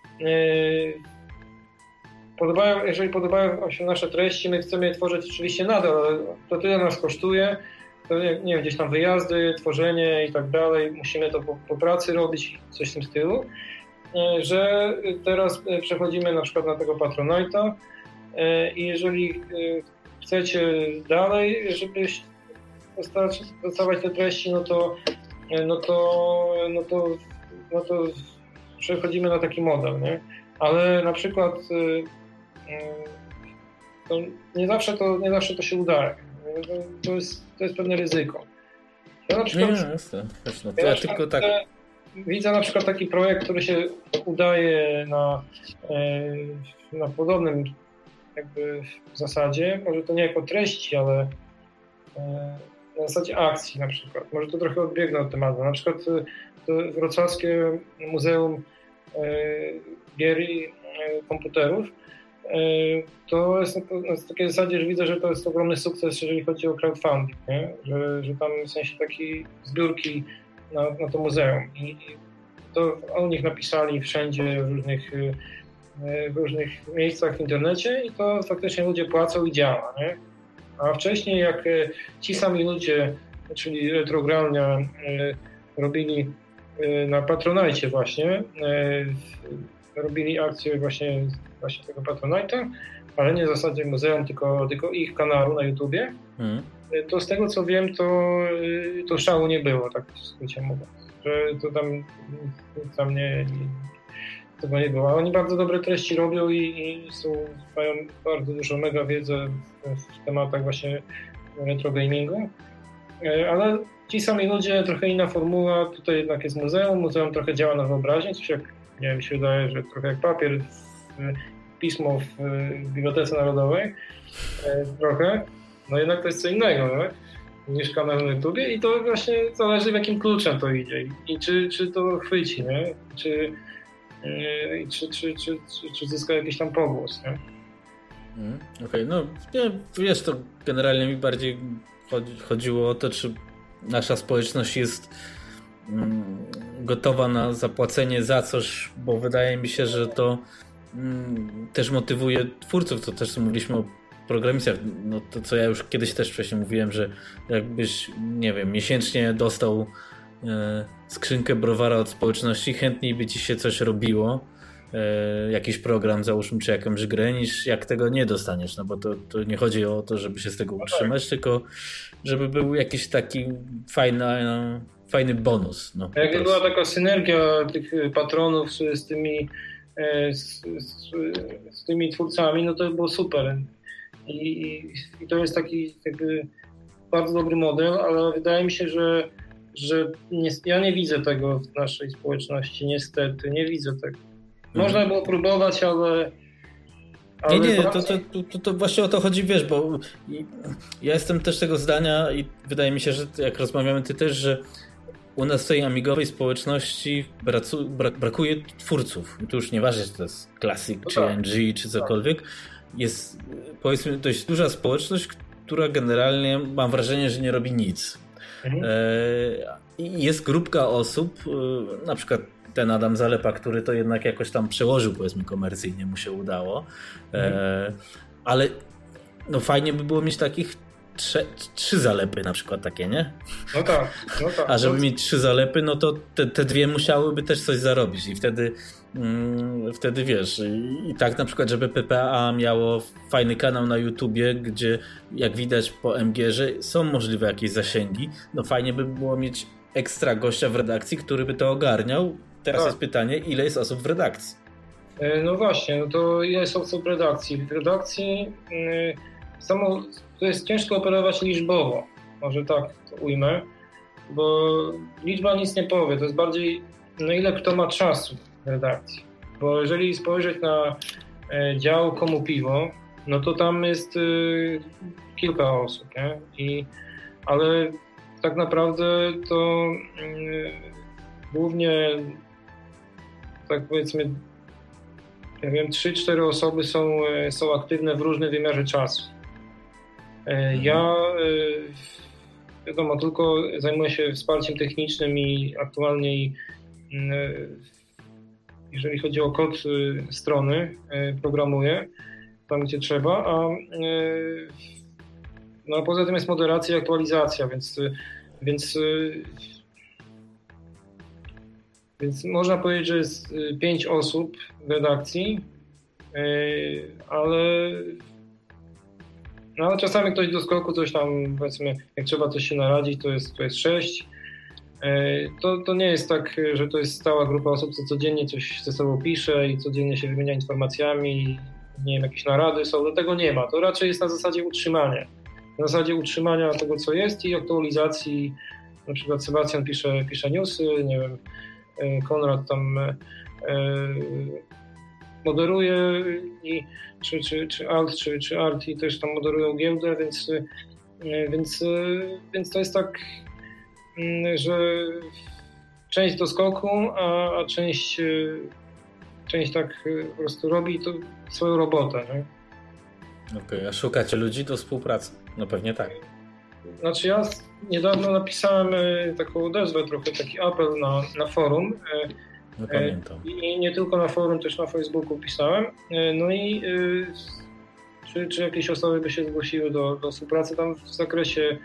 podobają, jeżeli podobają się nasze treści, my chcemy je tworzyć oczywiście nadal, ale to tyle nas kosztuje, to nie, nie wiem, gdzieś tam wyjazdy, tworzenie i tak dalej, musimy to po, po pracy robić, coś w tym stylu, że teraz przechodzimy na przykład na tego Patronite'a i jeżeli chcecie dalej, żeby dostać, dostawać te treści, no to, no to, no to, no to przechodzimy na taki model, nie? Ale na przykład to nie zawsze to, nie zawsze to się udaje. To jest, to jest pewne ryzyko. Ja na przykład, nie, nie, jasne. No, to ja tylko tak... Widzę na przykład taki projekt, który się udaje na, na podobnym jakby w zasadzie, może to nie jako treści, ale na zasadzie akcji na przykład. Może to trochę odbiegnę od tematu. Na przykład to Wrocławskie Muzeum Gier i Komputerów. To jest na takiej zasadzie, że widzę, że to jest ogromny sukces, jeżeli chodzi o crowdfunding, nie? Że, że tam w sensie takiej zbiórki na, na to muzeum. I to o nich napisali wszędzie, w różnych, w różnych miejscach w internecie i to faktycznie ludzie płacą i działa, nie? A wcześniej jak ci sami ludzie, czyli Retrogralnia, robili na Patronite właśnie, robili akcję właśnie, właśnie tego Patronite'a, ale nie w zasadzie muzeum, tylko, tylko ich kanału na YouTubie, mm. to z tego co wiem, to, to szału nie było, tak w skrócie mówiąc. Że to tam nic tam nie, nie, tego nie było. Oni bardzo dobre treści robią i, i są, mają bardzo dużą mega wiedzę w, w tematach właśnie retro gamingu, ale ci sami ludzie, trochę inna formuła, tutaj jednak jest muzeum, muzeum trochę działa na wyobraźnię, coś jak, nie wiem, mi się wydaje, że trochę jak papier, pismo w Bibliotece Narodowej, trochę, no jednak to jest co innego, no? Niż kanał na YouTubie i to właśnie zależy w jakim kluczem to idzie i, i czy, czy to chwyci, nie? Czy, yy, czy, czy, czy, czy, czy zyska jakiś tam pogłos, nie? Mm, Okej, okay. No wiesz, to generalnie mi bardziej chodzi, chodziło o to, czy nasza społeczność jest mm, gotowa na zapłacenie za coś, bo wydaje mi się, że to mm, też motywuje twórców, to też mówiliśmy o programistach, no to co ja już kiedyś też wcześniej mówiłem, że jakbyś, nie wiem, miesięcznie dostał e, skrzynkę browara od społeczności, chętniej by ci się coś robiło, e, jakiś program załóżmy, czy jakąś grę, niż jak tego nie dostaniesz, no bo to, to nie chodzi o to, żeby się z tego utrzymać, tylko żeby był jakiś taki fajny, no, fajny bonus. No, jakby była taka synergia tych patronów z, z tymi z, z, z tymi twórcami, no to było super. I, I to jest taki jakby bardzo dobry model, ale wydaje mi się, że, że nie, ja nie widzę tego w naszej społeczności, niestety, nie widzę tego. Można mhm. było próbować, ale... ale nie, nie, to, to, to, to właśnie o to chodzi, wiesz, bo ja jestem też tego zdania i wydaje mi się, że jak rozmawiamy ty też, że u nas w tej amigowej społeczności bracu, brak, brakuje twórców. Tu już nieważne, czy to jest Classic, no czy tak. N G, czy cokolwiek. Tak. Jest, powiedzmy, dość duża społeczność, która generalnie mam wrażenie, że nie robi nic. Mhm. I jest grupka osób, na przykład ten Adam Zalepa, który to jednak jakoś tam przełożył, powiedzmy, komercyjnie mu się udało. Mhm. Ale no fajnie by było mieć takich Trze, trzy zalepy na przykład takie, nie? No tak, no tak. A żeby mieć trzy zalepy, no to te, te dwie musiałyby też coś zarobić i wtedy mm, wtedy wiesz, i, i tak na przykład, żeby P P A miało fajny kanał na YouTubie, gdzie jak widać po M G, że są możliwe jakieś zasięgi, no fajnie by było mieć ekstra gościa w redakcji, który by to ogarniał. Teraz tak. Jest pytanie, ile jest osób w redakcji? No właśnie, no to ile jest osób w redakcji? W redakcji yy, samo to jest ciężko operować liczbowo, może tak to ujmę, bo liczba nic nie powie, to jest bardziej na ile kto ma czasu w redakcji. Bo jeżeli spojrzeć na dział Komu Piwo, no to tam jest y, kilka osób, nie? I, ale tak naprawdę to y, głównie tak powiedzmy, ja wiem, trzy cztery osoby są, są aktywne w różnym wymiarze czasu. Ja wiadomo, tylko zajmuję się wsparciem technicznym i aktualnie, jeżeli chodzi o kod strony, programuję tam, gdzie trzeba, a no, a poza tym jest moderacja i aktualizacja, więc, więc, więc można powiedzieć, że jest pięć osób w redakcji, ale, no, ale czasami ktoś do skoku coś tam, powiedzmy, jak trzeba coś się naradzić, to jest, to jest sześć. To, to nie jest tak, że to jest stała grupa osób, co codziennie coś ze sobą pisze i codziennie się wymienia informacjami, nie wiem, jakieś narady są, do tego nie ma. To raczej jest na zasadzie utrzymania. Na zasadzie utrzymania tego, co jest i aktualizacji. Na przykład Sebastian pisze, pisze newsy, nie wiem, Konrad tam moderuje i czy, czy, czy Alt, czy, czy Arti też tam moderują giełdę, więc, więc, więc to jest tak, że część do skoku, a, a część, część tak po prostu robi to swoją robotę. Nie? Okej, okay, a szukacie ludzi do współpracy? No pewnie tak. Znaczy ja niedawno napisałem taką odezwę, trochę taki apel na, na forum. No pamiętam. I nie tylko na forum, też na Facebooku pisałem. No i czy, czy jakieś osoby by się zgłosiły do, do współpracy tam w zakresie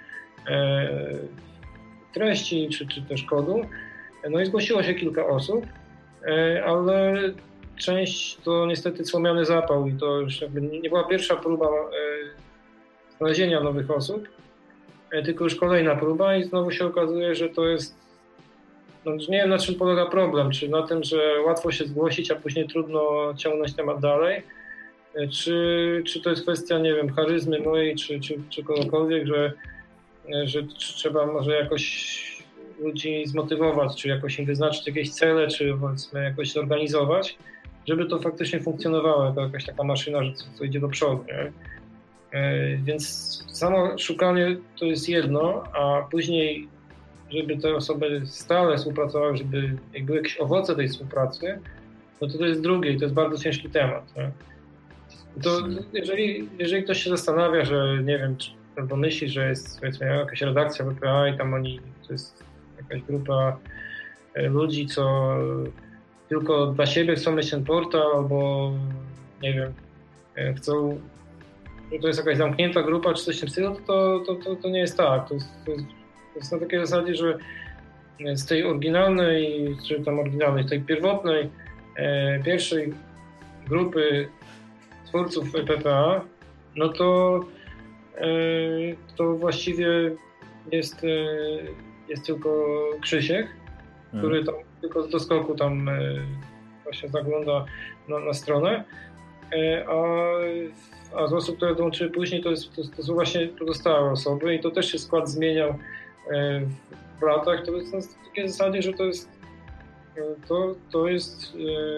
treści, czy, czy też kodu. No i zgłosiło się kilka osób, ale część to niestety słomiany zapał i to już jakby nie była pierwsza próba znalezienia nowych osób, tylko już kolejna próba i znowu się okazuje, że to jest, no nie wiem, na czym polega problem, czy na tym, że łatwo się zgłosić, a później trudno ciągnąć temat dalej, czy, czy to jest kwestia, nie wiem, charyzmy mojej, czy, czy, czy kogokolwiek, że, że trzeba może jakoś ludzi zmotywować, czy jakoś im wyznaczyć jakieś cele, czy powiedzmy jakoś zorganizować, żeby to faktycznie funkcjonowało jako jakaś taka maszyna, że to idzie do przodu. Nie? Więc samo szukanie to jest jedno, a później, żeby te osoby stale współpracowały, żeby jak były jakieś owoce tej współpracy, no to to jest drugie i to jest bardzo ciężki temat. Nie? To jeżeli, jeżeli ktoś się zastanawia, że nie wiem, czy, albo myśli, że jest powiedzmy jakaś redakcja B P A i tam oni, to jest jakaś grupa ludzi, co tylko dla siebie chcą mieć ten portal, albo nie wiem, chcą, że to jest jakaś zamknięta grupa, czy coś w tym stylu, to, to, to, to nie jest tak. To jest, to jest, to jest na takiej zasadzie, że z tej oryginalnej, czy tam oryginalnej, tej pierwotnej, e, pierwszej grupy twórców P P A, no to, e, to właściwie jest, e, jest tylko Krzysiek, hmm. który tam tylko z doskoku tam e, właśnie zagląda na, na stronę, e, a, a z osób, które dołączyły później, to, jest, to, to są właśnie pozostałe osoby i to też się skład zmieniał e, w latach. To jest na takiej zasadzie, że to jest to, to jest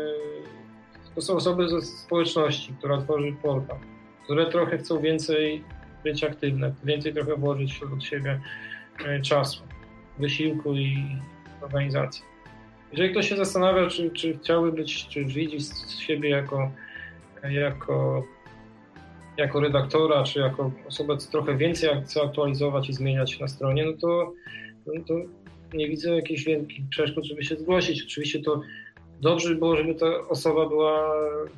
e, to są osoby ze społeczności, która tworzy portal, które trochę chcą więcej być aktywne, więcej trochę włożyć od siebie czasu, wysiłku i organizacji. Jeżeli ktoś się zastanawia, czy, czy chciałby być, czy widzi siebie jako, jako, jako redaktora, czy jako osobę, co trochę więcej chce aktualizować i zmieniać na stronie, no to, no to nie widzę jakichś wielkich przeszkód, żeby się zgłosić. Oczywiście to dobrze by było, żeby ta osoba była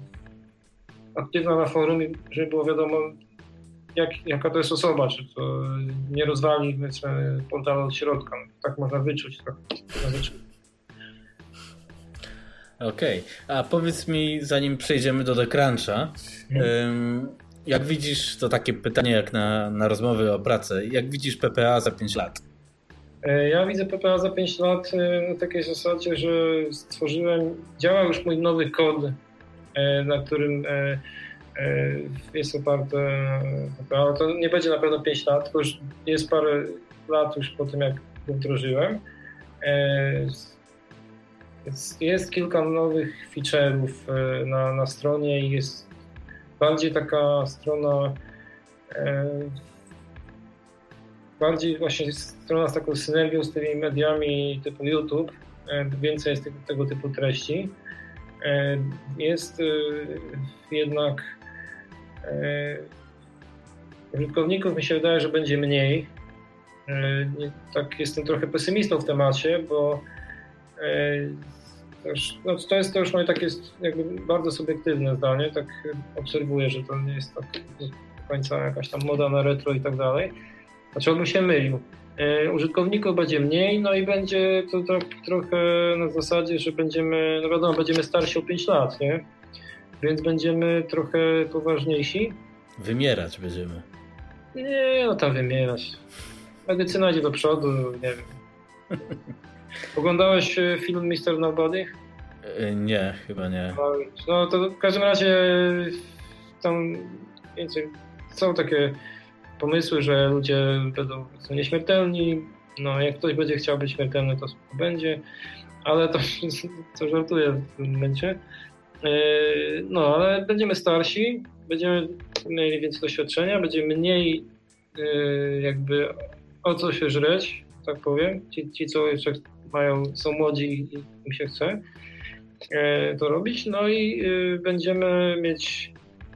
aktywna na forum i żeby było wiadomo, jak, jaka to jest osoba, czy to nie rozwali portalu od środka. Tak można wyczuć. Tak można wyczuć. Okej, okay. A powiedz mi, zanim przejdziemy do TechCruncha, hmm. jak widzisz, to takie pytanie jak na, na rozmowy o pracę, jak widzisz P P A za pięć lat? Ja widzę P P A za pięć lat na takiej zasadzie, że stworzyłem, działa już mój nowy kod, na którym jest oparte P P A, ale to nie będzie na pewno pięć lat, tylko już jest parę lat już po tym, jak go wdrożyłem. Jest, jest kilka nowych feature'ów na, na stronie i jest bardziej taka strona e, bardziej właśnie strona z taką synergią z tymi mediami typu YouTube, e, więcej jest tego, tego typu treści jest jednak użytkowników mi się wydaje, że będzie mniej. Tak jestem trochę pesymistą w temacie, bo to, już, no to jest to już moje takie jakby bardzo subiektywne zdanie, tak obserwuję, że to nie jest tak do końca jakaś tam moda na retro i tak dalej. Znaczy on się mylił. Użytkowników będzie mniej, no i będzie to tak trochę na zasadzie, że będziemy, no wiadomo, będziemy starsi o pięć lat, nie? Więc będziemy trochę poważniejsi. Wymierać będziemy. Nie, no tam wymierać. Medycyna idzie do przodu, nie wiem. Oglądałeś film mister Nobody? Nie, chyba nie. No to w każdym razie tam więcej są takie pomysły, że ludzie będą są nieśmiertelni. No jak ktoś będzie chciał być śmiertelny, to będzie, ale to, to żartuję w tym momencie. No ale będziemy starsi, będziemy mieli więcej doświadczenia, będziemy mniej jakby o co się żreć, tak powiem. Ci, ci co jeszcze mają, są młodzi i im się chce to robić, no i będziemy mieć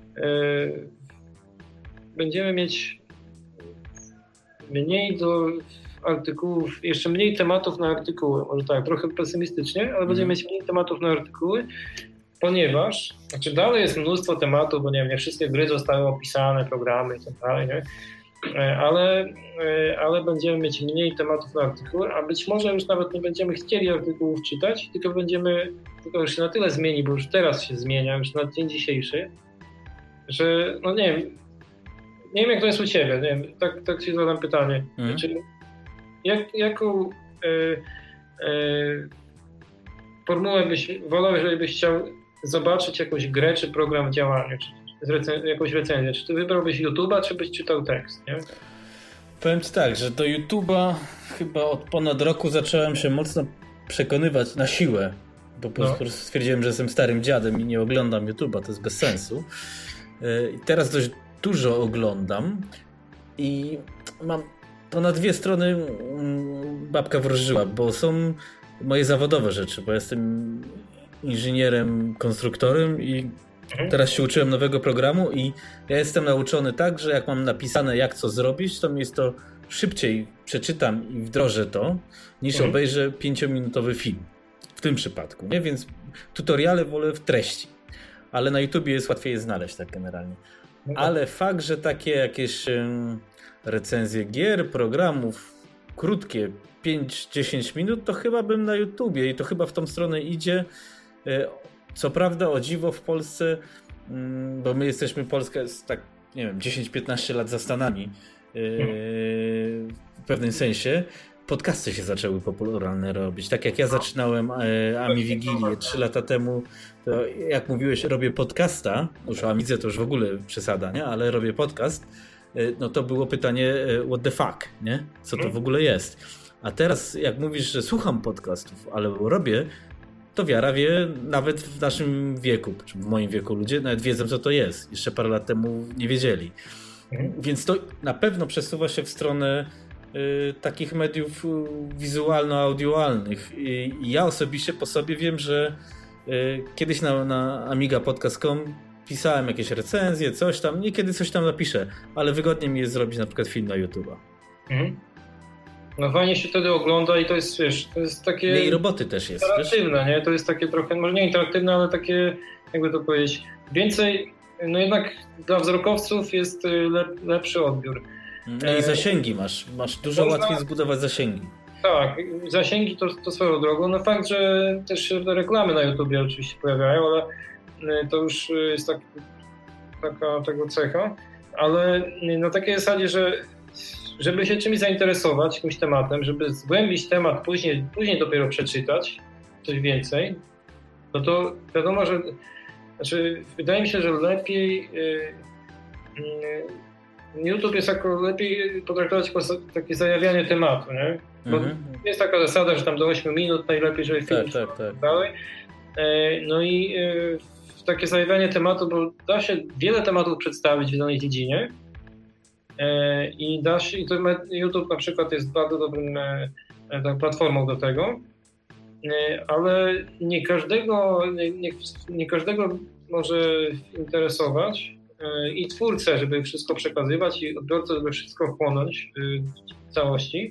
będziemy mieć mniej do artykułów, jeszcze mniej tematów na artykuły, może tak, trochę pesymistycznie, ale mm. będziemy mieć mniej tematów na artykuły, ponieważ, znaczy dalej jest mnóstwo tematów, bo nie wiem, nie wszystkie gry zostały opisane, programy i tak dalej, nie? Ale, ale będziemy mieć mniej tematów na artykuły, a być może już nawet nie będziemy chcieli artykułów czytać, tylko będziemy, tylko już się na tyle zmieni, bo już teraz się zmienia, już na dzień dzisiejszy, że no nie wiem, nie wiem jak to jest u Ciebie, nie wiem, tak, tak Ci zadam pytanie, mm. Czy, jak, jaką e, e, formułę byś wolał, jeżeli byś chciał zobaczyć jakąś grę czy program w działaniu, czy Recen- jakąś recenzję. Czy ty wybrałbyś YouTube'a, czy byś czytał tekst, nie? Powiem Ci tak, że do YouTube'a chyba od ponad roku zacząłem się mocno przekonywać na siłę, bo po prostu no. stwierdziłem, że jestem starym dziadem i nie oglądam YouTube'a, to jest bez sensu. I teraz dość dużo oglądam i mam to na dwie strony babka wróżyła, bo są moje zawodowe rzeczy, bo jestem inżynierem, konstruktorem i teraz się uczyłem nowego programu i ja jestem nauczony tak, że jak mam napisane jak co zrobić, to mi jest to szybciej przeczytam i wdrożę to, niż mhm. obejrzę pięciominutowy film. W tym przypadku, nie? Więc tutoriale wolę w treści. Ale na YouTubie jest łatwiej je znaleźć tak generalnie. Ale fakt, że takie jakieś um, recenzje gier, programów krótkie, pięć dziesięć minut, to chyba bym na YouTubie i to chyba w tą stronę idzie. Co prawda o dziwo w Polsce, bo my jesteśmy, Polska jest tak, nie wiem, dziesięć piętnaście lat za Stanami w pewnym sensie. Podcasty się zaczęły popularne robić. Tak jak ja zaczynałem Ami Wigilię trzy lata temu, to jak mówiłeś, robię podcasta, już o Amidze to już w ogóle przesada, nie? Ale robię podcast, no to było pytanie what the fuck, nie? Co to w ogóle jest? A teraz jak mówisz, że słucham podcastów, ale robię, to wiara wie, nawet w naszym wieku, czy w moim wieku ludzie nawet wiedzą, co to jest. Jeszcze parę lat temu nie wiedzieli. Więc to na pewno przesuwa się w stronę y, takich mediów wizualno-audioalnych. I, I ja osobiście po sobie wiem, że y, kiedyś na, na amiga podcast kropka com pisałem jakieś recenzje, coś tam, niekiedy coś tam napiszę, ale wygodnie mi jest zrobić na przykład film na YouTube'a. Mhm. No fajnie się wtedy ogląda i to jest, wiesz, to jest takie... Mniej roboty też jest. Interaktywne, nie? To jest takie trochę, może nie interaktywne, ale takie, jakby to powiedzieć, więcej, no jednak dla wzrokowców jest lep, lepszy odbiór. No i zasięgi masz, masz dużo Można... łatwiej zbudować zasięgi. Tak, zasięgi to, to swoją drogą. No fakt, że też się reklamy na YouTubie oczywiście pojawiają, ale to już jest tak, taka tego cecha, ale na takiej zasadzie, że żeby się czymś zainteresować, jakimś tematem, żeby zgłębić temat, później, później dopiero przeczytać coś więcej, no to wiadomo, że znaczy, wydaje mi się, że lepiej yy, yy, YouTube jest jako lepiej potraktować jako takie zajawianie tematu, nie? Bo mm-hmm. jest taka zasada, że tam do ośmiu minut najlepiej, żeby film tak, tak, tak. dalej. Yy, no i yy, takie zajawianie tematu, bo da się wiele tematów przedstawić w danej dziedzinie. I da się, i to YouTube na przykład jest bardzo dobrym platformą do tego. ale nie każdego, nie, nie każdego może interesować i twórcę, żeby wszystko przekazywać, i odbiorcę, żeby wszystko wchłonąć w całości,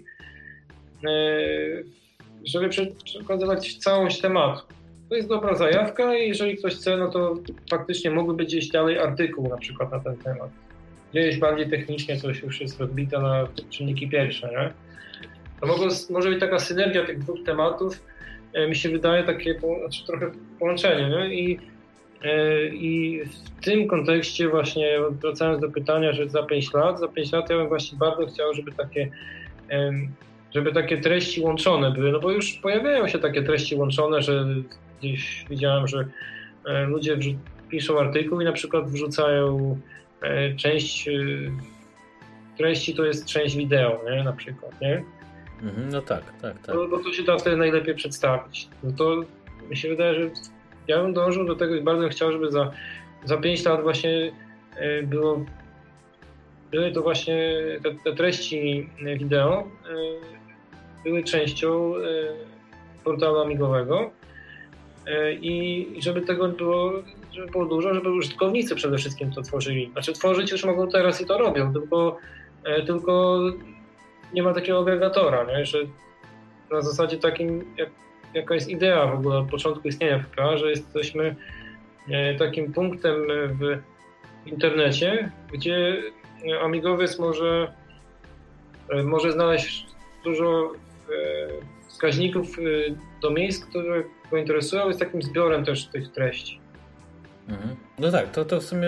żeby przekazywać całość tematu. To jest dobra zajawka i jeżeli ktoś chce, no to faktycznie mógłby być gdzieś dalej artykuł na przykład na ten temat. Gdzieś bardziej technicznie coś już jest rozbite na czynniki pierwsze, nie? To mogą, może być taka synergia tych dwóch tematów, mi się wydaje takie znaczy trochę połączenie, nie? I, I w tym kontekście właśnie, wracając do pytania, że za pięć lat, za pięć lat ja bym właśnie bardzo chciał, żeby takie żeby takie treści łączone były, no bo już pojawiają się takie treści łączone, że gdzieś widziałem, że ludzie piszą artykuł i na przykład wrzucają część treści, to jest część wideo, nie? Na przykład, nie? No tak, tak, tak. Bo, bo to się da wtedy najlepiej przedstawić. No to mi się wydaje, że ja bym dążył do tego i bardzo bym chciał, żeby za, za pięć lat właśnie było, były to właśnie te, te treści wideo były częścią portalu amigowego i żeby tego było, żeby było dużo, żeby użytkownicy przede wszystkim to tworzyli. Znaczy tworzyć już mogą teraz i to robią, tylko, tylko nie ma takiego agregatora, nie? Że na zasadzie takim, jak, jaka jest idea w ogóle od początku istnienia P P A, że jesteśmy takim punktem w internecie, gdzie amigowiec może, może znaleźć dużo wskaźników do miejsc, które go interesują, jest takim zbiorem też tych treści. Mhm. No tak, to, to w sumie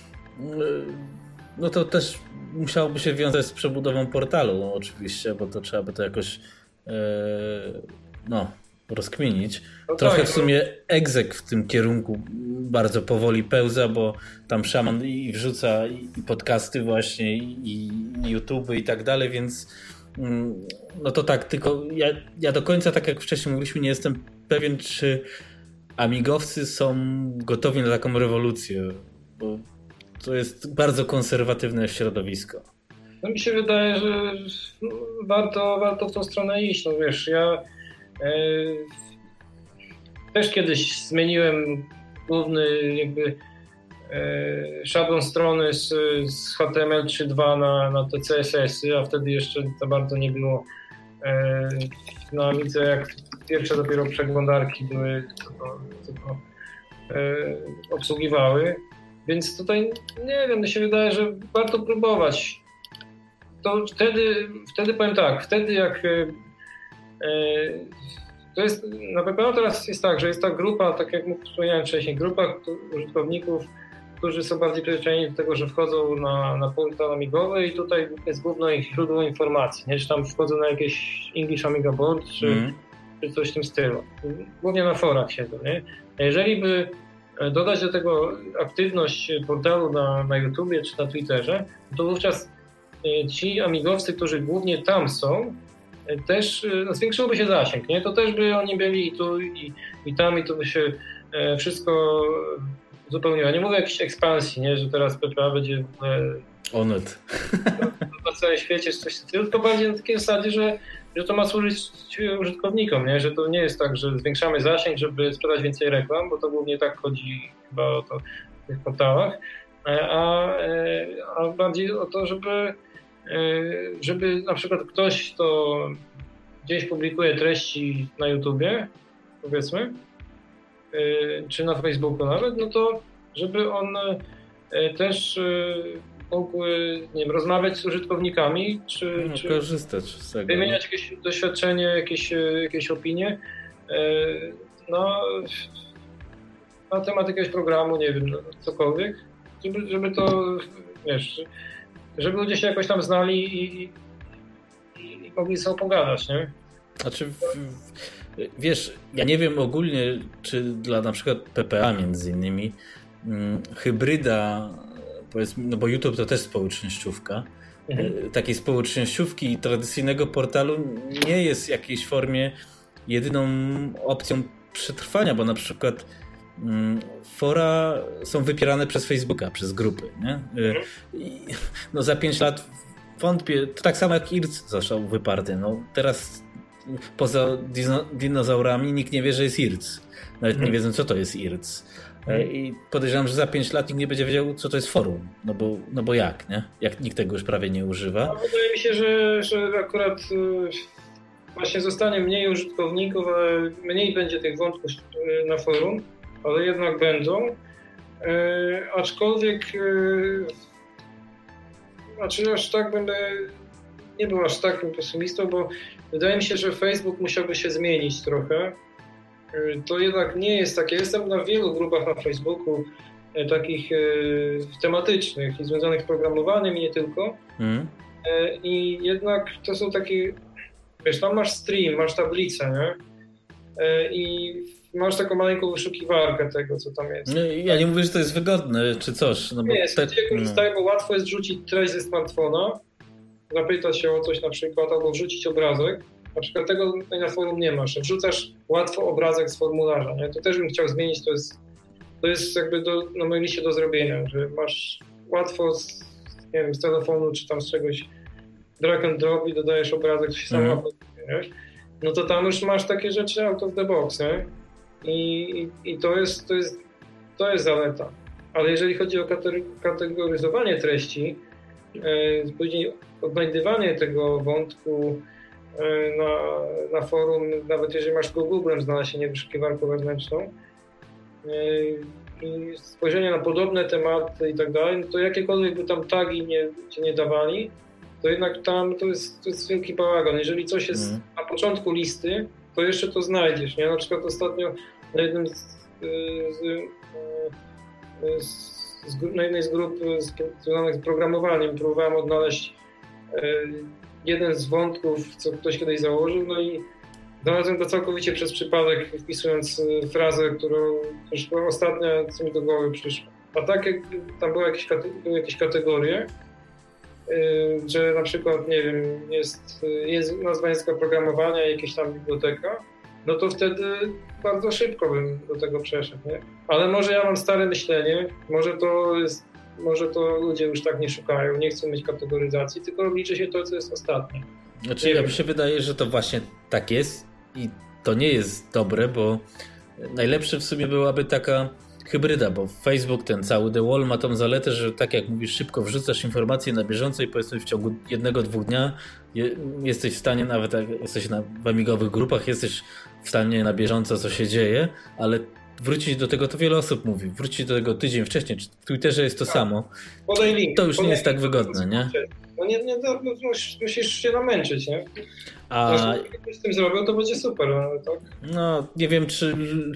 no to też musiałoby się wiązać z przebudową portalu, no oczywiście, bo to trzeba by to jakoś e, no, rozkminić. No Trochę tak, w sumie egzek w tym kierunku bardzo powoli pełza, bo tam szaman i wrzuca i podcasty właśnie, i, i YouTube i tak dalej, więc no to tak, tylko ja, ja do końca, tak jak wcześniej mówiliśmy, nie jestem pewien, czy amigowcy są gotowi na taką rewolucję, bo to jest bardzo konserwatywne środowisko. No mi się wydaje, że warto, warto w tą stronę iść. No wiesz, ja e, też kiedyś zmieniłem główny jakby e, szablon strony z, z H T M L trzy dwa na, na te C S S-y, a wtedy jeszcze za bardzo nie było e, na Amidze, jak pierwsze dopiero przeglądarki były, co to, co to e, obsługiwały. Więc tutaj, nie wiem, mi się wydaje, że warto próbować. To wtedy, wtedy powiem tak, wtedy jak e, to jest, na P P A teraz jest tak, że jest ta grupa, tak jak wspomniałem wcześniej, grupa użytkowników, którzy są bardziej przyzwyczajeni do tego, że wchodzą na, na portal amigowy i tutaj jest główne ich źródło informacji, nie? Czy tam wchodzą na jakieś English Amiga Board, czy, mm. czy coś w tym stylu. Głównie na forach siedzą, nie? Jeżeli by dodać do tego aktywność portalu na, na YouTubie czy na Twitterze, to wówczas ci amigowcy, którzy głównie tam są, też no, zwiększyłby się zasięg, nie? To też by oni byli i tu, i, i tam, i to by się wszystko uzupełniło. Nie mówię o jakiejś ekspansji, nie? Że teraz P P A będzie w ogóle Onet. Na całym świecie coś, tylko bardziej na takiej zasadzie, że, że to ma służyć użytkownikom, nie? Że to nie jest tak, że zwiększamy zasięg, żeby sprzedać więcej reklam, bo to głównie tak chodzi chyba o to w tych portalach, a, a bardziej o to, żeby, żeby na przykład ktoś, kto gdzieś publikuje treści na YouTubie, powiedzmy, czy na Facebooku nawet, no to żeby on też mógł, nie wiem, rozmawiać z użytkownikami, czy, no, czy korzystać z tego, wymieniać jakieś doświadczenie, jakieś, jakieś opinie no, na temat jakiegoś programu, nie wiem, cokolwiek, żeby, żeby to, wiesz, żeby ludzie się jakoś tam znali i, i, i mogli sobie pogadać, nie? Znaczy, wiesz, ja nie wiem ogólnie, czy dla na przykład P P A między innymi hmm, hybryda, powiedzmy, no bo YouTube to też społecznościówka, mhm. takiej społecznościówki i tradycyjnego portalu nie jest w jakiejś formie jedyną opcją przetrwania, bo na przykład hmm, fora są wypierane przez Facebooka, przez grupy, nie? Mhm. I, no za pięć lat wątpię, to tak samo jak I R C został wyparty, no teraz poza dino, dinozaurami nikt nie wie, że jest I R C. Nawet hmm. nie wiedzą, co to jest I R C. Hmm. I podejrzewam, że za pięć lat nikt nie będzie wiedział, co to jest forum. No bo, no bo jak, nie? Jak nikt tego już prawie nie używa. No, wydaje mi się, że, że akurat właśnie zostanie mniej użytkowników, ale mniej będzie tych wątków na forum, ale jednak będą. E, aczkolwiek e, znaczy aż tak będę nie był aż takim pesymistą, bo wydaje mi się, że Facebook musiałby się zmienić trochę. E, to jednak nie jest takie. Jestem na wielu grupach na Facebooku e, takich e, tematycznych i związanych z programowaniem i nie tylko. Mm. E, I jednak to są takie, wiesz, tam masz stream, masz tablicę, nie? E, I masz taką maleńką wyszukiwarkę tego, co tam jest. No, ja nie mówię, że to jest wygodne, czy coś. No bo nie, te... ludzie korzystają, bo łatwo jest wrzucić treść ze smartfona, zapytać się o coś na przykład, albo wrzucić obrazek. Na przykład tego na forum nie masz. Wrzucasz łatwo obrazek z formularza. Nie? To też bym chciał zmienić, to jest, to jest jakby do, na mojej liście do zrobienia, że masz łatwo z, nie wiem, z telefonu, czy tam z czegoś drag and drop i dodajesz obrazek, to się sam łatwo mm. No to tam już masz takie rzeczy out of the box, nie? I, i to, jest, to, jest, to jest zaleta. Ale jeżeli chodzi o kategoryzowanie treści, e, później odnajdywanie tego wątku e, na, na forum, nawet jeżeli masz go Googlem znalezienie wyszukiwarką wewnętrzną e, i spojrzenie na podobne tematy i tak dalej, no to jakiekolwiek by tam tagi nie, ci nie dawali, to jednak tam to jest, to jest wielki bałagan. Jeżeli coś jest mm. na początku listy, to jeszcze to znajdziesz, nie? Na przykład ostatnio na jednym z, z, z, z, na jednej z grup związanych z programowaniem próbowałem odnaleźć jeden z wątków, co ktoś kiedyś założył, no i znalazłem go całkowicie przez przypadek, wpisując frazę, którą już ostatnia, co mi do głowy przyszła. A tak jak tam były jakieś, były jakieś kategorie, że na przykład, nie wiem, jest, jest nazwa języka programowania, jakieś tam biblioteka, no to wtedy bardzo szybko bym do tego przeszedł, nie? Ale może ja mam stare myślenie, może to jest, może to ludzie już tak nie szukają, nie chcą mieć kategoryzacji, tylko liczy się to, co jest ostatnie. Znaczy, ja mi się wydaje, że to właśnie tak jest i to nie jest dobre, bo najlepsze w sumie byłaby taka hybryda, bo Facebook, ten cały The Wall ma tą zaletę, że tak jak mówisz, szybko wrzucasz informacje na bieżąco i powiedzmy w ciągu jednego, dwóch dnia je, jesteś w stanie, nawet jak jesteś na, w amigowych grupach, jesteś w stanie na bieżąco, co się dzieje, ale wrócić do tego, to wiele osób mówi, wrócić do tego tydzień wcześniej, czy w Twitterze jest to tak. samo, podaj link, to już podaj nie jest link, tak wygodne, nie? No nie, nie no, musisz się namęczyć, nie? A jak ktoś z tym zrobił, to będzie super, ale tak? No, nie wiem, czy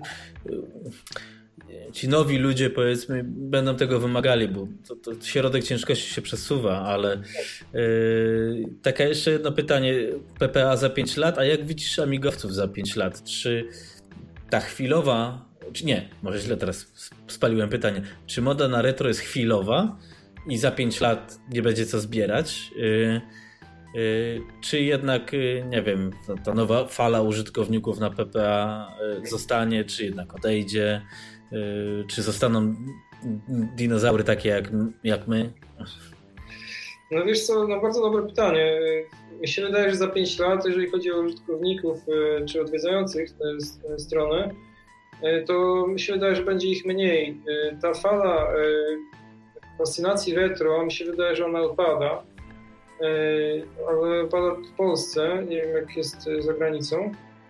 ci nowi ludzie, powiedzmy, będą tego wymagali, bo to, to środek ciężkości się przesuwa, ale yy, takie jeszcze jedno pytanie, P P A za pięć lat, a jak widzisz amigowców za pięć lat? Czy ta chwilowa, czy nie, może źle teraz spaliłem pytanie, czy moda na retro jest chwilowa i za pięć lat nie będzie co zbierać? Yy, yy, czy jednak, yy, nie wiem, ta, ta nowa fala użytkowników na P P A yy, zostanie, czy jednak odejdzie? Czy zostaną dinozaury takie jak, jak my? No wiesz co, no bardzo dobre pytanie. Mi się wydaje, że za pięć lat, jeżeli chodzi o użytkowników czy odwiedzających tę stronę, to mi się wydaje, że będzie ich mniej. Ta fala fascynacji retro, mi się wydaje, że ona opada, ale opada w Polsce, nie wiem jak jest za granicą,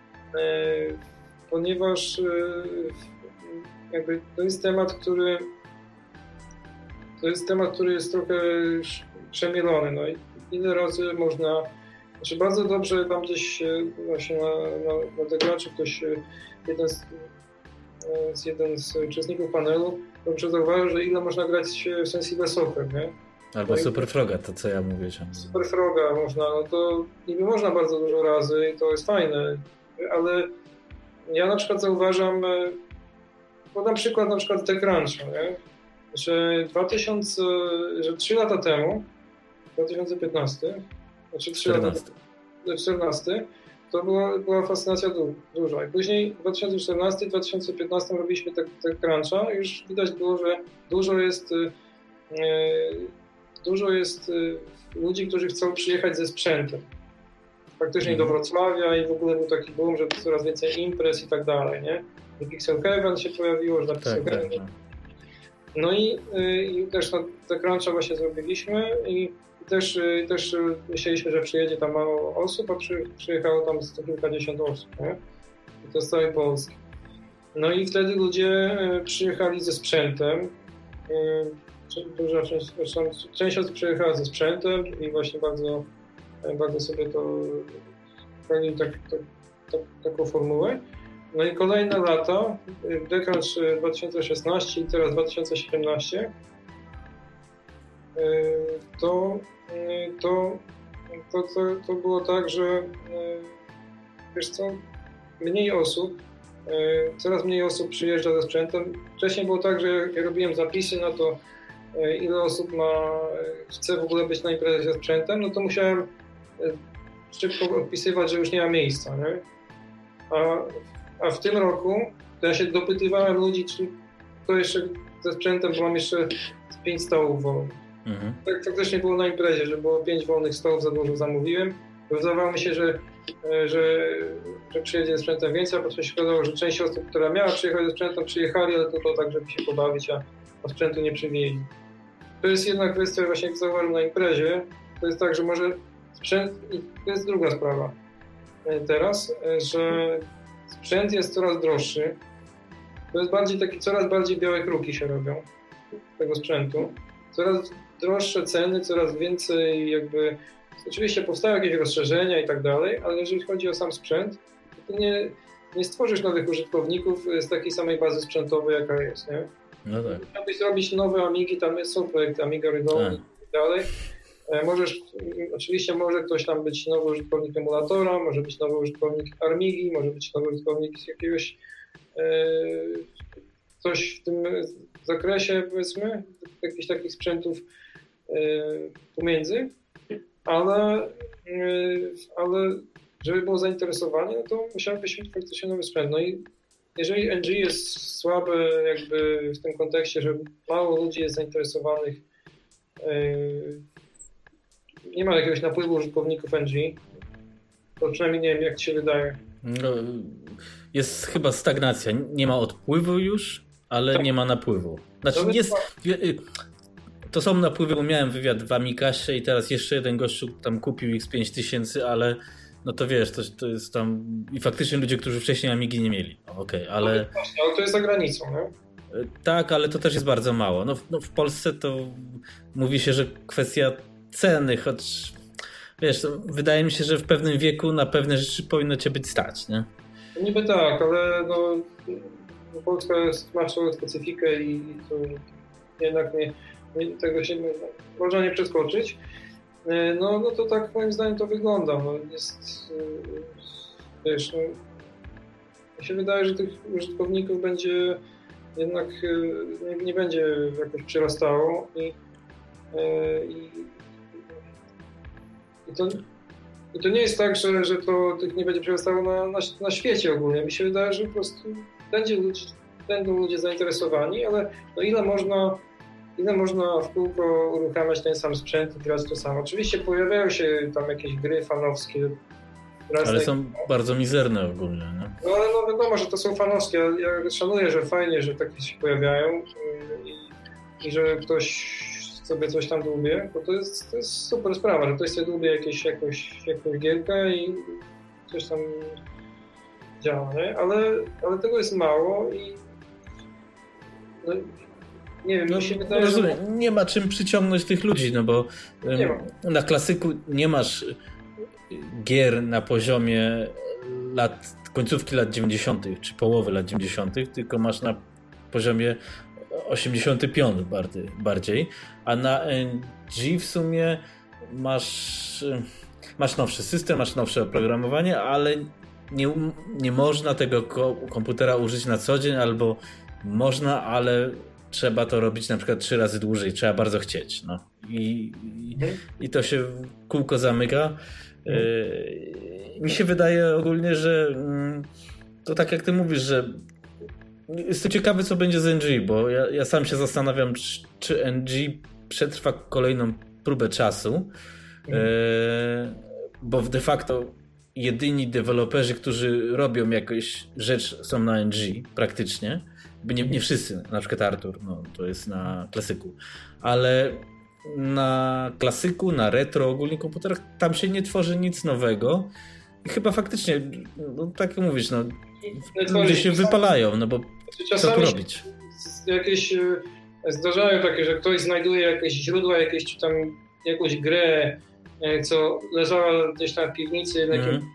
ponieważ jakby to jest temat, który to jest temat, który jest trochę przemielony. No i ile razy można, znaczy bardzo dobrze tam gdzieś właśnie na, na, na Degraczu ktoś, jeden z, z jeden z uczestników panelu dobrze zauważył, że ile można grać w Sensible Soccer, nie? Albo no Super Froga, to co ja mówię. Super Froga można, no to niby można bardzo dużo razy i to jest fajne, ale ja na przykład zauważam, podam przykład na przykład TechCruncha, nie? Że dwutysięczne, że trzy lata temu, dwa tysiące piętnaście, znaczy trzy lata czternaście, to była, była fascynacja du, duża. I później w dwa tysiące czternastym dwa tysiące piętnastym robiliśmy TechCruncha i już widać było, że dużo jest e, dużo jest ludzi, którzy chcą przyjechać ze sprzętem. faktycznie mm. do Wrocławia i w ogóle był taki boom, że coraz więcej imprez i tak dalej, nie? I Pixel Heaven się pojawiło, że na Pixel tak, Heaven. Tak, tak. No i, i też na The Cruncha właśnie zrobiliśmy i też, też myśleliśmy, że przyjedzie tam mało osób, a przy, przyjechało tam sto kilkadziesiąt osób, nie? I to z całej Polski. No i wtedy ludzie przyjechali ze sprzętem. Duża część, część osób przyjechała ze sprzętem i właśnie bardzo, bardzo sobie to pełnili tak, tak, tak, taką formułę. No i kolejne lata, The Crunch dwa tysiące szesnasty i teraz dwa tysiące siedemnaście, to, to, to, to, to było tak, że wiesz co, mniej osób, coraz mniej osób przyjeżdża ze sprzętem. Wcześniej było tak, że jak robiłem zapisy na to, ile osób ma, chce w ogóle być na imprezie ze sprzętem, no to musiałem szybko odpisywać, że już nie ma miejsca, nie? A, a w tym roku to ja się dopytywałem ludzi, czy to jeszcze ze sprzętem, bo mam jeszcze pięć stołów wolnych. Mhm. Tak faktycznie było na imprezie, że było pięć wolnych stołów, za dużo zamówiłem. Wydawało mi się, że, że, że przyjedzie ze sprzętem więcej, a potem się okazało, że część osób, która miała przyjechać ze sprzętem, przyjechali, ale tylko tak, żeby się pobawić, a, a sprzętu nie przywieźli. To jest jedna kwestia, właśnie jak zauważyłem na imprezie, to jest tak, że może sprzęt, i to jest druga sprawa teraz, że sprzęt jest coraz droższy. To jest bardziej taki, coraz bardziej białe kruki się robią tego sprzętu. Coraz droższe ceny, coraz więcej jakby, oczywiście powstają jakieś rozszerzenia i tak dalej, ale jeżeli chodzi o sam sprzęt, to nie, nie stworzysz nowych użytkowników z takiej samej bazy sprzętowej, jaka jest, nie? No tak. Chciałbyś zrobić nowe Amigi, tam są projekty Amiga Reload i tak dalej. Możesz, oczywiście może ktoś tam być nowy użytkownik emulatora, może być nowy użytkownik Armigi, może być nowy użytkownik z jakiegoś e, coś w tym zakresie, powiedzmy, jakichś takich sprzętów e, pomiędzy, ale, e, ale żeby było zainteresowanie, no to musiałbyś mieć faktycznie nowy sprzęt. No i jeżeli N G jest słabe jakby w tym kontekście, że mało ludzi jest zainteresowanych, e, nie ma jakiegoś napływu użytkowników N G, to przynajmniej nie wiem, jak ci się wydaje. No, jest chyba stagnacja. Nie ma odpływu już, ale tak. Nie ma napływu. Znaczy to jest... To są napływy, bo miałem wywiad w Amikasie i teraz jeszcze jeden gościu tam kupił X pięć tysięcy, ale no to wiesz, to, to jest tam... I faktycznie ludzie, którzy wcześniej Amigi nie mieli. Okej, okay, ale... No właśnie, ale to jest za granicą, nie? Tak, ale to też jest bardzo mało. No, no w Polsce to mówi się, że kwestia ceny, choć wiesz, wydaje mi się, że w pewnym wieku na pewne rzeczy powinno cię być stać, nie? Niby tak, ale no, Polska ma swoją specyfikę i to jednak nie, nie, tego się można nie przeskoczyć. No, no to tak moim zdaniem to wygląda. No, jest, wiesz, no, mi się wydaje, że tych użytkowników będzie jednak nie, nie będzie jakoś przyrastało i, i I to, I to nie jest tak, że, że to tych nie będzie przerastało na, na, na świecie ogólnie. Mi się wydaje, że po prostu będzie ludzi, będą ludzie zainteresowani, ale no ile można, ile można w kółko uruchamiać ten sam sprzęt i grać to samo. Oczywiście pojawiają się tam jakieś gry fanowskie. Ale są bardzo mizerne ogólnie, nie? No ale no wiadomo, że to są fanowskie. Ja szanuję, że fajnie, że takie się pojawiają i, i że ktoś sobie coś tam dłubie, bo to jest, to jest super sprawa, że ktoś sobie dłubie jakieś, jakąś, jakąś gierkę i coś tam działa, nie? Ale, ale tego jest mało i no, nie wiem, no, mi się wydaje, rozumiem, że... nie ma czym przyciągnąć tych ludzi, no bo na klasyku nie masz gier na poziomie lat, końcówki lat dziewięćdziesiątych czy połowy lat dziewięćdziesiątych, tylko masz na poziomie osiemdziesiąty piąty bardziej, a na N G w sumie masz, masz nowszy system, masz nowsze oprogramowanie, ale nie, nie można tego komputera użyć na co dzień, albo można, ale trzeba to robić na przykład trzy razy dłużej, trzeba bardzo chcieć. No. I, i, i to się w kółko zamyka. Yy, mi się wydaje ogólnie, że yy, to tak jak ty mówisz, że jestem ciekawy, co będzie z N G, bo ja, ja sam się zastanawiam, czy, czy N G przetrwa kolejną próbę czasu, mm. e, bo de facto jedyni deweloperzy, którzy robią jakąś rzecz, są na N G praktycznie. Nie, nie wszyscy, na przykład Artur, no, to jest na klasyku, ale na klasyku, na retro, ogólnie komputerach, tam się nie tworzy nic nowego. I chyba faktycznie, no, tak jak mówisz, no, ludzie się wypalają, no bo co tu robić? Jakieś zdarzają takie, że ktoś znajduje jakieś źródła, jakieś czy tam jakąś grę, co leżała gdzieś tam w piwnicy na mm.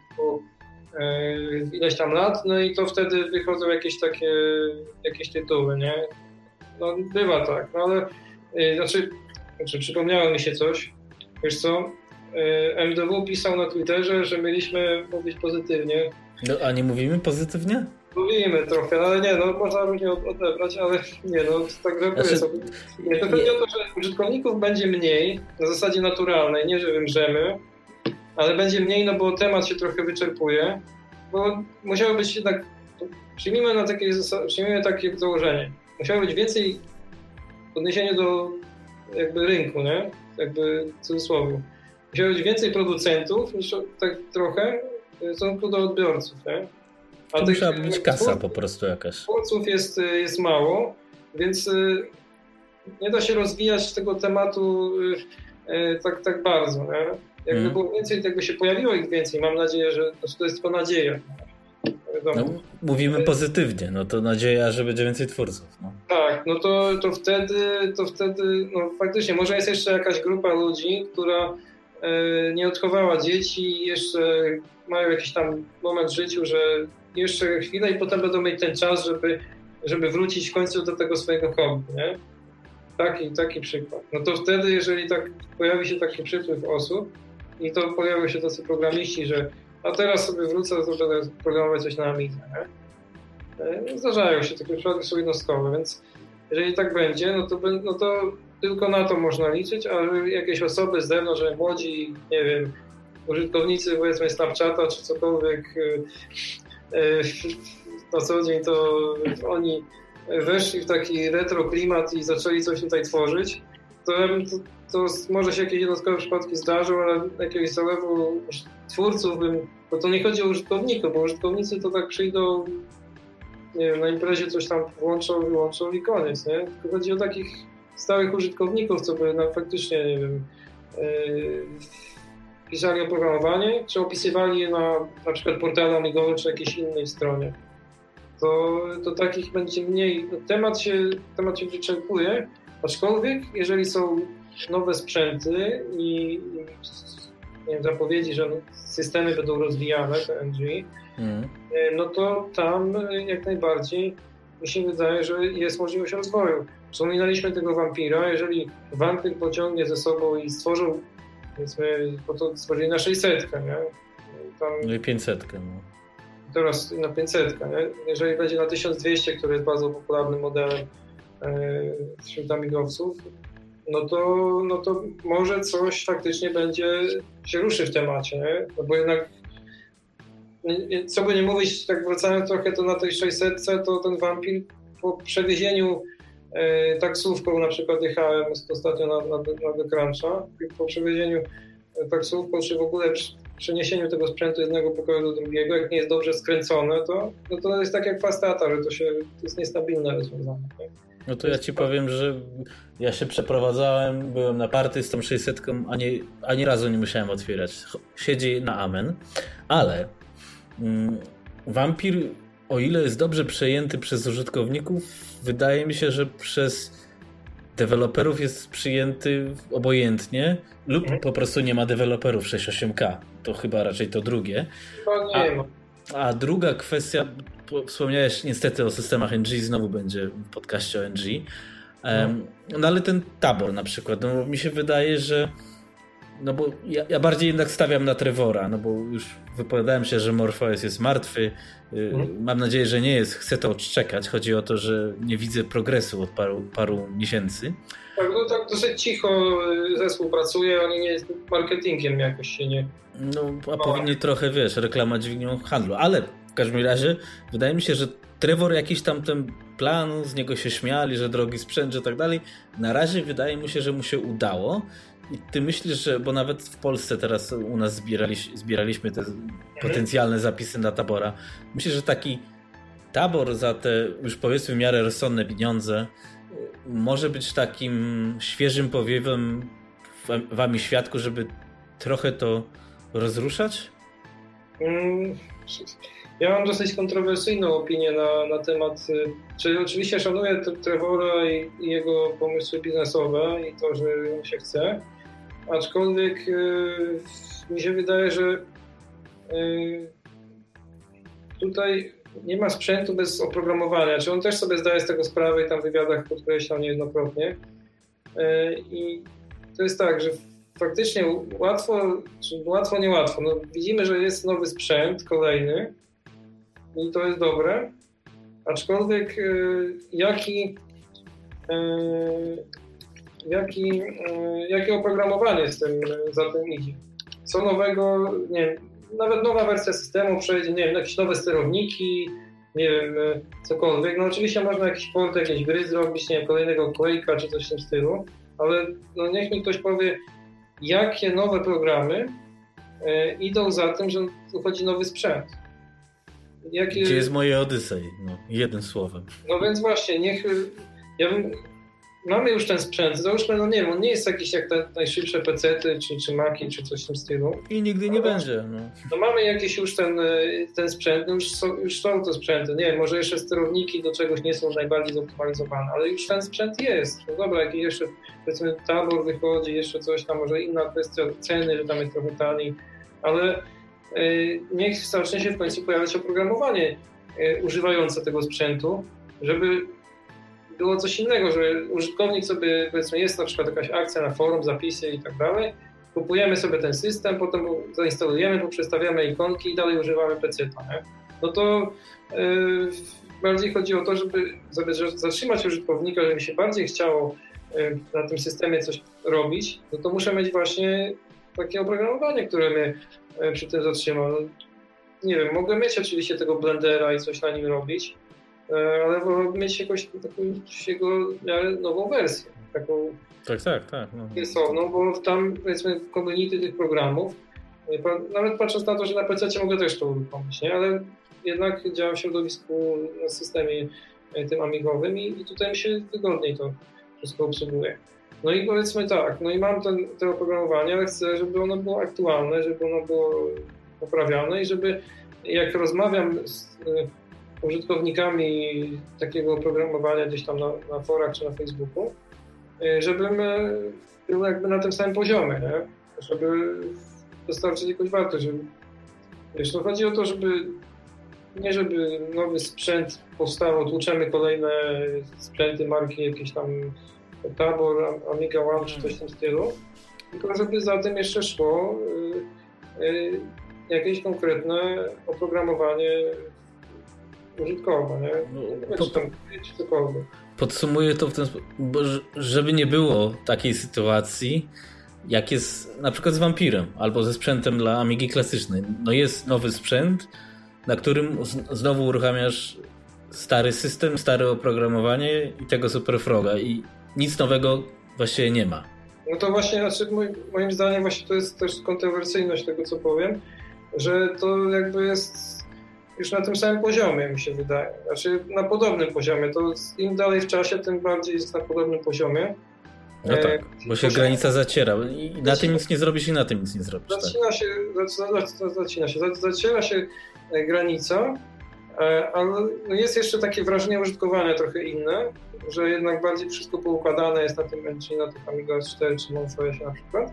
ileś tam lat, no i to wtedy wychodzą jakieś takie jakieś tytuły, nie? No bywa tak, no ale znaczy, znaczy przypomniało mi się coś, wiesz co, M D W pisał na Twitterze, że mieliśmy mówić pozytywnie. No a nie mówimy pozytywnie? Mówimy trochę, ale nie, no można różnie odebrać, ale nie, no tak żartuję znaczy, sobie. Nie, to chodzi o to, że użytkowników będzie mniej, na zasadzie naturalnej, nie że wymrzemy, ale będzie mniej, no bo temat się trochę wyczerpuje, bo musiało być jednak, przyjmijmy na takie, przyjmijmy takie założenie, musiało być więcej odniesienia do jakby rynku, nie? Jakby w cudzysłowie. Musiało być więcej producentów niż tak trochę w stosunku do odbiorców, nie? A to musiała być kasa twórców, po prostu jakaś. Twórców jest, jest mało, więc nie da się rozwijać tego tematu tak, tak bardzo. Nie? Jakby hmm. było więcej, jakby się pojawiło ich więcej, mam nadzieję, że to jest tylko nadzieja. No, mówimy pozytywnie, no to nadzieja, że będzie więcej twórców. No. Tak, no to, to wtedy, to wtedy, no faktycznie, może jest jeszcze jakaś grupa ludzi, która nie odchowała dzieci i jeszcze mają jakiś tam moment w życiu, że jeszcze chwilę i potem będą mieć ten czas, żeby, żeby wrócić w końcu do tego swojego hobby, nie? Taki, taki przykład. No to wtedy, jeżeli tak pojawi się taki przypływ osób i to pojawią się tacy programiści, że a teraz sobie wrócę, to będę programować coś na Amidze, nie? Zdarzają się, takie przypadki są jednostkowe, więc jeżeli tak będzie, no to, no to tylko na to można liczyć, a jakieś osoby z zewnątrz, że młodzi, nie wiem, użytkownicy powiedzmy Snapchata czy cokolwiek na co dzień, to oni weszli w taki retro klimat i zaczęli coś tutaj tworzyć, to, to, to może się jakieś jednostkowe przypadki zdarzą, ale jakiegoś zalewu twórców bym, bo to nie chodzi o użytkowników, bo użytkownicy to tak przyjdą, nie wiem, na imprezie coś tam włączą, wyłączą i koniec, nie? Tylko chodzi o takich stałych użytkowników, co by no, faktycznie, nie wiem, yy, pisali oprogramowanie, czy opisywali je na na przykład portalu amigowym, czy jakiejś innej stronie. To, to takich będzie mniej. Temat się, temat się wyczerpuje, aczkolwiek jeżeli są nowe sprzęty i, i nie wiem, zapowiedzi, że systemy będą rozwijane, te N G, mm. no to tam jak najbardziej mi się wydaje, że jest możliwość rozwoju. Wspominaliśmy tego wampira, jeżeli wampir pociągnie ze sobą i stworzył, powiedzmy, bo to stworzyli na sześćsetkę, nie? Tam, no i pięćsetkę, no. Teraz na pięćsetkę, nie? Jeżeli będzie na tysiąc dwieście, który jest bardzo popularnym modelem yy, wśród amigowców, no to, no to może coś faktycznie będzie, się ruszy w temacie, nie? No bo jednak co by nie mówić, tak wracając trochę to na tej sześćsetce, to ten wampir po przewiezieniu e, taksówką, na przykład jechałem ostatnio na, na, na The Cruncha, po przewiezieniu taksówką, czy w ogóle przeniesieniu tego sprzętu z jednego pokoju do drugiego, jak nie jest dobrze skręcone, to, no to jest tak jak Fastata, że to, się, to jest niestabilne rozwiązanie. Nie? No to ja ci powiem, że ja się przeprowadzałem, byłem na party z tą sześćsetką, ani, ani razu nie musiałem otwierać. Siedzi na amen, ale mm, Vampir, o ile jest dobrze przejęty przez użytkowników, wydaje mi się, że przez deweloperów jest przyjęty obojętnie lub hmm. po prostu nie ma deweloperów sześćdziesiąt osiem K. To chyba raczej to drugie. A, a druga kwestia, wspomniałeś niestety o systemach N G, znowu będzie w podcaście o N G. Um, no ale ten tabor na przykład, no mi się wydaje, że no bo ja, ja bardziej jednak stawiam na Trevora, no bo już wypowiadałem się, że Morpheus jest martwy. Hmm. Mam nadzieję, że nie jest. Chcę to odczekać. Chodzi o to, że nie widzę progresu od paru, paru miesięcy. Tak, no tak dosyć cicho zespół pracuje, oni nie marketingiem jakoś się nie... No, a no. powinni trochę, wiesz, reklama dźwignią handlu. Ale w każdym razie wydaje mi się, że Trevor jakiś tam ten plan, z niego się śmiali, że drogi sprzęt, że tak dalej. Na razie wydaje mi się, że mu się udało ty myślisz, że, bo nawet w Polsce teraz u nas zbieraliś, zbieraliśmy te potencjalne zapisy na tabora, myślisz, że taki tabor za te już powiedzmy w miarę rozsądne pieniądze może być takim świeżym powiewem w wami świadku, żeby trochę to rozruszać? Ja mam dosyć kontrowersyjną opinię na, na temat, czyli oczywiście szanuję Trevora i, i jego pomysły biznesowe i to, że mu się chce, aczkolwiek yy, mi się wydaje, że yy, tutaj nie ma sprzętu bez oprogramowania, czy on też sobie zdaje z tego sprawę i tam w wywiadach podkreślał niejednokrotnie. Yy, I to jest tak, że faktycznie łatwo, czy łatwo, niełatwo. No, widzimy, że jest nowy sprzęt, kolejny i to jest dobre, aczkolwiek yy, jaki, yy, jaki, yy, jakie oprogramowanie z tym, za tym idzie? Co nowego, nie wiem, nawet nowa wersja systemu przejdzie, nie wiem, jakieś nowe sterowniki, nie wiem, yy, cokolwiek. No oczywiście można jakiś port, jakieś gry zrobić, nie wiem, kolejnego Quake'a czy coś w tym stylu, ale no niech mi ktoś powie, jakie nowe programy y, idą za tym, że wychodzi nowy sprzęt. Jakie... Gdzie jest moje Odyssey? No, jednym słowem. No więc właśnie, niech... Ja bym... Mamy już ten sprzęt, załóżmy, no nie wiem, on nie jest jakiś jak te najszybsze pecety, czy, czy Maki, czy coś w tym stylu. I nigdy nie no, będzie. No. no mamy jakiś już ten, ten sprzęt, no już są, już są te sprzęty, nie wiem, może jeszcze sterowniki do czegoś nie są najbardziej zoptymalizowane, ale już ten sprzęt jest. No dobra, jakiś jeszcze, powiedzmy, tabor wychodzi, jeszcze coś tam, może inna kwestia ceny, że tam jest trochę taniej, ale yy, niech zacznie się w końcu pojawiać oprogramowanie yy, używające tego sprzętu, żeby było coś innego, że użytkownik sobie, powiedzmy, jest na przykład jakaś akcja na forum, zapisy i tak dalej, kupujemy sobie ten system, potem zainstalujemy, poprzestawiamy ikonki i dalej używamy peceta, nie? No to yy, bardziej chodzi o to, żeby, żeby zatrzymać użytkownika, żeby się bardziej chciało yy, na tym systemie coś robić, no to muszę mieć właśnie takie oprogramowanie, które mnie yy, przy tym zatrzyma. No, nie wiem, mogę mieć oczywiście tego Blendera i coś na nim robić, ale wolałbym mieć jakąś taką jego nową wersję, taką tak, tak, tak, no. Sensowną, bo tam, powiedzmy, community tych programów, nawet patrząc na to, że na pececie mogę też to uruchomić, nie? Ale jednak działam w środowisku na systemie tym amigowym i, i tutaj mi się wygodniej to wszystko obsługuje. No i powiedzmy tak, no i mam ten, to oprogramowanie, ale chcę, żeby ono było aktualne, żeby ono było poprawiane i żeby jak rozmawiam z użytkownikami takiego oprogramowania gdzieś tam na, na forach czy na Facebooku, żebym był jakby na tym samym poziomie, nie? Żeby dostarczyć jakąś wartość. Żeby, wiesz, no chodzi o to, żeby nie żeby nowy sprzęt powstał, tłuczemy kolejne sprzęty marki jakieś tam Tabor, Amiga One czy coś w tym stylu, tylko żeby za tym jeszcze szło y, y, jakieś konkretne oprogramowanie użytkowe, nie? No, po, tam, czy cokolwiek. Podsumuję to w ten sposób, bo żeby nie było takiej sytuacji, jak jest na przykład z Vampirem albo ze sprzętem dla Amigi klasycznej. No jest nowy sprzęt, na którym znowu uruchamiasz stary system, stare oprogramowanie i tego Super Froga i nic nowego właściwie nie ma. No to właśnie, znaczy moim zdaniem właśnie to jest też kontrowersyjność tego, co powiem, że to jakby jest już na tym samym poziomie, mi się wydaje. Znaczy na podobnym poziomie. To im dalej w czasie, tym bardziej jest na podobnym poziomie. No tak, bo się Proszę. granica zaciera. I na tym nic nie zrobisz i na tym nic nie zrobisz. Zacina tak. się, zacina, zacina się, zaciera się granica, ale jest jeszcze takie wrażenie użytkowania trochę inne, że jednak bardziej wszystko poukładane jest na tym engine, na tych Amiga S cztery czy Monfresie na przykład.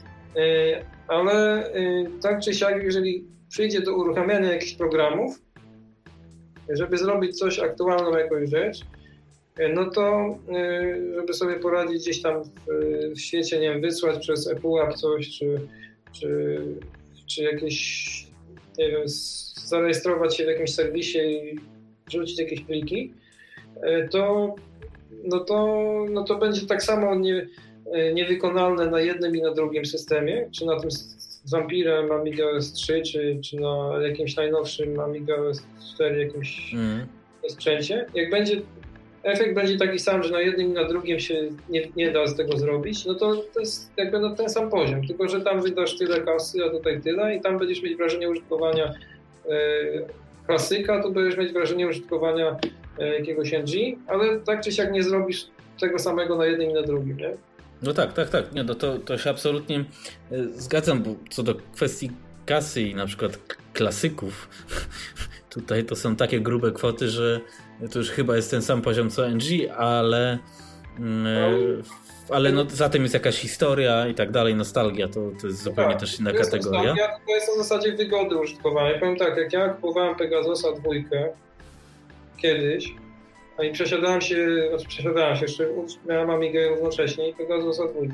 Ale tak czy siak, jeżeli przyjdzie do uruchamiania jakichś programów, żeby zrobić coś aktualną, jakąś rzecz, no to żeby sobie poradzić gdzieś tam w, w świecie, nie wiem, wysłać przez ePUAP coś, czy, czy, czy jakieś, nie wiem, zarejestrować się w jakimś serwisie i wrzucić jakieś pliki, to, no to, no to będzie tak samo nie, niewykonalne na jednym i na drugim systemie, czy na tym z Vampirem Amiga S trzy, czy, czy na jakimś najnowszym Amiga S cztery jakimś mm. sprzęcie. Jak będzie efekt będzie taki sam, że na jednym i na drugim się nie, nie da z tego zrobić, no to to jest jakby na ten sam poziom, tylko że tam wydasz tyle kasy, a tutaj tyle i tam będziesz mieć wrażenie użytkowania e, klasyka, to będziesz mieć wrażenie użytkowania e, jakiegoś N G, ale tak czy siak nie zrobisz tego samego na jednym i na drugim, nie? No tak, tak, tak. Nie, no to, to się absolutnie zgadzam, bo co do kwestii kasy i na przykład klasyków, tutaj to są takie grube kwoty, że to już chyba jest ten sam poziom co N G, ale, ale no, za tym jest jakaś historia i tak dalej, nostalgia, to, to jest zupełnie tak, też inna to jest kategoria. Nostalgia, to jest na zasadzie wygody użytkowania. Powiem tak, jak ja kupowałem Pegasusa dwójkę kiedyś, a i przesiadałem się, znaczy przesiadałem się, jeszcze miałem Amigę równocześnie i Pegasusa dwójkę.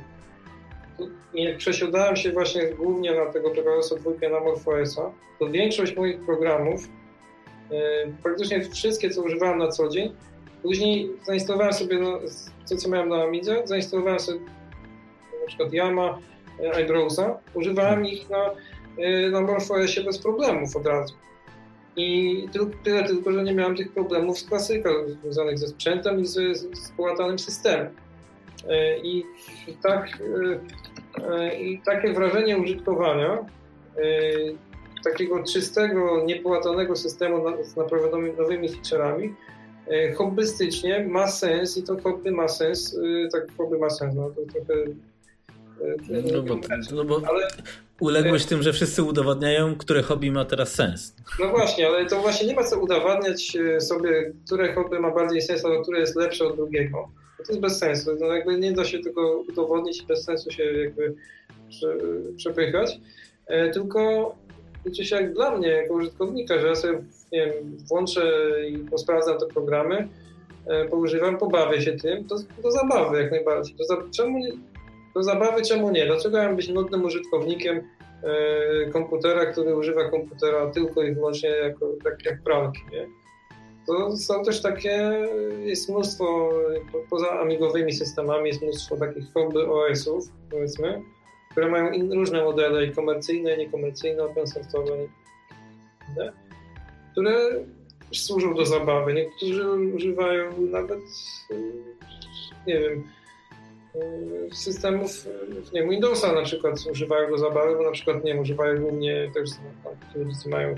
I jak przesiadałem się właśnie głównie na tego Pegasusa dwójkę na MorphOS-a, to większość moich programów, yy, praktycznie wszystkie, co używałem na co dzień, później zainstalowałem sobie no, to, co miałem na Amidze, zainstalowałem sobie na przykład Yama, iBrowsa, używałem ich na, yy, na MorphOS-ie bez problemów od razu. I tyle tylko, że nie miałem tych problemów z klasyka związanych ze sprzętem i z, z połatanym systemem. I, i, tak, i takie wrażenie użytkowania takiego czystego, niepłatanego systemu z naprawdę nowymi feature'ami hobbystycznie ma sens i to hobby ma sens, tak hobby ma sens, no to trochę no bo, no bo ale uległeś tym, że wszyscy udowadniają, które hobby ma teraz sens. No właśnie, ale to właśnie nie ma co udowadniać sobie, które hobby ma bardziej sens, a które jest lepsze od drugiego. To jest bez sensu. No jakby nie da się tego udowodnić i bez sensu się jakby przepychać. Tylko liczy się jak dla mnie, jako użytkownika, że ja sobie nie wiem, włączę i posprawdzam te programy, poużywam, pobawię się tym, to do zabawy jak najbardziej. To za, czemu nie? Do zabawy czemu nie? Dlaczego ja mam być nudnym użytkownikiem e, komputera, który używa komputera tylko i wyłącznie jako, tak jak pralki, nie? To są też takie, jest mnóstwo, po, poza amigowymi systemami jest mnóstwo takich hobby O S-ów, powiedzmy, które mają in, różne modele i komercyjne, i niekomercyjne, open source'owe, nie? Które służą do zabawy. Niektórzy używają nawet, nie wiem, systemów, nie wiem, Windowsa na przykład używają do zabawy, bo na przykład, nie wiem, używają głównie też, ludzie mają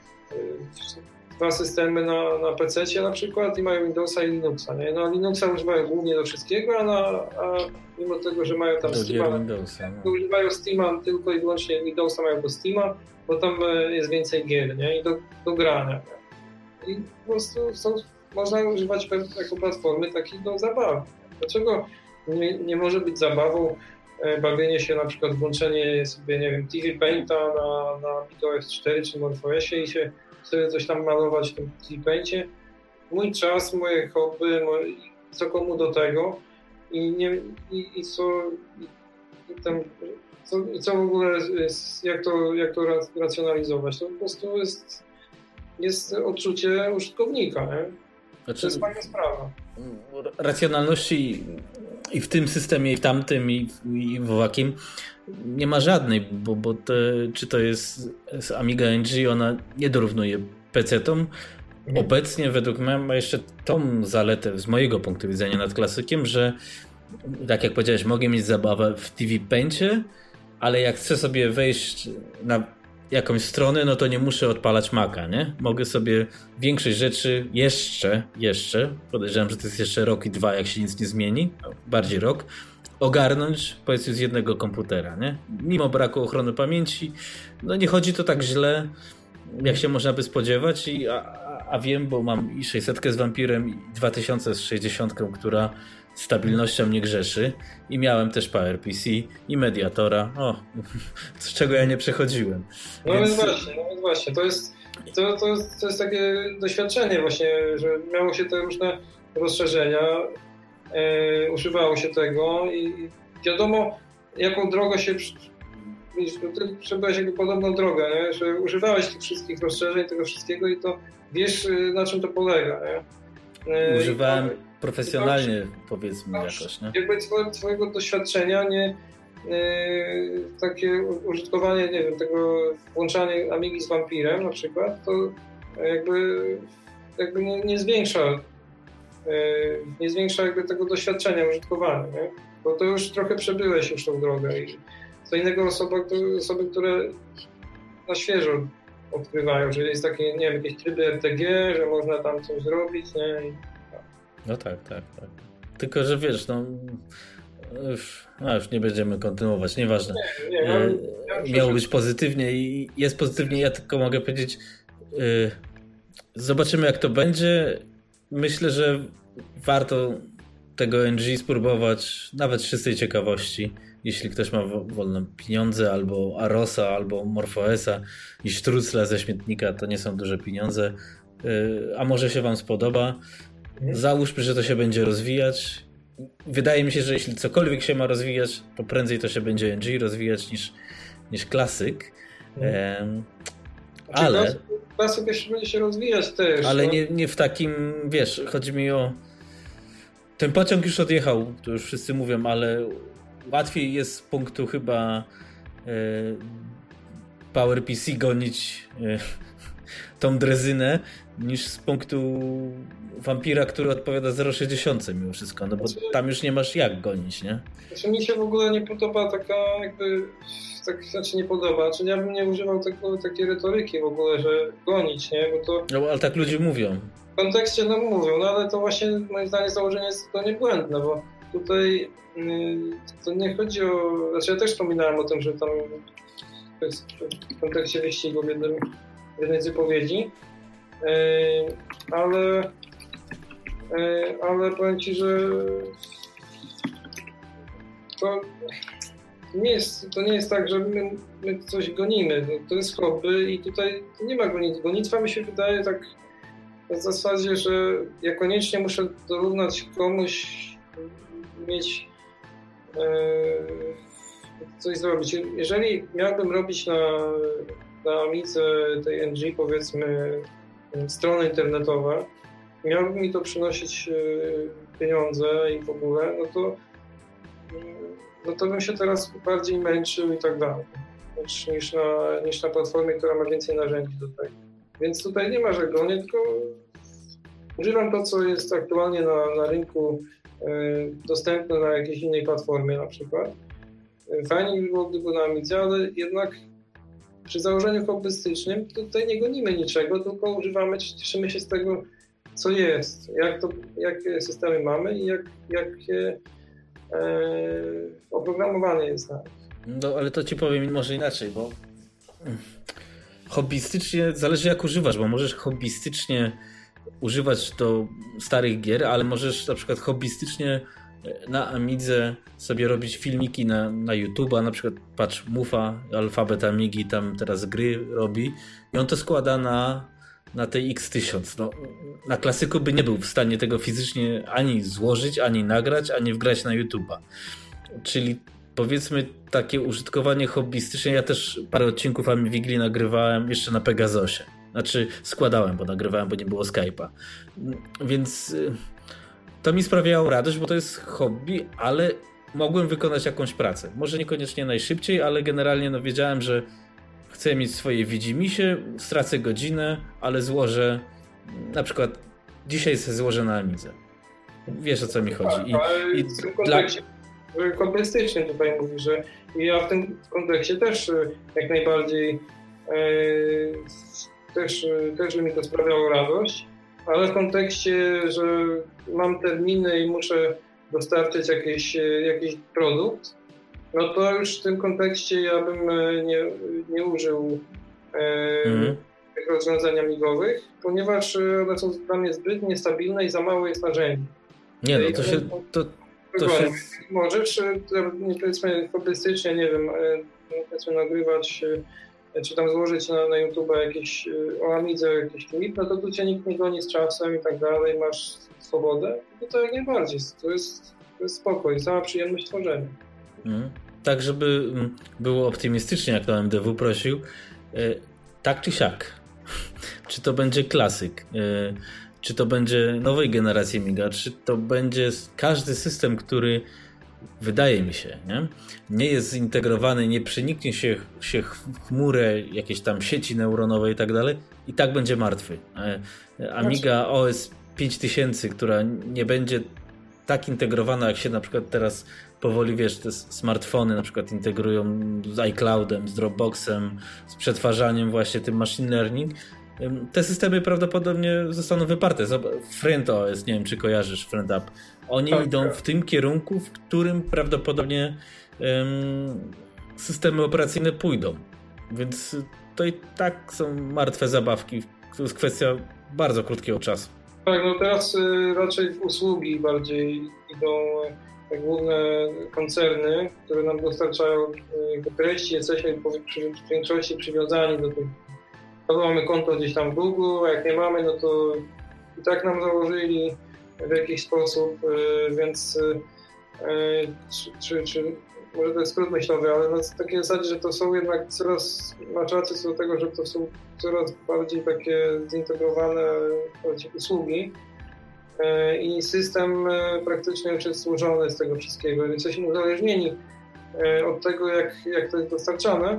dwa systemy na, na pececie na przykład i mają Windowsa i Linuxa, nie? No Linuxa używają głównie do wszystkiego, a, na, a mimo tego, że mają tam Steama, Windowsa, no. to używają Steama tylko i wyłącznie Windowsa mają do Steama, bo tam jest więcej gier, nie? I do, do grania, nie? I po prostu są, można używać jako platformy takich do zabawy. Dlaczego Nie, nie może być zabawą e, bawienie się, na przykład włączenie sobie, nie wiem, T V Painta na, na macOS cztery czy MorphOSie i się sobie coś tam malować w tym T V Paincie. Mój czas, moje hobby, moje, co komu do tego i, nie, i, i co i, i, tam, co i co w ogóle jest, jak to, jak to racjonalizować. To po prostu jest, jest odczucie użytkownika, nie? Znaczy, to jest fajna sprawa. Racjonalności i w tym systemie, i w tamtym, i w, i w owakim nie ma żadnej, bo, bo te, czy to jest z Amiga N G, ona nie dorównuje pecetom. Mhm. Obecnie według mnie ma jeszcze tą zaletę z mojego punktu widzenia nad klasykiem, że tak jak powiedziałeś, mogę mieć zabawę w T V Paincie, ale jak chcę sobie wejść na jakąś stronę, no to nie muszę odpalać Maca, nie? Mogę sobie większość rzeczy jeszcze, jeszcze, podejrzewam, że to jest jeszcze rok i dwa, jak się nic nie zmieni, bardziej rok, ogarnąć, powiedzmy, z jednego komputera, nie? Mimo braku ochrony pamięci, no nie chodzi to tak źle, jak się można by spodziewać, i, a, a wiem, bo mam i sześćset z Vampirem, i dwa tysiące z sześćdziesiątką, która stabilnością nie grzeszy, i miałem też PowerPC i Mediatora, o, z czego ja nie przechodziłem. No więc, więc właśnie, no więc właśnie, to jest, to, to, jest, to jest takie doświadczenie właśnie, że miało się te różne rozszerzenia, e, używało się tego i wiadomo, jaką drogę się, ty przebyłeś jakby podobną drogę, nie? Że używałeś tych wszystkich rozszerzeń, tego wszystkiego i to wiesz, na czym to polega, nie? E, Używałem profesjonalnie, to, powiedzmy to, jakoś, nie? Jakby twoje, twojego doświadczenia, nie, yy, takie użytkowanie, nie wiem, tego włączanie Amigi z Vampirem na przykład, to jakby, jakby nie, nie zwiększa nie zwiększa jakby tego doświadczenia użytkowania, nie? Bo to już trochę przebyłeś już tą drogę i co innego osoba, osoby, które na świeżo odkrywają, że jest takie, nie wiem, jakieś tryby R T G, że można tam coś zrobić, nie? I... No tak, tak, tak. Tylko, że wiesz, no już, no już nie będziemy kontynuować, nieważne. Nie, nie, ja, ja Miało być pozytywnie i jest pozytywnie, ja tylko mogę powiedzieć, yy, zobaczymy jak to będzie. Myślę, że warto tego N G spróbować, nawet z czystej ciekawości, jeśli ktoś ma wolne pieniądze, albo Arosa, albo MorphOSa i sztrucla ze śmietnika, to nie są duże pieniądze, yy, a może się wam spodoba. Załóżmy, że to się będzie rozwijać. Wydaje mi się, że jeśli cokolwiek się ma rozwijać, to prędzej to się będzie N G rozwijać niż, niż klasyk. Um, ale klasyk jeszcze będzie się rozwijać też. Ale no. nie, nie w takim, wiesz, chodzi mi o... Ten pociąg już odjechał, to już wszyscy mówią, ale łatwiej jest z punktu chyba e, PowerPC gonić e, tą drezynę niż z punktu Vampira, który odpowiada zero przecinek sześćdziesiąt mimo wszystko, no bo znaczy, tam już nie masz jak gonić, nie? Znaczy mi się w ogóle nie podoba taka jakby, tak, znaczy nie podoba, znaczy ja bym nie używał tego, takiej retoryki w ogóle, że gonić, nie? Bo to... No ale tak ludzie mówią. W kontekście no mówią, no ale to właśnie moim zdaniem założenie jest to niebłędne, bo tutaj yy, to nie chodzi o, znaczy ja też wspominałem o tym, że tam w kontekście wyścigu w, jednym, w jednej z wypowiedzi, yy, ale yy, ale powiem Ci, że to nie jest, to nie jest tak, że my, my coś gonimy, to jest hobby i tutaj nie ma gonitwy. Gonitwa mi się wydaje tak w zasadzie, że ja koniecznie muszę dorównać komuś, mieć e, coś zrobić. Jeżeli miałbym robić na, na Amidze tej N G, powiedzmy, strony internetowe, miałoby mi to przynosić e, pieniądze i w ogóle, no to, no to bym się teraz bardziej męczył i tak dalej, niż, niż, na, niż na platformie, która ma więcej narzędzi do tego. Więc tutaj nie ma żeglonia, tylko używam to, co jest aktualnie na, na rynku y, dostępne na jakiejś innej platformie na przykład. Fajnie by było, gdyby na Amidze, ale jednak przy założeniu hobbystycznym tutaj nie gonimy niczego, tylko używamy, cieszymy się z tego, co jest, jak to, jakie systemy mamy i jak, jakie e, oprogramowanie jest na nich. No ale to ci powiem może inaczej, bo hobbystycznie zależy jak używasz, bo możesz hobbystycznie używać do starych gier, ale możesz na przykład hobbystycznie na Amidze sobie robić filmiki na, na YouTube'a, na przykład patrz, Mufa, Alfabet Amigi tam teraz gry robi i on to składa na, na tej X tysiąc. No, na klasyku by nie był w stanie tego fizycznie ani złożyć, ani nagrać, ani wgrać na YouTube'a. Czyli powiedzmy takie użytkowanie hobbystyczne. Ja też parę odcinków Amivigli nagrywałem jeszcze na Pegasosie. Znaczy składałem, bo nagrywałem, bo nie było Skype'a. Więc to mi sprawiało radość, bo to jest hobby, ale mogłem wykonać jakąś pracę. Może niekoniecznie najszybciej, ale generalnie no wiedziałem, że chcę mieć swoje widzimisię, stracę godzinę, ale złożę na przykład dzisiaj sobie złożę na Amidze. Wiesz o co mi chodzi. I, ale i w tym kontekście, dla... że hobbystycznym tutaj mówisz, że ja w tym kontekście też jak najbardziej yy, też, też mi to sprawiało radość, ale w kontekście, że mam terminy i muszę dostarczyć jakiś, jakiś produkt, no to już w tym kontekście ja bym nie, nie użył e, mm. tych rozwiązań amigowych, ponieważ one są dla mnie zbyt niestabilne i za mało jest narzędzi. Nie no, to się... To, to się... Możesz, powiedzmy, hobbystycznie, nie wiem, powiedzmy nagrywać czy tam złożyć na, na YouTube jakieś o Amidze jakiś klip, no to tu cię nikt nie goni z czasem i tak dalej, masz swobodę, no to jak najbardziej, to jest, to jest spokój, sama przyjemność tworzenia. Mm. Tak, żeby było optymistycznie, jak to M D W prosił, tak czy siak, czy to będzie klasyk, czy to będzie nowej generacji Amiga, czy to będzie każdy system, który wydaje mi się, nie, nie jest zintegrowany, nie przeniknie się, się w chmurę jakiejś tam sieci neuronowej i tak dalej, i tak będzie martwy. Amiga O S pięć tysięcy, która nie będzie tak integrowana, jak się na przykład teraz powoli, wiesz, te smartfony na przykład integrują z iCloudem, z Dropboxem, z przetwarzaniem właśnie tym machine learning, te systemy prawdopodobnie zostaną wyparte. FriendOS, nie wiem, czy kojarzysz FriendUp. Oni tak, idą tak. w tym kierunku, w którym prawdopodobnie um, systemy operacyjne pójdą. Więc to i tak są martwe zabawki. To jest kwestia bardzo krótkiego czasu. Tak, no teraz y, raczej w usługi bardziej idą y, główne koncerny, które nam dostarczają y, treści. Jesteśmy w większości przywiązani do tych. Albo mamy konto gdzieś tam w Google, a jak nie mamy, no to i tak nam założyli w jakiś sposób, y, więc y, czy, czy, czy może to jest skrót myślowy, ale na takiej zasadzie, że to są jednak coraz, masz rację co do tego, że to są coraz bardziej takie zintegrowane usługi i system praktycznie już jest złożony z tego wszystkiego. Jesteśmy uzależnieni od tego, jak, jak to jest dostarczane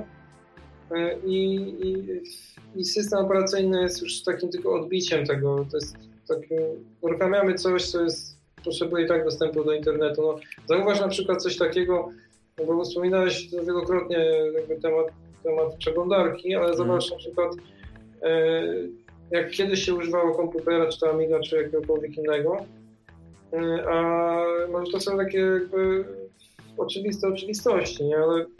i, i, i system operacyjny jest już takim tylko odbiciem tego. To jest takim, uruchamiamy coś, co jest, potrzebuje i tak dostępu do internetu. No, zauważ na przykład coś takiego, bo wspominałeś wielokrotnie jakby temat, temat przeglądarki, ale mm. zobacz na przykład e, jak kiedyś się używało komputera, czy to Amiga, czy jakiegokolwiek innego, e, a może to są takie jakby oczywiste oczywistości, nie? Ale e,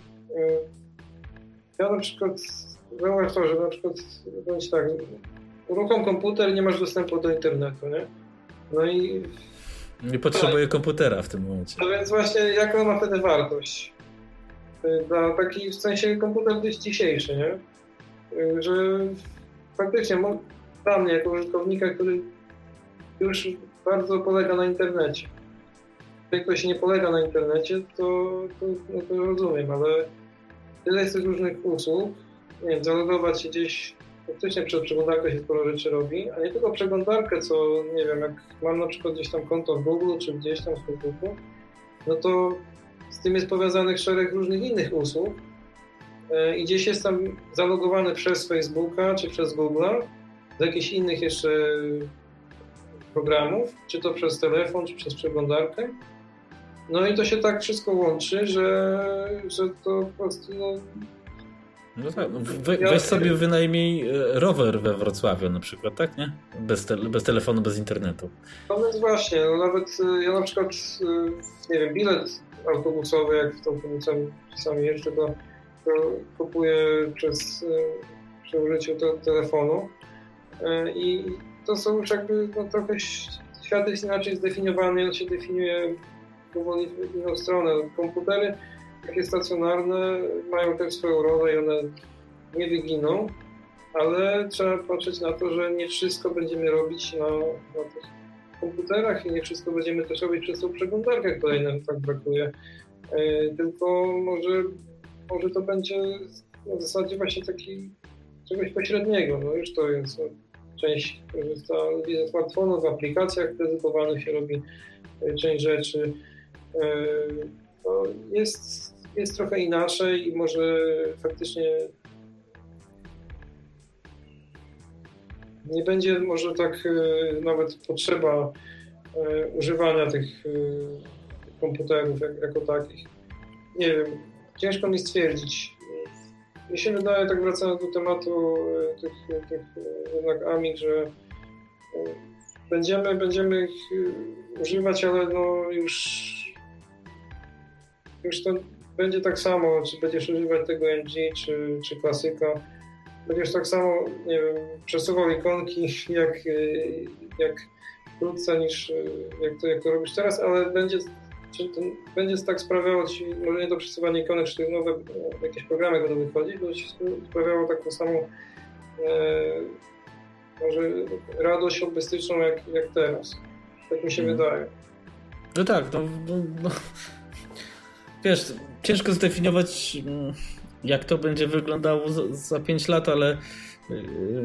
ja na przykład zauważ to, że na przykład bądź tak, uruchom komputer i nie masz dostępu do internetu, nie? No i nie potrzebuję komputera w tym momencie. No więc właśnie, jaką ma wtedy wartość? Dla taki w sensie komputer dość dzisiejszy, nie? Że faktycznie dla mnie jako użytkownika, który już bardzo polega na internecie. Jak ktoś nie polega na internecie, to, to, no to rozumiem, ale tyle jest tych różnych usług. Nie wiem, zalogować się gdzieś. Faktycznie przez przeglądarkę się sporo rzeczy robi, a nie tylko przeglądarkę, co nie wiem, jak mam na przykład gdzieś tam konto w Google, czy gdzieś tam w Facebooku, no to z tym jest powiązanych szereg różnych innych usług i gdzieś jestem zalogowany przez Facebooka, czy przez Google'a, do jakichś innych jeszcze programów, czy to przez telefon, czy przez przeglądarkę. No i to się tak wszystko łączy, że, że to po prostu no, no tak, we, weź sobie wynajmij rower we Wrocławiu na przykład, tak, nie? Bez, te, bez telefonu, bez internetu. No więc właśnie, no nawet ja na przykład, nie wiem, bilet autobusowy, jak w autobusem czasami jeżdżę, to, to kupuję przez, przy użyciu te, telefonu i to są już jakby, no trochę świat jest inaczej zdefiniowany, on się definiuje powoli w inną stronę. Komputery takie stacjonarne mają też swoją rolę i one nie wyginą, ale trzeba patrzeć na to, że nie wszystko będziemy robić na, na tych komputerach i nie wszystko będziemy też robić przez tą przeglądarkę, której nam tak brakuje. Yy, tylko może, może to będzie w zasadzie właśnie taki czegoś pośredniego. No już to jest no, część korzysta ze smartfonów, w aplikacjach dedykowanych się robi yy, część rzeczy. Yy, no, jest jest trochę inaczej i może faktycznie nie będzie może tak nawet potrzeba używania tych komputerów jako takich. Nie wiem, ciężko mi stwierdzić. Mi się wydaje, tak wracając do tematu tych, tych jednak Amig, że będziemy, będziemy ich używać, ale no już już to będzie tak samo, czy będziesz używać tego M G, czy, czy klasyka. Będziesz tak samo, nie wiem, przesuwał ikonki jak, jak krótce niż jak to, jak to robisz teraz, ale będzie, czy to będzie tak sprawiało ci, może nie do przesuwania ikonek, czy nowe jakieś programy będą wychodzić, bo ci sprawiało taką samą e, może radość hobbystyczną jak, jak teraz. Tak mi się hmm. wydaje. No tak, no, no, no. Wiesz, ciężko zdefiniować, jak to będzie wyglądało za, za pięć lat, ale yy,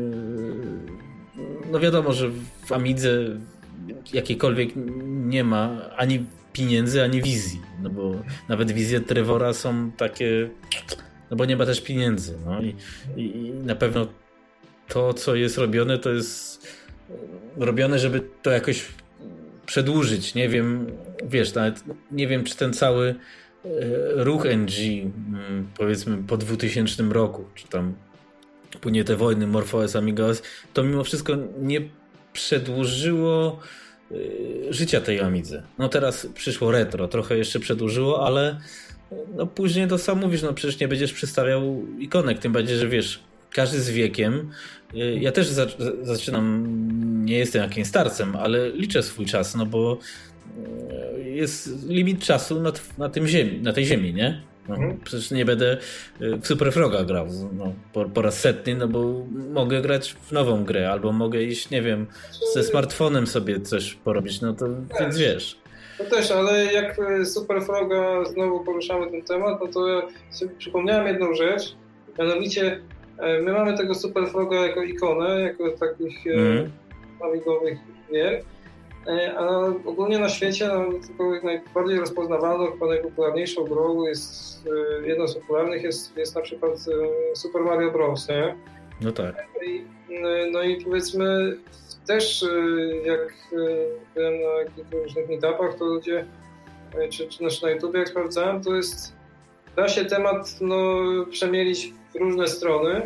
no wiadomo, że w Amidze jakiejkolwiek nie ma ani pieniędzy, ani wizji, no bo nawet wizje Trevora są takie, no bo nie ma też pieniędzy, no i, i, i na pewno to, co jest robione, to jest robione, żeby to jakoś przedłużyć. Nie wiem, wiesz, nawet nie wiem, czy ten cały ruch N G, powiedzmy po dwutysięcznym roku, czy tam później te wojny MorphOS, AmigaOS, to mimo wszystko nie przedłużyło życia tej Amidze. No teraz przyszło retro, trochę jeszcze przedłużyło, ale no później to sam mówisz, no przecież nie będziesz przystawiał ikonek, tym bardziej, że wiesz, każdy z wiekiem, ja też za, zaczynam, nie jestem jakimś starcem, ale liczę swój czas, no bo jest limit czasu na, na tym ziemi, na tej ziemi, nie? No, mhm. Przecież nie będę w Super Froga grał no, po, po raz setny, no bo mogę grać w nową grę, albo mogę iść, nie wiem, ze smartfonem sobie coś porobić, no to też. Więc wiesz. No też, ale jak Super Froga znowu poruszamy ten temat, no to ja sobie przypomniałem jedną rzecz, mianowicie my mamy tego Super Froga jako ikonę, jako takich mm. amigowych gier, a ogólnie na świecie no, najbardziej rozpoznawalną, chyba najpopularniejszą grą jest, jedną z popularnych jest, jest na przykład Super Mario Bros. Nie? No tak. I, no i powiedzmy też jak byłem na kilku różnych meetupach, to ludzie, czy, czy na YouTubie jak sprawdzałem, to jest, da się temat no, przemielić w różne strony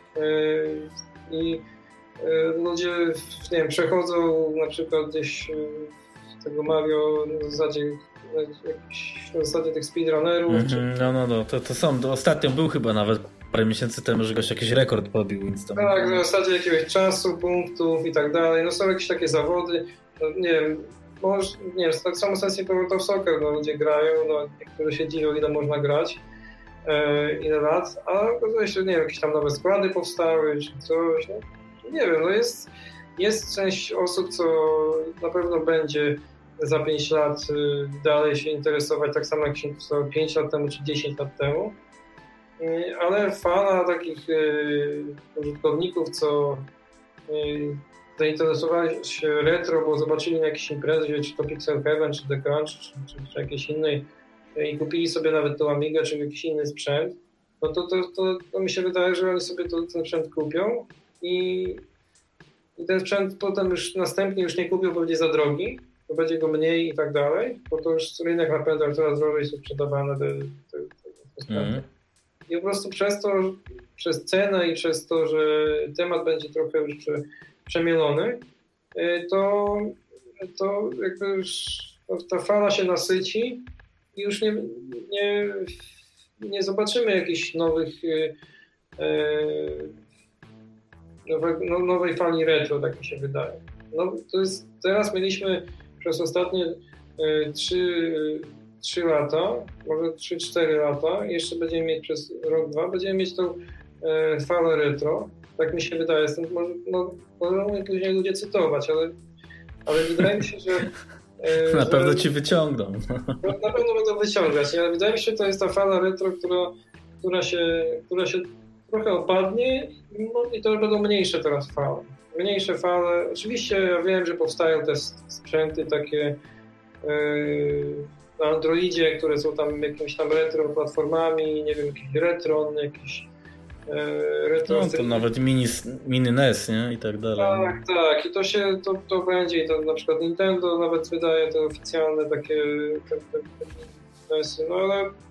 i ludzie, nie wiem, przechodzą na przykład gdzieś tego Mario na zasadzie, na zasadzie tych speedrunnerów. Mm-hmm, czy... No, no, no, to, to są, to ostatnio był chyba nawet parę miesięcy temu, że goś jakiś rekord pobił. Więc tam... Tak, na zasadzie jakiegoś czasu, punktów i tak dalej. No są jakieś takie zawody, no, nie wiem, może, nie wiem, tak samo sensję World of Soccer, no ludzie grają, no niektórzy się dziwią, ile można grać, e, ile lat, a okazuje się, nie wiem, jakieś tam nowe składy powstały, czy coś, no. Nie wiem, no jest, jest część osób, co na pewno będzie za pięć lat dalej się interesować, tak samo jak się interesowało pięć lat temu czy dziesięć lat temu, ale fala takich użytkowników, co zainteresowali się retro, bo zobaczyli na jakiejś imprezie, czy to Pixel Heaven, czy The Crunch, czy, czy, czy jakiejś innej i kupili sobie nawet tą Amigę, czy jakiś inny sprzęt, no to, to, to, to mi się wydaje, że oni sobie to, ten sprzęt kupią i, i ten sprzęt potem już następnie już nie kupił, bo będzie za drogi, bo będzie go mniej i tak dalej, bo to już rynek napędza coraz drożej są sprzedawane te, te, te sprzęty. Mm. I po prostu przez to, przez cenę i przez to, że temat będzie trochę już prze, przemielony, to, to jakby już ta fala się nasyci i już nie, nie, nie zobaczymy jakichś nowych nowej, no, nowej fali retro, tak mi się wydaje. No, to jest, teraz mieliśmy przez ostatnie trzy lata, może trzy cztery lata, jeszcze będziemy mieć przez rok, dwa, będziemy mieć tą e, falę retro, tak mi się wydaje. Stąd może, no, mogą mnie później ludzie cytować, ale, ale wydaje mi się, że... E, na że, pewno ci wyciągną. Na pewno będą wyciągać, ale wydaje mi się, że to jest ta fala retro, która, która, się, która się trochę opadnie no, i to będą mniejsze teraz fale. Mniejsze fale. Oczywiście ja wiem, że powstają te sprzęty takie e, na Androidzie, które są tam jakimiś tam retro platformami, nie wiem, jakiś Retron, jakiś e, retro... No to nawet mini, mini N E S, nie? I tak dalej. Tak, tak. I to się, to, to będzie i to na przykład Nintendo nawet wydaje te oficjalne takie te, te, te N E S-y, no ale e,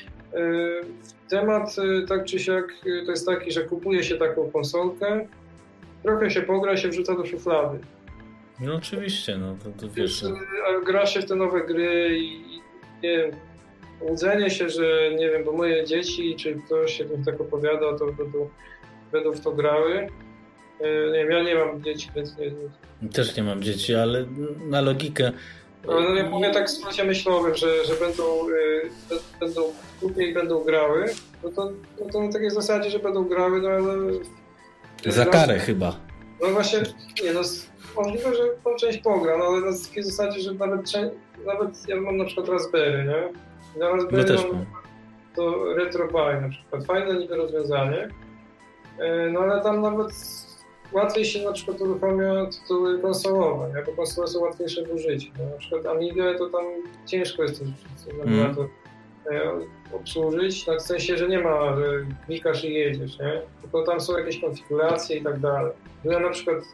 temat tak czy siak to jest taki, że kupuje się taką konsolkę, trochę się pogra, się wrzuca do szuflady. No oczywiście, no to, to wiesz. Gra się w te nowe gry i nie wiem, łudzenie się, że nie wiem, bo moje dzieci, czy ktoś się tym tak opowiada, to będą, będą w to grały. Nie wiem, ja nie mam dzieci, więc nie... Też nie mam dzieci, ale na logikę... Ale no, ja mówię tak w skrócie myślowym, że, że będą, będą kupię i będą grały, no to, no to na takiej zasadzie, że będą grały, no ale... Za karę no, chyba. No właśnie, nie no, możliwe, że tą część pogra, no ale na takiej zasadzie, że nawet, nawet ja mam na przykład Raspberry, nie? Na Raspberry no też mam mam. To RetroPie na przykład, fajne niby rozwiązanie, no ale tam nawet łatwiej się na przykład uruchamia tytuły konsolowe, nie? Bo konsole są łatwiejsze w użyciu. No, na przykład Amigę to tam ciężko jest to mm. to obsłużyć, no, w sensie, że nie ma, że klikasz i jedziesz, nie? Tylko tam są jakieś konfiguracje i tak dalej. Ja na przykład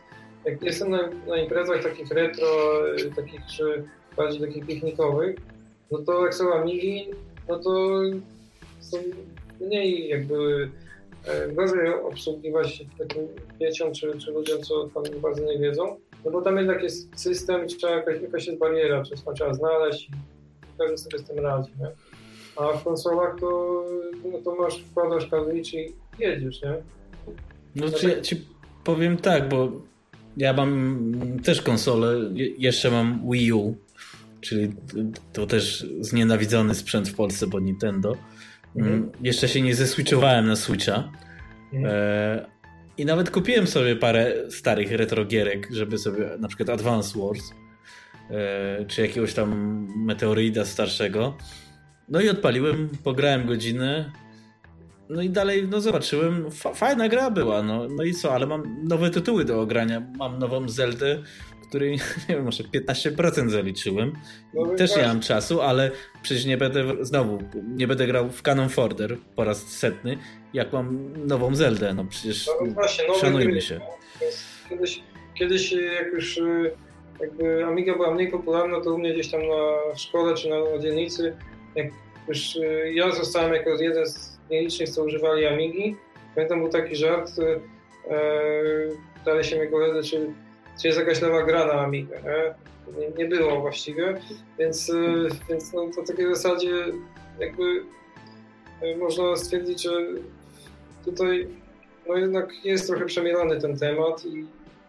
jak jestem na, na imprezach takich retro, takich czy bardziej takich piknikowych, no to jak są Amigi, no to są mniej jakby gorzej obsługiwać takim dzieciom czy, czy ludziom, co tam bardzo nie wiedzą, no bo tam jednak jest system, trzeba jakaś, jakaś jest bariera, trzeba, trzeba znaleźć i każdy sobie z tym radzi, nie? A w konsolach to, no to masz, wkładasz kartridż i jedziesz, nie? No ci, ja ci powiem tak, bo ja mam też konsolę, jeszcze mam Wii U, czyli to też znienawidzony sprzęt w Polsce, bo Nintendo. Mhm. Jeszcze się nie zeswitchowałem na Switcha. Mhm. E, I nawet kupiłem sobie parę starych retrogierek, żeby sobie na przykład Advance Wars e, czy jakiegoś tam Meteorida starszego. No i odpaliłem, pograłem godzinę. No i dalej, no zobaczyłem, fa- fajna gra była, no. No i co, ale mam nowe tytuły do ogrania. Mam nową Zeldę, której, nie wiem, może piętnaście procent zaliczyłem. No też właśnie. Nie mam czasu, ale przecież nie będę, znowu, nie będę grał w Canon Fodder po raz setny, jak mam nową Zeldę, no przecież no właśnie, szanujmy się. Kiedyś, kiedyś jak już jakby Amiga była mniej popularna, to u mnie gdzieś tam na szkole czy na, na dzielnicy, jak już ja zostałem jako jeden z nielicznych, co używali Amigi. Pamiętam, był taki żart, e, dalej się mnie koledzy, czy, czy jest jakaś nowa gra na Amigę, nie? Nie, nie było właściwie, więc, e, więc no, to w takiej zasadzie jakby e, można stwierdzić, że tutaj no jednak jest trochę przemielany ten temat i,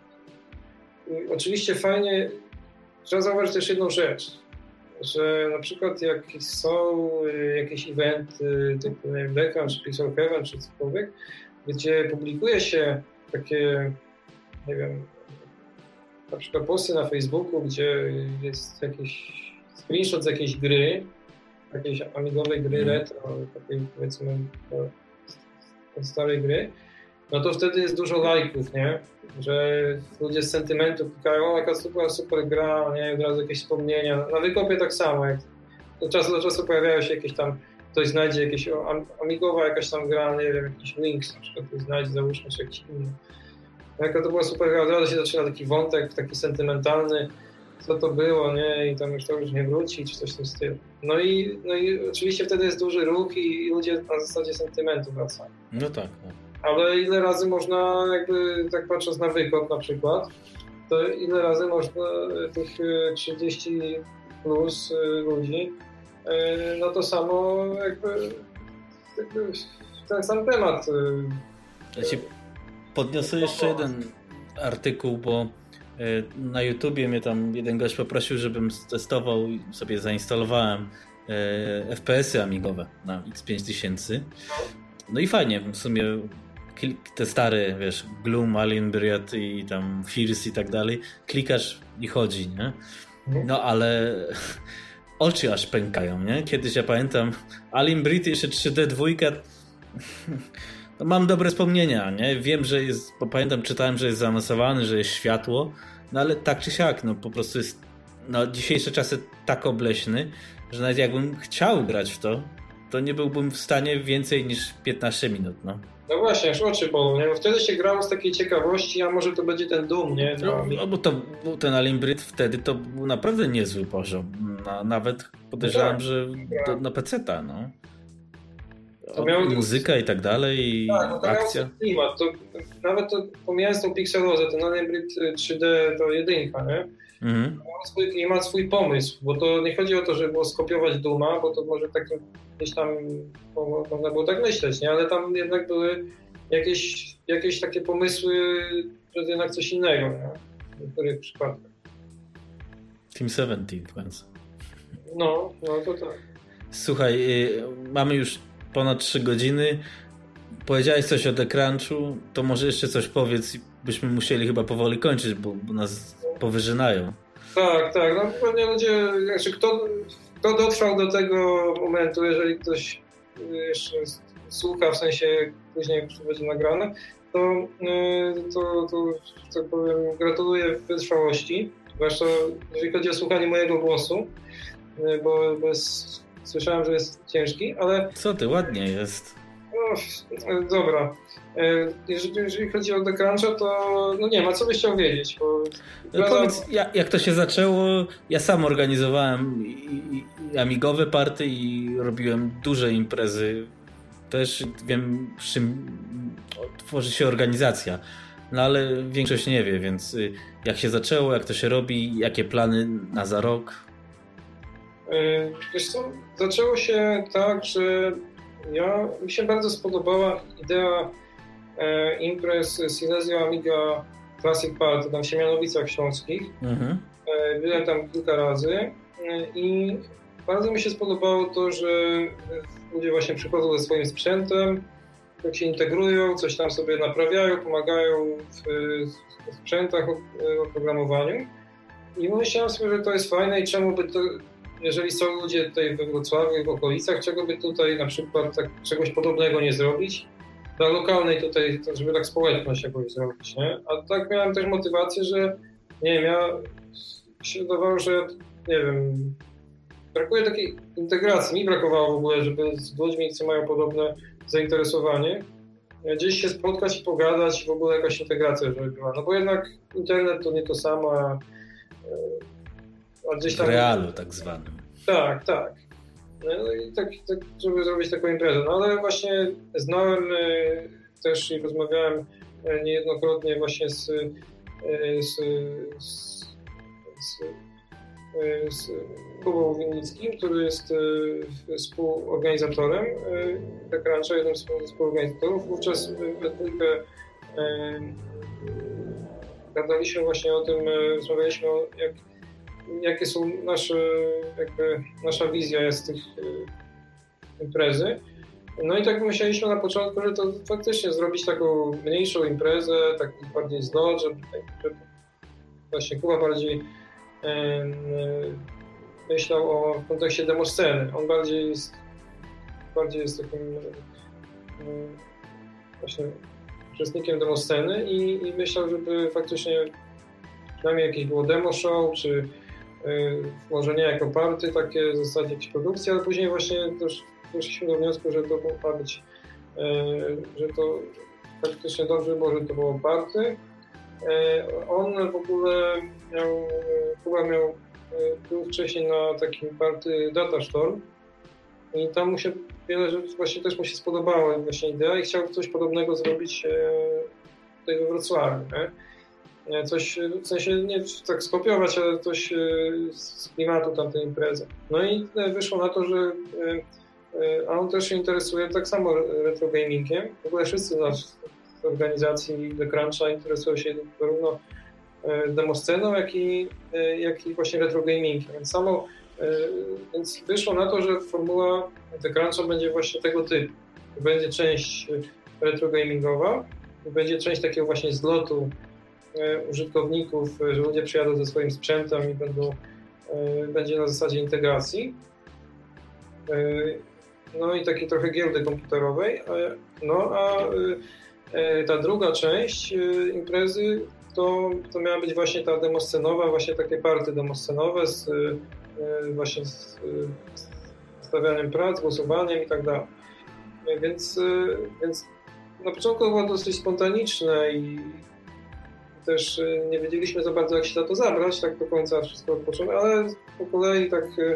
i oczywiście fajnie, trzeba zauważyć też jedną rzecz, że na przykład jak są jakieś eventy typu Background, czy Pixel Heaven, czy cokolwiek, gdzie publikuje się takie, nie wiem, na przykład posty na Facebooku, gdzie jest jakiś screenshot z jakiejś gry, jakiejś amigowej gry retro, takiej powiedzmy starej gry, no to wtedy jest dużo lajków, nie? Że ludzie z sentymentu klikają, o jaka super, super gra, nie? Od razu jakieś wspomnienia. Na Wykopie tak samo, jak od czasu do czasu pojawiają się jakieś tam, ktoś znajdzie jakieś amigowa jakaś tam gra, nie wiem, jakiś Wings na przykład, ktoś znajdzie, załóżmy, czy jakiś inny. Jaka to była super gra, od razu się zaczyna taki wątek, taki sentymentalny, co to było, nie? I tam już to już nie wróci, czy coś w tym stylu. No i, no i oczywiście wtedy jest duży ruch i, i ludzie na zasadzie sentymentu wracają. No tak, no. Ale ile razy można, jakby tak patrząc na Wykop na przykład, to ile razy można tych trzydzieści plus ludzi, no to samo jakby, jakby ten sam temat. Ja ci podniosę jeszcze jeden artykuł, bo na YouTubie mnie tam jeden gość poprosił, żebym testował i sobie zainstalowałem F P S-y amigowe na X pięć tysięcy. No i fajnie, w sumie te stare, wiesz, Gloom, Alien Briad i tam Fears i tak dalej, klikasz i chodzi, nie? No ale oczy aż pękają, nie? Kiedyś ja pamiętam Alien Briad jeszcze trzy D dwa, no mam dobre wspomnienia, nie? Wiem, że jest, bo pamiętam, czytałem, że jest zaawansowany, że jest światło, no ale tak czy siak, no po prostu jest no dzisiejsze czasy tak obleśny, że nawet jakbym chciał grać w to, to nie byłbym w stanie więcej niż piętnaście minut, no. No właśnie, aż oczy bolą, nie? Bo wtedy się grało z takiej ciekawości, a może to będzie ten Doom, nie? No, no bo to był ten Alien Briad wtedy to był naprawdę niezły poziom. No, nawet podejrzewam, no tak, że do, na peceta, no. To miało muzyka i tak dalej, i tak, no to akcja. Klimat. To, nawet to, pomijając tą pikselozę, ten Alien Briad trzy D to jedynka, nie? Mhm. Miał swój klimat, swój pomysł, bo to nie chodzi o to, żeby było skopiować Dooma, bo to może tak gdzieś tam można było tak myśleć, nie? Ale tam jednak były jakieś, jakieś takie pomysły, że to jednak coś innego, nie? W niektórych przypadkach. Team siedemnaście w końcu. No, no to tak. Słuchaj, mamy już ponad trzy godziny. Powiedziałeś coś o The Crunchu, to może jeszcze coś powiedz. Byśmy musieli chyba powoli kończyć, bo, bo nas powyżynają. Tak, tak. No pewnie ludzie, znaczy kto, kto dotrwał do tego momentu, jeżeli ktoś jeszcze słucha, w sensie później jak to będzie nagrane, to, to, to, to powiem, gratuluję wytrwałości. Zwłaszcza jeżeli chodzi o słuchanie mojego głosu, bo, bo jest, słyszałem, że jest ciężki, ale... Co ty, ładnie jest. No, dobra. Jeżeli, jeżeli chodzi o The Cruncha, to no nie ma co byś chciał wiedzieć. Bo no powiedz, jak, jak to się zaczęło? Ja sam organizowałem i, i, i amigowe party i robiłem duże imprezy. Też wiem, czym tworzy się organizacja. No ale większość nie wie, więc jak się zaczęło, jak to się robi, jakie plany na za rok? Wiesz co, zaczęło się tak, że ja, mi się bardzo spodobała idea e, imprez Silesia Amiga Classic Party tam w Siemianowicach Śląskich. Mhm. E, byłem tam kilka razy e, i bardzo mi się spodobało to, że ludzie właśnie przychodzą ze swoim sprzętem, jak się integrują, coś tam sobie naprawiają, pomagają w, w sprzętach, w oprogramowaniu. I myślałem sobie, że to jest fajne i czemu by to, jeżeli są ludzie tutaj we Wrocławiu i w okolicach, czego by tutaj na przykład tak, czegoś podobnego nie zrobić, dla lokalnej tutaj, żeby tak społeczność jakoś zrobić, nie? A tak miałem też motywację, że nie wiem, ja się wydawało, że nie wiem, brakuje takiej integracji, mi brakowało w ogóle, żeby z ludźmi, którzy mają podobne zainteresowanie, gdzieś się spotkać i pogadać, w ogóle jakaś integracja, żeby była, no bo jednak internet to nie to samo, a A gdzieś tam... W realu tak zwanym. Tak, tak. No i tak, tak, żeby zrobić taką imprezę. No ale właśnie znałem też i rozmawiałem niejednokrotnie właśnie z, z, z, z, z Kubą Winnickim, który jest współorganizatorem The Cruncha, jednym z współorganizatorów. Wówczas we dwójkę gadaliśmy właśnie o tym, rozmawialiśmy o jak jakie są nasze, jakby nasza wizja jest tych y, imprezy. No i tak myśleliśmy na początku, że to faktycznie zrobić taką mniejszą imprezę, taki bardziej zlot, żeby, żeby właśnie Kuba bardziej y, y, myślał o w kontekście demosceny. On bardziej jest, bardziej jest takim y, właśnie uczestnikiem demosceny i, i myślał, żeby faktycznie przynajmniej jakieś było demo show, czy może nie jako party, takie w zasadzie jakieś produkcje, ale później właśnie też doszliśmy do wniosku, że to ma być, że to faktycznie dobrze było, że to było party. On w ogóle miał, Kuba miał, był wcześniej na takim party Data Storm i tam mu się wiele rzeczy właśnie też mu się spodobało właśnie idea i chciał coś podobnego zrobić tutaj we Wrocławiu, nie? Coś, w sensie nie tak skopiować, ale coś z klimatu tamtej imprezy. No i wyszło na to, że a on też się interesuje tak samo retro gamingiem. W ogóle wszyscy nas w organizacji The Cruncha interesują się zarówno demosceną, jak i, jak i właśnie retro gamingiem. Więc samo, więc wyszło na to, że formuła The Cruncha będzie właśnie tego typu. Będzie część retro gamingowa, będzie część takiego właśnie zlotu użytkowników, że ludzie przyjadą ze swoim sprzętem i będą, będzie na zasadzie integracji. No i takiej trochę giełdy komputerowej. No a ta druga część imprezy to, to miała być właśnie ta demoscenowa, właśnie takie party demoscenowe z właśnie z stawianiem prac, głosowaniem i tak dalej. Więc, więc na początku było dosyć spontaniczne i też nie wiedzieliśmy za bardzo, jak się na to zabrać, tak do końca wszystko od początku, ale po kolei tak e,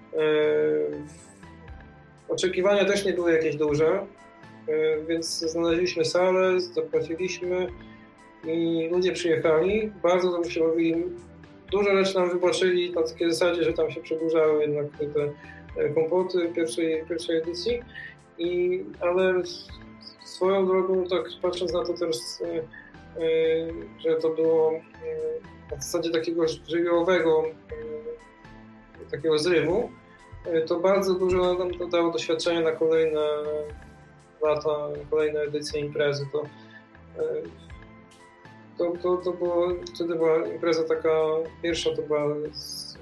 oczekiwania też nie były jakieś duże, e, więc znaleźliśmy salę, zapłaciliśmy i ludzie przyjechali, bardzo dobrze się bawili. Dużo rzeczy nam wybaczyli na takiej zasadzie, że tam się przedłużały jednak te kompoty pierwszej, pierwszej edycji, i, ale swoją drogą, tak patrząc na to teraz, że to było na zasadzie takiego żywiołowego takiego zrywu, to bardzo dużo nam to dało doświadczenia na kolejne lata, kolejne edycje imprezy. To, to, to, to było, wtedy była impreza taka, pierwsza to była z,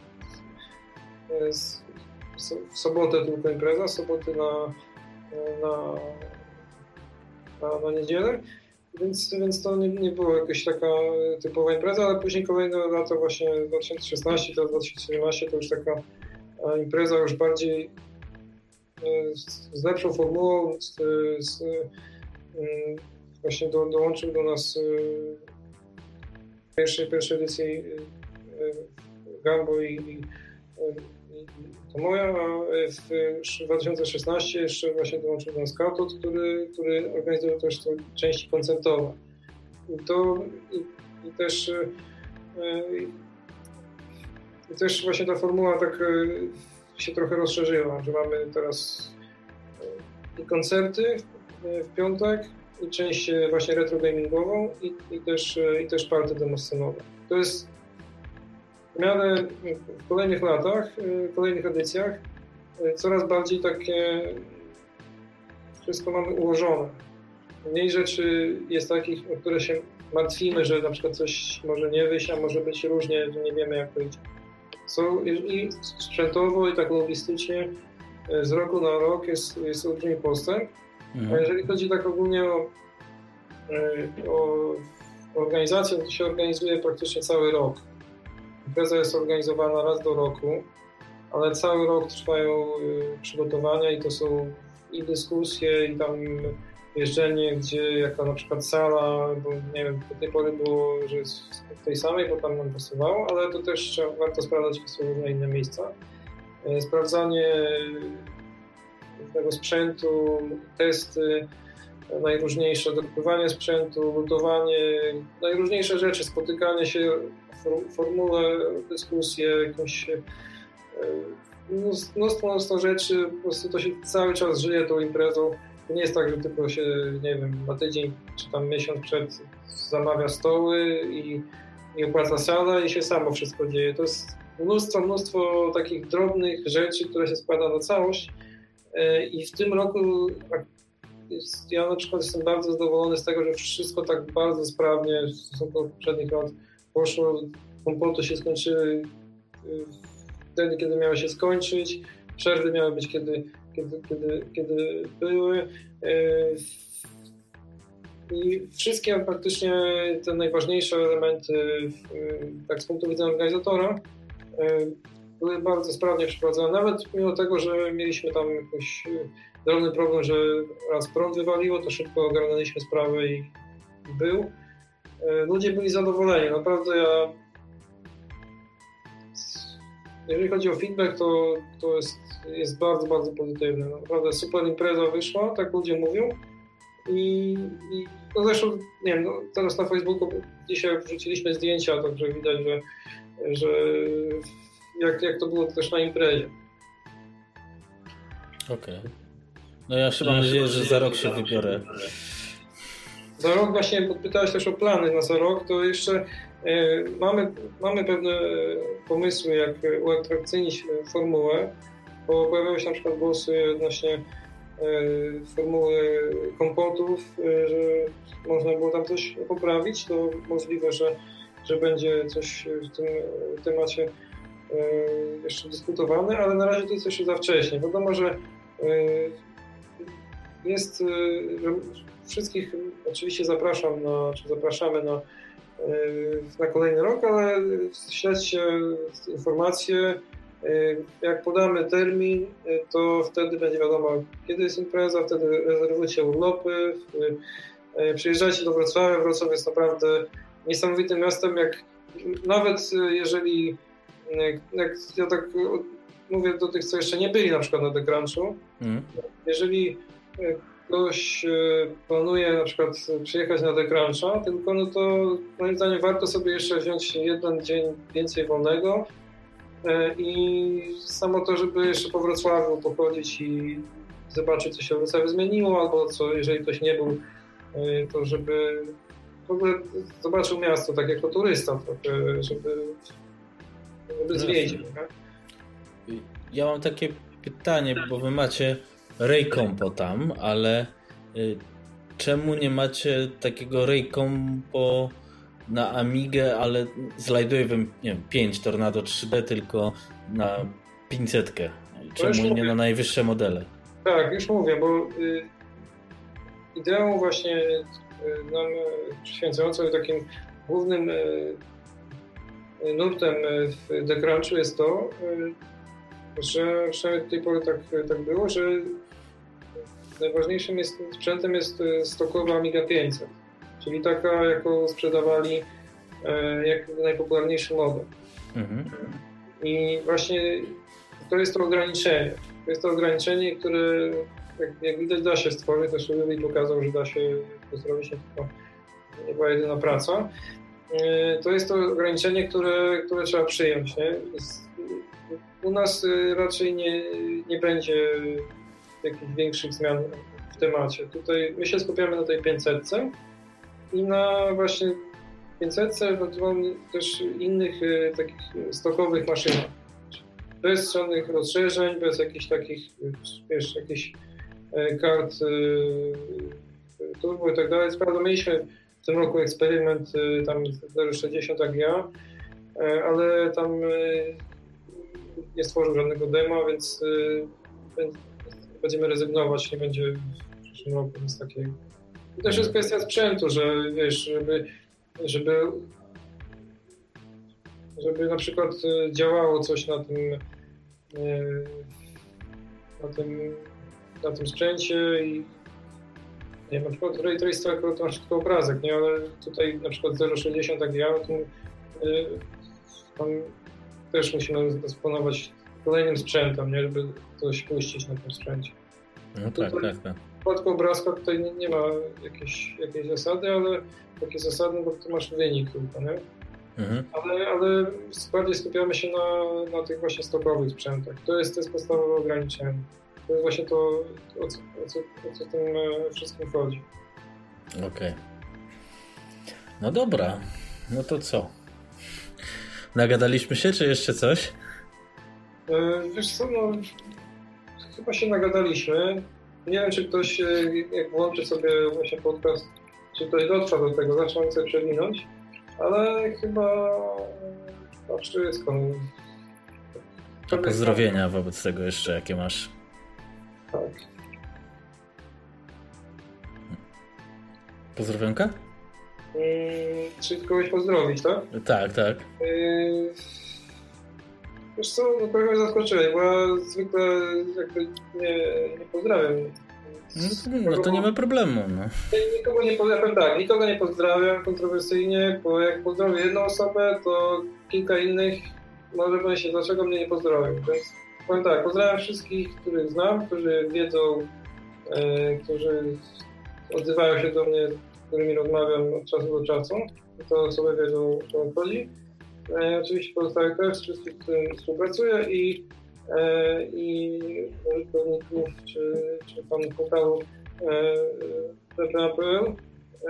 z, w sobotę tylko impreza, soboty na, na, na, na niedzielę. Więc, więc to nie, nie było jakaś taka typowa impreza, ale później kolejne lata, właśnie dwa tysiące szesnasty, to dwa tysiące siedemnaście, to już taka impreza już bardziej z, z lepszą formułą, z, z, właśnie do, dołączył do nas w pierwszej, pierwszej edycji Gambo i, i, i to moja, a w dwa tysiące szesnastym jeszcze właśnie dołączył do nas Katod, który, który organizuje też to części koncertowe. I to i, i też i, i też właśnie ta formuła tak się trochę rozszerzyła, że mamy teraz i koncerty w piątek, i część właśnie retro gamingową i, i też i też party demoscenowe. To jest w miarę w kolejnych latach, w kolejnych edycjach coraz bardziej takie wszystko mamy ułożone. Mniej rzeczy jest takich, o które się martwimy, że na przykład coś może nie wyjść, a może być różnie, że nie wiemy jak to idzie. Są i sprzętowo, i tak logistycznie z roku na rok jest, jest olbrzymi postęp. Mhm. A jeżeli chodzi tak ogólnie o, o organizację, to się organizuje praktycznie cały rok. Impreza jest organizowana raz do roku, ale cały rok trwają przygotowania i to są i dyskusje, i tam jeżdżenie, gdzie jaka na przykład sala, bo nie wiem, do tej pory było, że jest w tej samej, bo tam nam pasowało, ale to też trzeba, warto sprawdzać, czy są różne inne miejsca. Sprawdzanie tego sprzętu, testy najróżniejsze, dokupywanie sprzętu, lutowanie, najróżniejsze rzeczy, spotykanie się, formułę, dyskusje, jakąś mnóstwo, mnóstwo rzeczy, po prostu to się cały czas żyje tą imprezą. To nie jest tak, że tylko się, nie wiem, na tydzień czy tam miesiąc przed zamawia stoły i, i opłaca salę i się samo wszystko dzieje. To jest mnóstwo, mnóstwo takich drobnych rzeczy, które się składa na całość i w tym roku ja na przykład jestem bardzo zadowolony z tego, że wszystko tak bardzo sprawnie w stosunku do poprzednich lat poszło. Kompoty się skończyły wtedy, kiedy miały się skończyć, przerwy miały być kiedy, kiedy, kiedy, kiedy były. I wszystkie praktycznie te najważniejsze elementy, tak z punktu widzenia organizatora, były bardzo sprawnie przeprowadzone. Nawet mimo tego, że mieliśmy tam jakiś drobny problem, że raz prąd wywaliło, to szybko ogarnęliśmy sprawę i, i był. Ludzie byli zadowoleni. Naprawdę ja... Jeżeli chodzi o feedback, to, to jest, jest bardzo, bardzo pozytywny. Naprawdę super impreza wyszła, tak ludzie mówią. I, i no zresztą, nie wiem, no teraz na Facebooku dzisiaj wrzuciliśmy zdjęcia, także widać, że, że jak, jak to było też na imprezie. Okej. Okay. No ja jeszcze mam nadzieję, że za rok się wybiorę. Za rok właśnie podpytałeś też o plany na za rok, to jeszcze y, mamy, mamy pewne pomysły, jak uatrakcyjnić formułę, bo pojawiały się na przykład głosy odnośnie y, formuły kompotów, y, że można było tam coś poprawić, to możliwe, że, że będzie coś w tym temacie y, jeszcze dyskutowane, ale na razie to jest jeszcze za wcześnie. Wiadomo, że y, jest, że wszystkich oczywiście zapraszam na, czy zapraszamy na, na kolejny rok, ale śledźcie informacje. Jak podamy termin, to wtedy będzie wiadomo, kiedy jest impreza, wtedy rezerwujcie urlopy. Przyjeżdżajcie do Wrocławia. Wrocław jest naprawdę niesamowitym miastem. Jak, nawet jeżeli, jak ja tak mówię do tych, co jeszcze nie byli na przykład na The Crunchu, mm. jeżeli ktoś planuje na przykład przyjechać na The Cruncha, tylko no to moim zdaniem warto sobie jeszcze wziąć jeden dzień więcej wolnego i samo to, żeby jeszcze po Wrocławiu pochodzić i zobaczyć, co się w Wrocławiu zmieniło, albo co, jeżeli ktoś nie był, to żeby w ogóle zobaczył miasto tak jako turysta, trochę, żeby, żeby zwiedził. Ja mam takie pytanie, bo wy macie Ray Compo tam, ale y, czemu nie macie takiego Ray Compo na Amigę, ale z Lightwave'em, nie wiem, pięć Tornado trzy D, tylko na pięćset? Czemu nie mówię. Na najwyższe modele? Tak, już mówię, bo y, ideą właśnie y, nam przyświęcającą i takim głównym y, nurtem w The Crunchu jest to, y, że przynajmniej do tej pory tak, tak było, że najważniejszym jest, sprzętem jest stokowa Amiga pięćset, czyli taka, jaką sprzedawali jak najpopularniejszy model. Mhm. I właśnie to jest to ograniczenie. To jest to ograniczenie, które jak, jak widać da się stworzyć. Też Ruby pokazał, że da się to zrobić, nie tylko nie była jedyna praca. To jest to ograniczenie, które, które trzeba przyjąć. Nie? U nas raczej nie, nie będzie jakichś większych zmian w temacie. Tutaj my się skupiamy na tej pięćsetce i na właśnie pięćsetce, też innych takich stokowych maszynach. Bez żadnych rozszerzeń, bez jakichś takich, wiesz, jakichś kart turbo i tak dalej. Prawda, mieliśmy w tym roku eksperyment tam zero sześćdziesiąt A G A, ale tam nie stworzył żadnego dema, więc będziemy rezygnować, nie będzie w przyszłym roku nic takiego. I też jest kwestia sprzętu, że wiesz, żeby, żeby, żeby na przykład działało coś na tym, na tym, na tym sprzęcie i nie wiem, na przykład Ray Trace to masz tylko obrazek, nie? Ale tutaj na przykład zero sześćdziesiąt A G A, to, tam też musimy dysponować kolejnym sprzętem, nie? Żeby coś puścić na tym sprzęcie. No tak, tutaj, tak, tak. W przypadku obrazka tutaj nie, nie ma jakiejś, jakiejś zasady, ale takie zasady, bo tu masz wynik tylko, nie? Mhm. Ale, ale bardziej skupiamy się na, na tych właśnie stokowych sprzętach. To jest, to jest podstawowe ograniczenie. To jest właśnie to, o co, o co, o co tym wszystkim chodzi. Okej. Okay. No dobra, no to co? Nagadaliśmy się, czy jeszcze coś? Wiesz co, no chyba się nagadaliśmy. Nie wiem, czy ktoś, jak włączy sobie właśnie podcast, czy ktoś dotrwa do tego, zacząłem sobie przewinąć, ale chyba chyba wszystko. A pozdrowienia wobec tego jeszcze, jakie masz? Tak. Pozdrowionka? Hmm, czy kogoś pozdrowić, tak? Tak, tak. Yy... Wiesz co, no trochę mnie zaskoczyłeś, bo ja zwykle jakby nie, nie pozdrawiam. No, no to nie ma problemu, no. Nikogo nie pozdrawiam, tak, nikogo nie pozdrawiam kontrowersyjnie, bo jak pozdrowię jedną osobę, to kilka innych może pomyśleć, dlaczego mnie nie pozdrowią. Więc powiem tak, pozdrawiam wszystkich, których znam, którzy wiedzą, e, którzy odzywają się do mnie, z którymi rozmawiam od czasu do czasu. To sobie wiedzą, o co chodzi. E, oczywiście pozostałych też, wszystkich, z którymi współpracuję i, e, i użytkowników czy, czy pan portalu P P A kropka P L. E,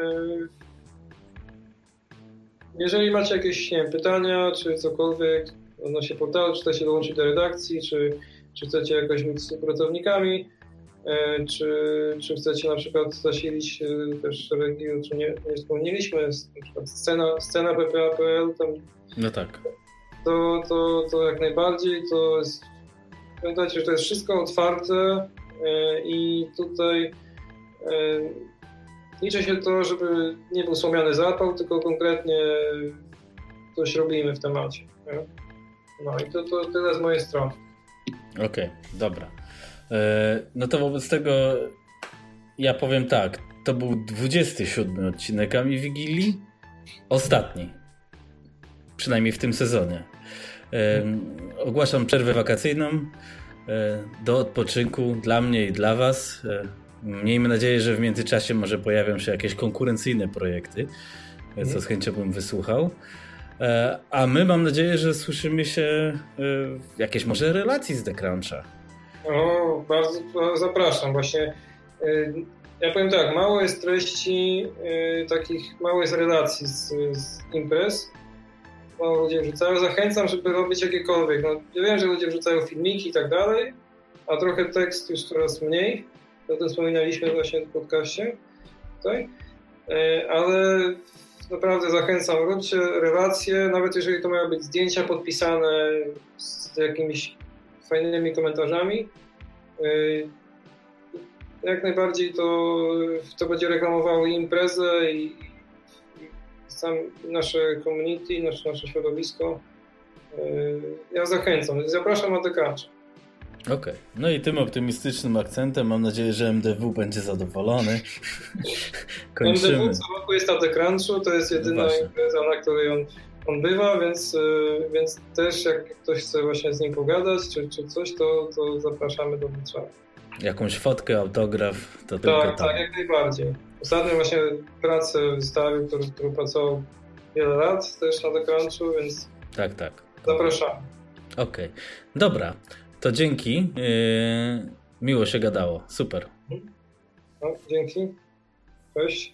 jeżeli macie jakieś, nie wiem, pytania czy cokolwiek odnośnie portalu, czy chcecie dołączyć do redakcji, czy, czy chcecie jakoś być współpracownikami, e, czy, czy chcecie na przykład zasilić e, też szeregi, o czym nie, nie wspomnieliśmy, na przykład scena, scena P P A kropka P L, tam no tak. To, to, to jak najbardziej, to jest, pamiętajcie, że to jest wszystko otwarte i tutaj liczy się to, żeby nie był słomiany zapał, tylko konkretnie coś robimy w temacie. Nie? No i to, to tyle z mojej strony. Okej, okay, dobra. No to wobec tego ja powiem tak, to był dwudziesty siódmy odcinek Ami Wigilii, ostatni. Przynajmniej w tym sezonie. E, ogłaszam przerwę wakacyjną e, do odpoczynku dla mnie i dla was. E, miejmy nadzieję, że w międzyczasie może pojawią się jakieś konkurencyjne projekty, e, co z chęcią bym wysłuchał. E, a my mam nadzieję, że słyszymy się e, w jakiejś może relacji z TheCruncha. O, bardzo, bardzo zapraszam. Właśnie e, ja powiem tak, mało jest treści, e, takich mało jest relacji z, z imprez. Mało ludzie wrzucają. Zachęcam, żeby robić jakiekolwiek. No, ja wiem, że ludzie wrzucają filmiki i tak dalej, a trochę tekst już coraz mniej. O tym wspominaliśmy właśnie w podcaście tutaj. Ale naprawdę zachęcam, róbcie relacje, nawet jeżeli to mają być zdjęcia podpisane z jakimiś fajnymi komentarzami. Jak najbardziej to, to będzie reklamowało imprezę i sam nasze community, nasze, nasze środowisko. Ja zachęcam. Zapraszam na TheCruncha. Okej, okay. No i tym optymistycznym akcentem mam nadzieję, że M D W będzie zadowolony. Kończymy. M D W co roku jest na The Crunchu, to jest jedyna no impreza, na której on, on bywa, więc, więc też jak ktoś chce właśnie z nim pogadać czy, czy coś, to, to zapraszamy do Wrocławia. Jakąś fotkę, autograf, to tak, tylko tak, tam. Tak, jak najbardziej. Ostatnio właśnie pracę wystawił, który, który pracował wiele lat też na The Crunchu, więc tak, tak. zapraszamy. Okej, okay. Dobra. To dzięki. Yy, miło się gadało. Super. No, dzięki. Cześć.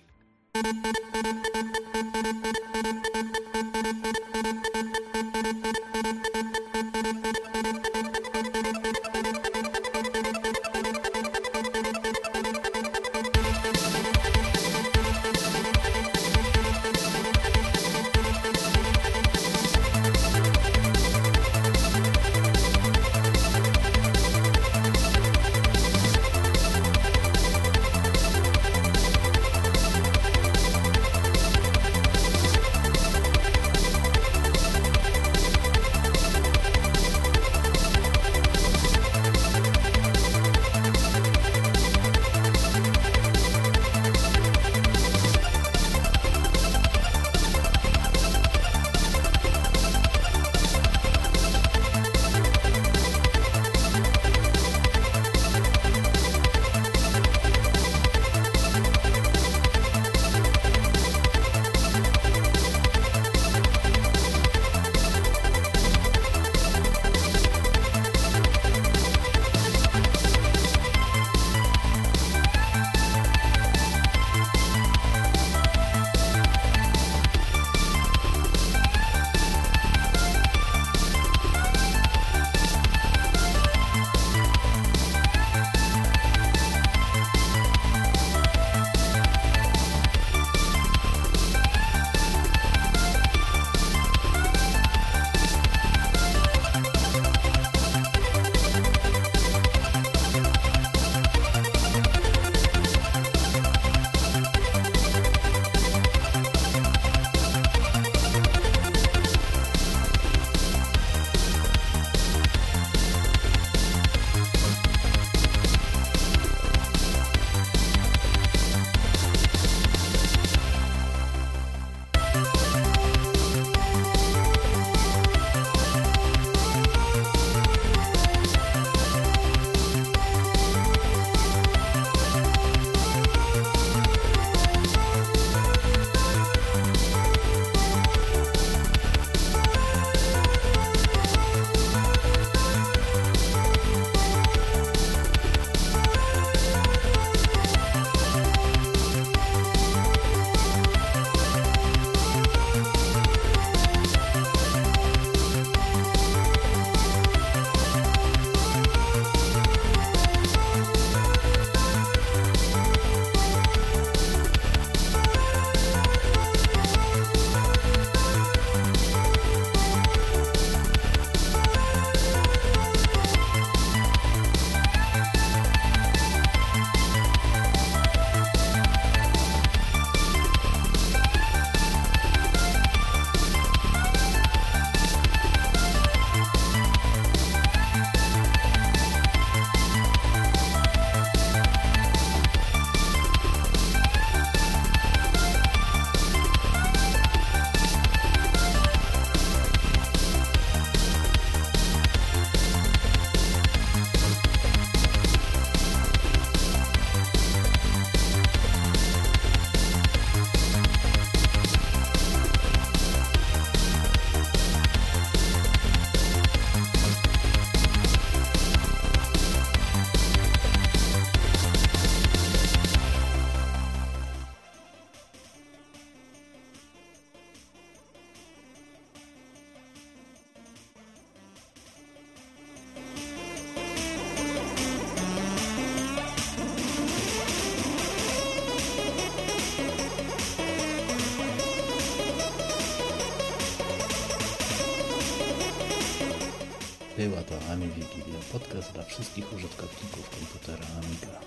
Była to Ami Wigilia, podcast dla wszystkich użytkowników komputera Amiga.